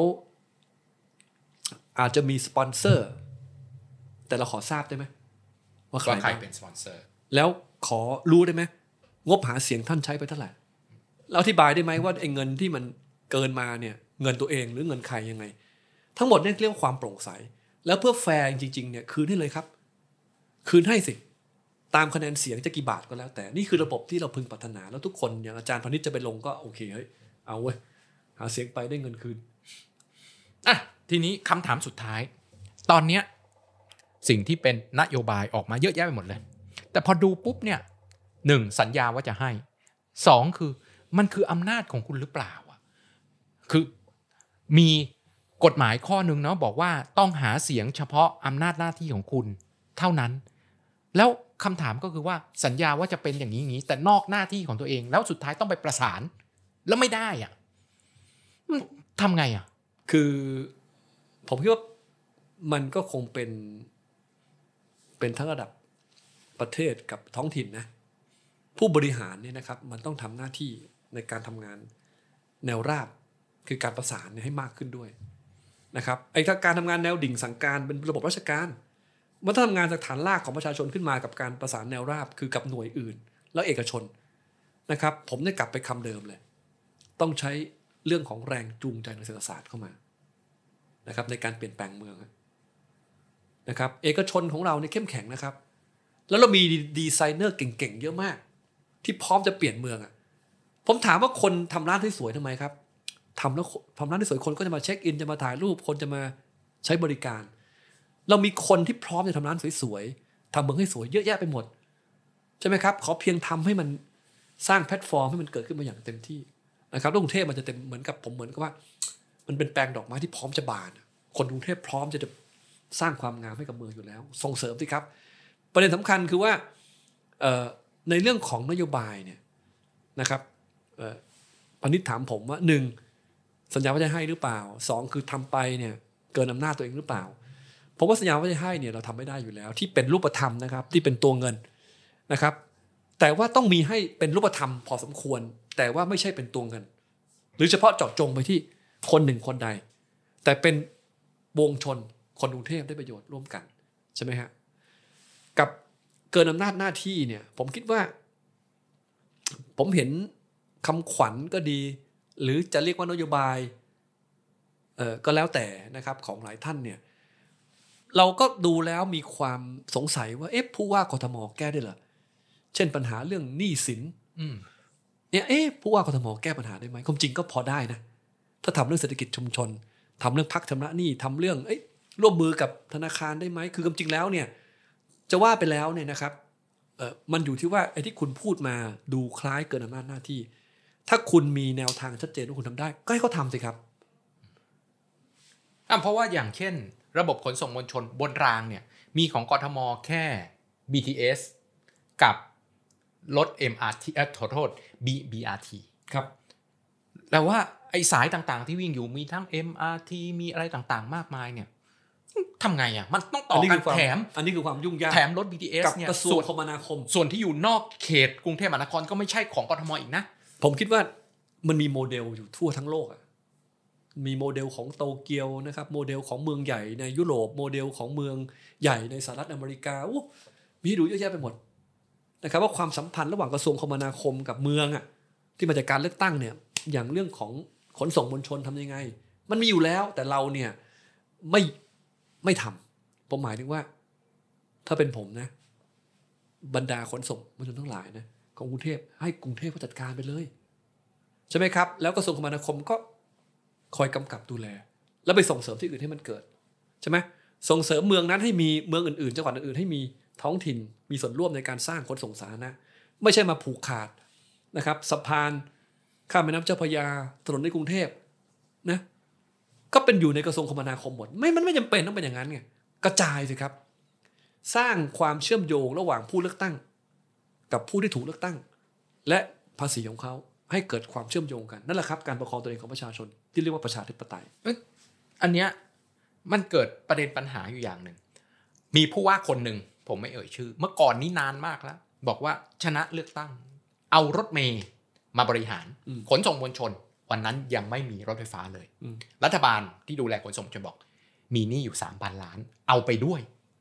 อาจจะมีสปอนเซอร์แต่เราขอทราบได้ไหมว่าใครเป็นสปอนเซอร์แล้วขอรู้ได้ไหมงบหาเสียงท่านใช้ไปเท่าไหร่เราอธิบายได้ไหมว่าไอ้เงินที่มันเกินมาเนี่ยเงินตัวเองหรือเงินใครยังไงทั้งหมดเนี่ยเรียกว่าความโปร่งใสแล้วเพื่อแฟร์จริงๆเนี่ยคืนให้เลยครับคืนให้สิตามคะแนนเสียงจะกี่บาทก็แล้วแต่นี่คือระบบที่เราพึงปรารถนาแล้วทุกคนอย่างอาจารย์พนิชจะไปลงก็โอเคเฮ้ยเอาเว้ยหาเสียงไปได้เงินคืนอ่ะทีนี้คำถามสุดท้ายตอนเนี้ยสิ่งที่เป็นนโยบายออกมาเยอะแยะไปหมดเลยแต่พอดูปุ๊บเนี่ยหนึ่งสัญญาว่าจะให้สองคือมันคืออำนาจของคุณหรือเปล่าอ่ะคือมีกฎหมายข้อนึงเนาะบอกว่าต้องหาเสียงเฉพาะอำนาจหน้าที่ของคุณเท่านั้นแล้วคำถามก็คือว่าสัญญาว่าจะเป็นอย่างนี้อย่างนี้แต่นอกหน้าที่ของตัวเองแล้วสุดท้ายต้องไปประสานแล้วไม่ได้อ่ะทำไงอ่ะคือผมคิดว่ามันก็คงเป็นเป็นทั้งระดับประเทศกับท้องถิ่นนะผู้บริหารเนี่ยนะครับมันต้องทำหน้าที่ในการทำงานแนวราบคือการประสานให้มากขึ้นด้วยนะครับไอ้ถ้าการทำงานแนวดิ่งสั่งการเป็นระบบราชการมันต้องทำงานจากฐานรากของประชาชนขึ้นมากับการประสานแนวราบคือกับหน่วยอื่นแล้วเอกชนนะครับผมได้กลับไปคำเดิมเลยต้องใช้เรื่องของแรงจูงใจทางเศรษฐศาสตร์เข้ามานะครับในการเปลี่ยนแปลงเมืองนะครับเอกชนของเราเนี่ยเข้มแข็งนะครับแล้วเรามีดีไซเนอร์เก่งๆเยอะมากที่พร้อมจะเปลี่ยนเมืองอ่ะผมถามว่าคนทำร้านที่สวยทำไมครับทำแล้วทำร้านที่สวยคนก็จะมาเช็คอินจะมาถ่ายรูปคนจะมาใช้บริการเรามีคนที่พร้อมจะทำร้านสวยๆทำเมืองให้สวยเยอะแยะไปหมดใช่ไหมครับขอเพียงทำให้มันสร้างแพลตฟอร์มให้มันเกิดขึ้นมาอย่างเต็มที่นะครับกรุงเทพมันจะเต็มเหมือนกับผมเหมือนกับว่ามันเป็นแปลงดอกไม้ที่พร้อมจะบานคนกรุงเทพพร้อมจะสร้างความงามให้กับเมืองอยู่แล้วส่งเสริมสิครับประเด็นสำคัญคือว่าในเรื่องของนโยบายเนี่ยนะครับพนิชถามผมว่าหนึ่งสัญญาว่าจะให้หรือเปล่าสองคือทำไปเนี่ยเกินอำนาจตัวเองหรือเปล่าผมว่าสัญญาว่าจะให้เนี่ยเราทำไม่ได้อยู่แล้วที่เป็นรูปธรรมนะครับที่เป็นตัวเงินนะครับแต่ว่าต้องมีให้เป็นรูปธรรมพอสมควรแต่ว่าไม่ใช่เป็นตัวเงินหรือเฉพาะเจาะจงไปที่คนหนึ่งคนใดแต่เป็นวงชนคนกรุงเทพได้ประโยชน์ร่วมกันใช่ไหมฮะกับเกินอำนาจหน้าที่เนี่ยผมคิดว่าผมเห็นคำขวัญก็ดีหรือจะเรียกว่านโยบายเอ่อก็แล้วแต่นะครับของหลายท่านเนี่ยเราก็ดูแล้วมีความสงสัยว่าเอ๊ะผู้ว่ากทมแก้ได้เหรอเช่นปัญหาเรื่องหนี้สินเนี่ยเอ๊ะผู้ว่ากทมแก้ปัญหาได้ไหมความจริงก็พอได้นะถ้าทำเรื่องเศรษฐกิจชุมชนทำเรื่องพักชำระหนี้ทำเรื่องเอ้ยร่วมมือกับธนาคารได้ไหมคือความจริงแล้วเนี่ยจะว่าไปแล้วเนี่ยนะครับเอ่อมันอยู่ที่ว่าไอ้ที่คุณพูดมาดูคล้ายเกินอำนาจหน้าที่ถ้าคุณมีแนวทางชัดเจนว่าคุณทำได้ก็ให้เขาทำสิครับอ่ะเพราะว่าอย่างเช่นระบบขนส่งมวลชนบนรางเนี่ยมีของกทมแค่ บี ที เอส กับรถ เอ็ม อาร์ ที เอ่อขอโทษ บี อาร์ ทีครับแต่ว่าไออ้สายต่างๆที่วิ่งอยู่มีทั้ง เอ็ม อาร์ ที มีอะไรต่างๆมากมายเนี่ยทำไงอ่ะมันต้องต่อกันแถมอันนี้คือความยุ่งยากแถมรถ บี ที เอสกับเนี่ยกระทรวงคมนาคมส่วนที่อยู่นอกเขตกรุงเทพมหานครก็ไม่ใช่ของกทมอีกนะผมคิดว่ามันมีโมเดลอยู่ทั่วทั้งโลกอ่ะมีโมเดลของโตเกียวนะครับโมเดลของเมืองใหญ่ในยุโรปโมเดลของเมืองใหญ่ในสหรัฐอเมริกาโอ้มีดูเยอะแยะไปหมดนะครับว่าความสัมพันธ์ระหว่างกระทรวงคมนาคมกับเมืองอ่ะที่มาจากการเลือกตั้งเนี่ยอย่างเรื่องของขนส่งมวลชนทำยังไงมันมีอยู่แล้วแต่เราเนี่ยไม่ไม่ทำผมหมายถึงว่าถ้าเป็นผมนะบรรดาขนส่งมวลชนทั้งหลายนะของกรุงเทพให้กรุงเทพจัดการไปเลยใช่ไหมครับแล้วกระทรวงคมนาคมก็คอยกำกับดูแลแล้วไปส่งเสริมที่อื่นให้มันเกิดใช่ไหมส่งเสริมเมืองนั้นให้มีเมืองอื่นๆจังหวัดอื่นๆให้มีท้องถิ่นมีส่วนร่วมในการสร้างขนส่งสาธารณะไม่ใช่มาผูกขาดนะครับสะพานข้ามแม่น้ำเจ้าพระยาถนนในกรุงเทพนะก็เป็นอยู่ในกระทรวงคมนาคมหมดไม่มันไม่จำเป็นต้องเป็นอย่างนั้นไงกระจายสิครับสร้างความเชื่อมโยงระหว่างผู้เลือกตั้งกับผู้ที่ถูกเลือกตั้งและภาษีของเขาให้เกิดความเชื่อมโยงกันนั่นแหละครับการปกครองตัวเองของประชาชนที่เรียกว่าประชาธิปไตยอันเนี้ยมันเกิดประเด็นปัญหาอยู่อย่างหนึ่งมีผู้ว่าคนหนึ่งผมไม่เอ่ยชื่อเมื่อก่อนนี้นานมากแล้วบอกว่าชนะเลือกตั้งเอารถเมย์มาบริหารขนส่งมวลชนวันนั้นยังไม่มีรถไฟฟ้าเลยรัฐบาลที่ดูแลขนส่งมวลชนบอกมีหนี้อยู่ สามพัน ล้านเอาไปด้วย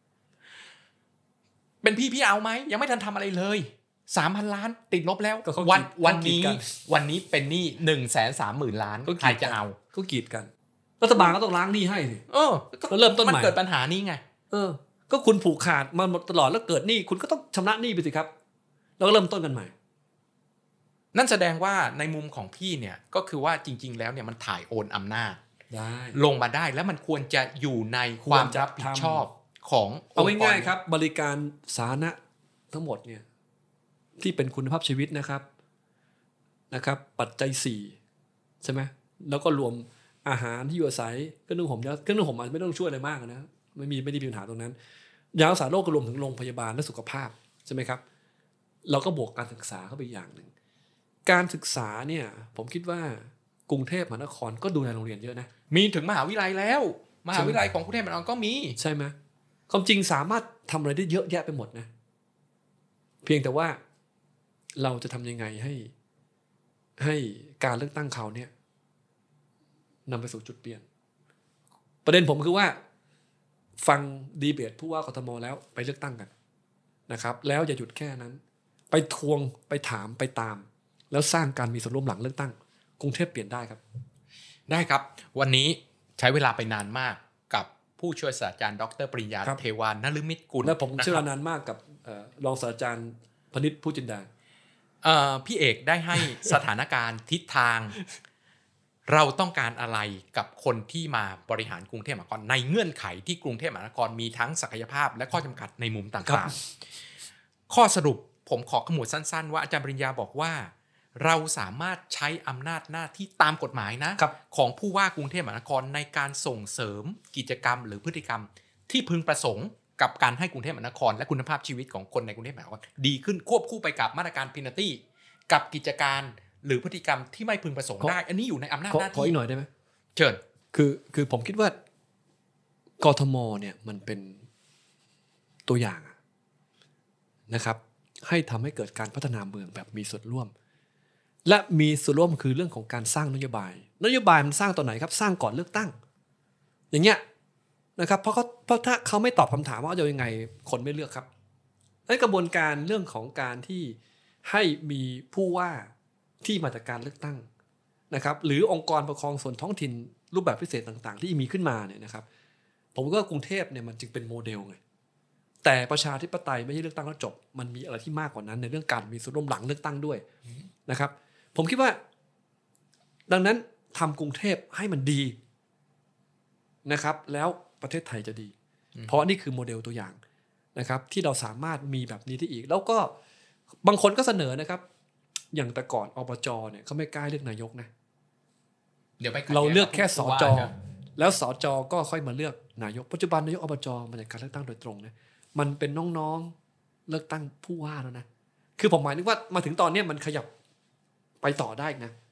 เป็นพี่พี่เอาไหมยังไม่ทันทำอะไรเลย สามพัน ล้านติดลบแล้ววันวันนี้วันนี้เป็นหนี้ หนึ่งแสนสามหมื่น ล้านใครจะเอาก็กีดกันรัฐบาลก็ต้องล้างหนี้ให้สิเออก็เริ่มต้นใหม่มันเกิดปัญหานี้ไงเออก็คุณผูกขาดมาตลอดแล้วเกิดหนี้คุณก็ต้องชำระหนี้ไปสิครับแล้วก็เริ่มต้นกันใหม่นั่นแสดงว่าในมุมของพี่เนี่ยก็คือว่าจริงๆแล้วเนี่ยมันถ่ายโอนอำนาจลงมาได้แล้วมันควรจะอยู่ในความรับผิดชอบของเอาง่ายๆครับบริการสาธารณะทั้งหมดเนี่ยที่เป็นคุณภาพชีวิตนะครับนะครับปัจจัยสี่ใช่ไหมแล้วก็รวมอาหารที่อยู่อาศัยเครื่องนึ่งห่มเครื่องนึ่งห่มมันไม่ต้องช่วยอะไรมากนะไม่มีไม่ได้มีปัญหาตรงนั้นยารักษาโรคก็รวมถึงโรงพยาบาลและสุขภาพใช่ไหมครับเราก็บวกการศึกษาเข้าไปอย่างหนึ่งการศึกษาเนี่ยผมคิดว่ากรุงเทพมหานครก็ดูแลโรงเรียนเยอะนะมีถึงมหาวิทยาลัยแล้วมหาวิทยาลัยของกรุงเทพมหานครก็มีใช่ไหมความจริงสามารถทำอะไรได้เยอะแยะไปหมดนะเพียงแต่ว่าเราจะทำยังไงให้ให้การเลือกตั้งเขาเนี่ยนำไปสู่จุดเปลี่ยนประเด็นผมคือว่าฟังดีเบตผู้ว่ากทมแล้วไปเลือกตั้งกันนะครับแล้วอย่าหยุดแค่นั้นไปทวงไปถามไปตามแล้วสร้างการมีส่วนร่วมหลังเลือกตั้งกรุงเทพเปลี่ยนได้ครับได้ครับวันนี้ใช้เวลาไปนานมากกับผู้ช่วยศาสตราจารย์ดร.ปริญญาเทวานฤมิตกุลและผมใช้เวลานานมากกับรองศาสตราจารย์พนิษฐ์ผู้จินดาพี่เอกได้ให้สถานการณ์ทิศทางเราต้องการอะไรกับคนที่มาบริหารกรุงเทพมหานครในเงื่อนไขที่กรุงเทพมหานครมีทั้งศักยภาพและข้อจำกัดในมุมต่างๆข้อสรุปผมขอขมวดสั้นๆว่าอาจารย์ปริญญาบอกว่าเราสามารถใช้อำนาจหน้าที่ตามกฎหมายนะของผู้ว่ากรุงเทพมหานครในการส่งเสริมกิจกรรมหรือพฤติกรรมที่พึงประสงค์กับการให้กรุงเทพมหานครและคุณภาพชีวิตของคนในกรุงเทพมหานครดีขึ้นควบคู่ไปกับมาตรการพินัตี้กับกิจการหรือพฤติกรรมที่ไม่พึงประสงค์ได้อันนี้อยู่ในอำนาจหน้าที่ขออีกหน่อยได้ไหมเชิญคือคือผมคิดว่ากทมเนี่ยมันเป็นตัวอย่างนะครับให้ทำให้เกิดการพัฒนาเมืองแบบมีส่วนร่วมและมีส่วนร่วมคือเรื่องของการสร้างนโยบายนโยบายมันสร้างตอนไหนครับสร้างก่อนเลือกตั้งอย่างเงี้ยนะครับเพราะเขาเพราะถ้าเขาไม่ตอบคำถามว่าจะยังไงคนไม่เลือกครับในกระบวนการเรื่องของการที่ให้มีผู้ว่าที่มาจากการเลือกตั้งนะครับหรือองค์กรปกครองส่วนท้องถิ่นรูปแบบพิเศษต่างๆที่มีขึ้นมาเนี่ยนะครับผมก็กรุงเทพเนี่ยมันจึงเป็นโมเดลไงแต่ประชาธิปไตยไม่ใช่เลือกตั้งแล้วจบมันมีอะไรที่มากกว่านั้นในเรื่องการมีส่วนร่วมหลังเลือกตั้งด้วยนะครับผมคิดว่าดังนั้นทำกรุงเทพให้มันดีนะครับแล้วประเทศไทยจะดีเพราะนี่คือโมเดลตัวอย่างนะครับที่เราสามารถมีแบบนี้ได้อีกแล้วก็บางคนก็เสนอนะครับอย่างแต่ก่อนอบจเนี่ยเขาไม่กล้าเลือกนายกนะเดี๋ยวไปเราเลือกแค่สจแล้วสจก็ค่อยมาเลือกนายกปัจจุบันนายกอบจมาจากการเลือกตั้งโดยตรงนะมันเป็นน้องๆเลือกตั้งผู้ว่าแล้วนะคือผมหมายถึงว่ามาถึงตอนนี้มันขยับไปต่อได้นะ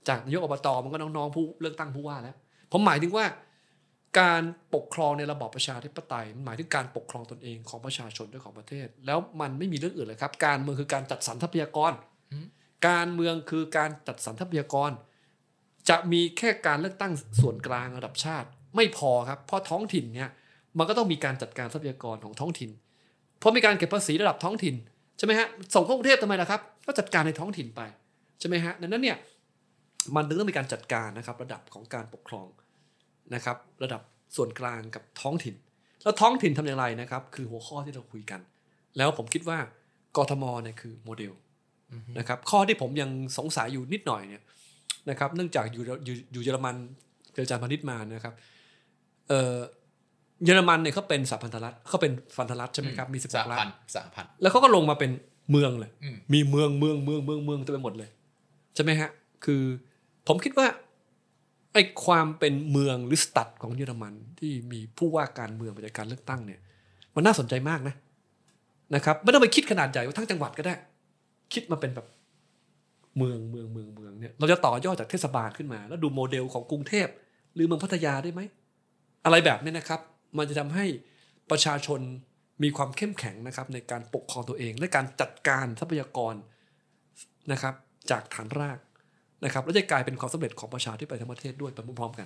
จากนายกอบตมันก็น้องๆผู้เลือกตั้งผู้ว่าแล้วผมหมายถึงว่าการปกครองในระบอบประชาธิปไตยมันหมายถึงการปกครองตนเองของประชาชนด้วยของประเทศแล้วมันไม่มีเรื่องอื่นเลยครับการเมืองคือการจัดสรรทรัพยากรการเมืองคือการจัดสรรทรัพยากรจะมีแค่การเลือกตั้งส่วนกลางระดับชาติไม่พอครับเพราะท้องถิ่นเนี่ยมันก็ต้องมีการจัดการทรัพยากรของท้องถิ่นเพราะมีการเก็บภาษีระดับท้องถิ่นใช่ไหมฮะส่งเข้ากรุงเทพทำไมล่ะครับก็จัดการในท้องถิ่นไปใช่ไหมฮะดังนั้นเนี่ยมันต้องมีการจัดการนะครับระดับของการปกครองนะครับระดับส่วนกลางกับท้องถิ่นแล้วท้องถิ่นทำอย่างไรนะครับคือหัวข้อที่เราคุยกันแล้วผมคิดว่ากทมเนี่ยคือโมเดลนะครับข้อที่ผมยังสงสัยอยู่นิดหน่อยเนี่ยนะครับเนื่องจากอยู่อยู่อยู่เยอรมันเป็นอาจารย์พาณิชย์มานะครับเอ่อเยอรมันเนี่ยเขาเป็นสหพันธรัฐเขาเป็นพันธรัฐใช่ไหมครับมีสิบหกรัฐสหพันธ์แล้วเขาก็ลงมาเป็นเมืองเลยมีเมืองเมืองเมืองเมืองเมืองเต็มไปหมดเลยใช่ไหมฮะคือผมคิดว่าไอ้ความเป็นเมืองหรือสตัดของเยอรมันที่มีผู้ว่าการเมืองมาจากการเลือกตั้งเนี่ยมันน่าสนใจมากนะนะครับไม่ต้องไปคิดขนาดใหญ่ว่าทั้งจังหวัดก็ได้คิดมาเป็นแบบเมืองเมืองเมืองเมืองเนี่ยเราจะต่อยอดจากเทศบาลขึ้นมาแล้วดูโมเดลของกรุงเทพหรือเมืองพัทยาได้ไหมอะไรแบบนี้นะครับมันจะทำให้ประชาชนมีความเข้มแข็งนะครับในการปกครองตัวเองและการจัดการทรัพยากรนะครับจากฐานรากนะครับและจะกลายเป็นความสำเร็จของประชาธิปไตยทั้งประเทศด้วยไปพร้อมๆกัน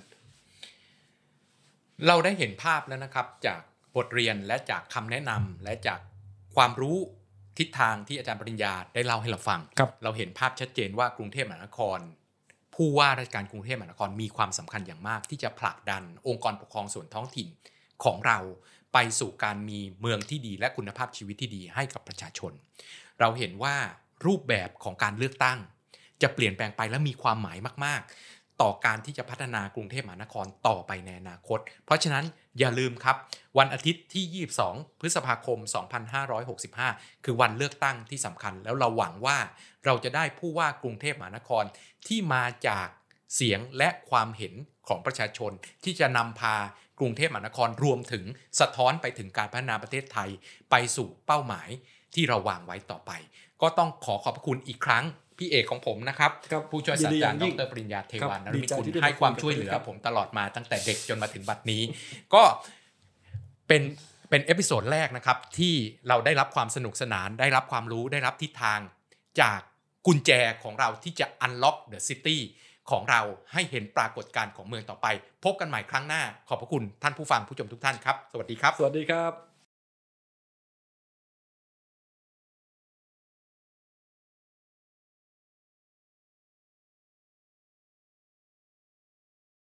เราได้เห็นภาพแล้วนะครับจากบทเรียนและจากคำแนะนำและจากความรู้ทิศทางที่อาจารย์ปริญญาได้เล่าให้เราฟังเราเห็นภาพชัดเจนว่ากรุงเทพมหานครผู้ว่าราชการกรุงเทพมหานครมีความสำคัญอย่างมากที่จะผลักดันองค์กรปกครองส่วนท้องถิ่นของเราไปสู่การมีเมืองที่ดีและคุณภาพชีวิตที่ดีให้กับประชาชนเราเห็นว่ารูปแบบของการเลือกตั้งจะเปลี่ยนแปลงไปและมีความหมายมากๆต่อการที่จะพัฒนากรุงเทพมหานครต่อไปในอนาคตเพราะฉะนั้นอย่าลืมครับวันอาทิตย์ที่ยี่สิบสองพฤษภาคมสองพันห้าร้อยหกสิบห้าคือวันเลือกตั้งที่สำคัญแล้วเราหวังว่าเราจะได้ผู้ว่ากรุงเทพมหานครที่มาจากเสียงและความเห็นของประชาชนที่จะนำพากรุงเทพมหานครรวมถึงสะท้อนไปถึงการพัฒนาประเทศไทยไปสู่เป้าหมายที่เราวางไว้ต่อไปก็ต้องขอขอบพระคุณอีกครั้งพี่เอกของผมนะครับผู้ช่วยศาสตราจารย์ดร.ปริญญาเทวานฤมิตกุลให้ความช่วยเหลือผมตลอดมาตั้งแต่เด็กจนมาถึงบัดนี้ก็เป็นเป็นเอพิโซดแรกนะครับที่เราได้รับความสนุกสนานได้รับความรู้ได้รับทิศทางจากกุญแจของเราที่จะ unlock the city ของเราให้เห็นปรากฏการณ์ของเมืองต่อไปพบกันใหม่ครั้งหน้าขอบพระคุณท่านผู้ฟังผู้ชมทุกท่านครับสวัสดีครับสวัสดีครับ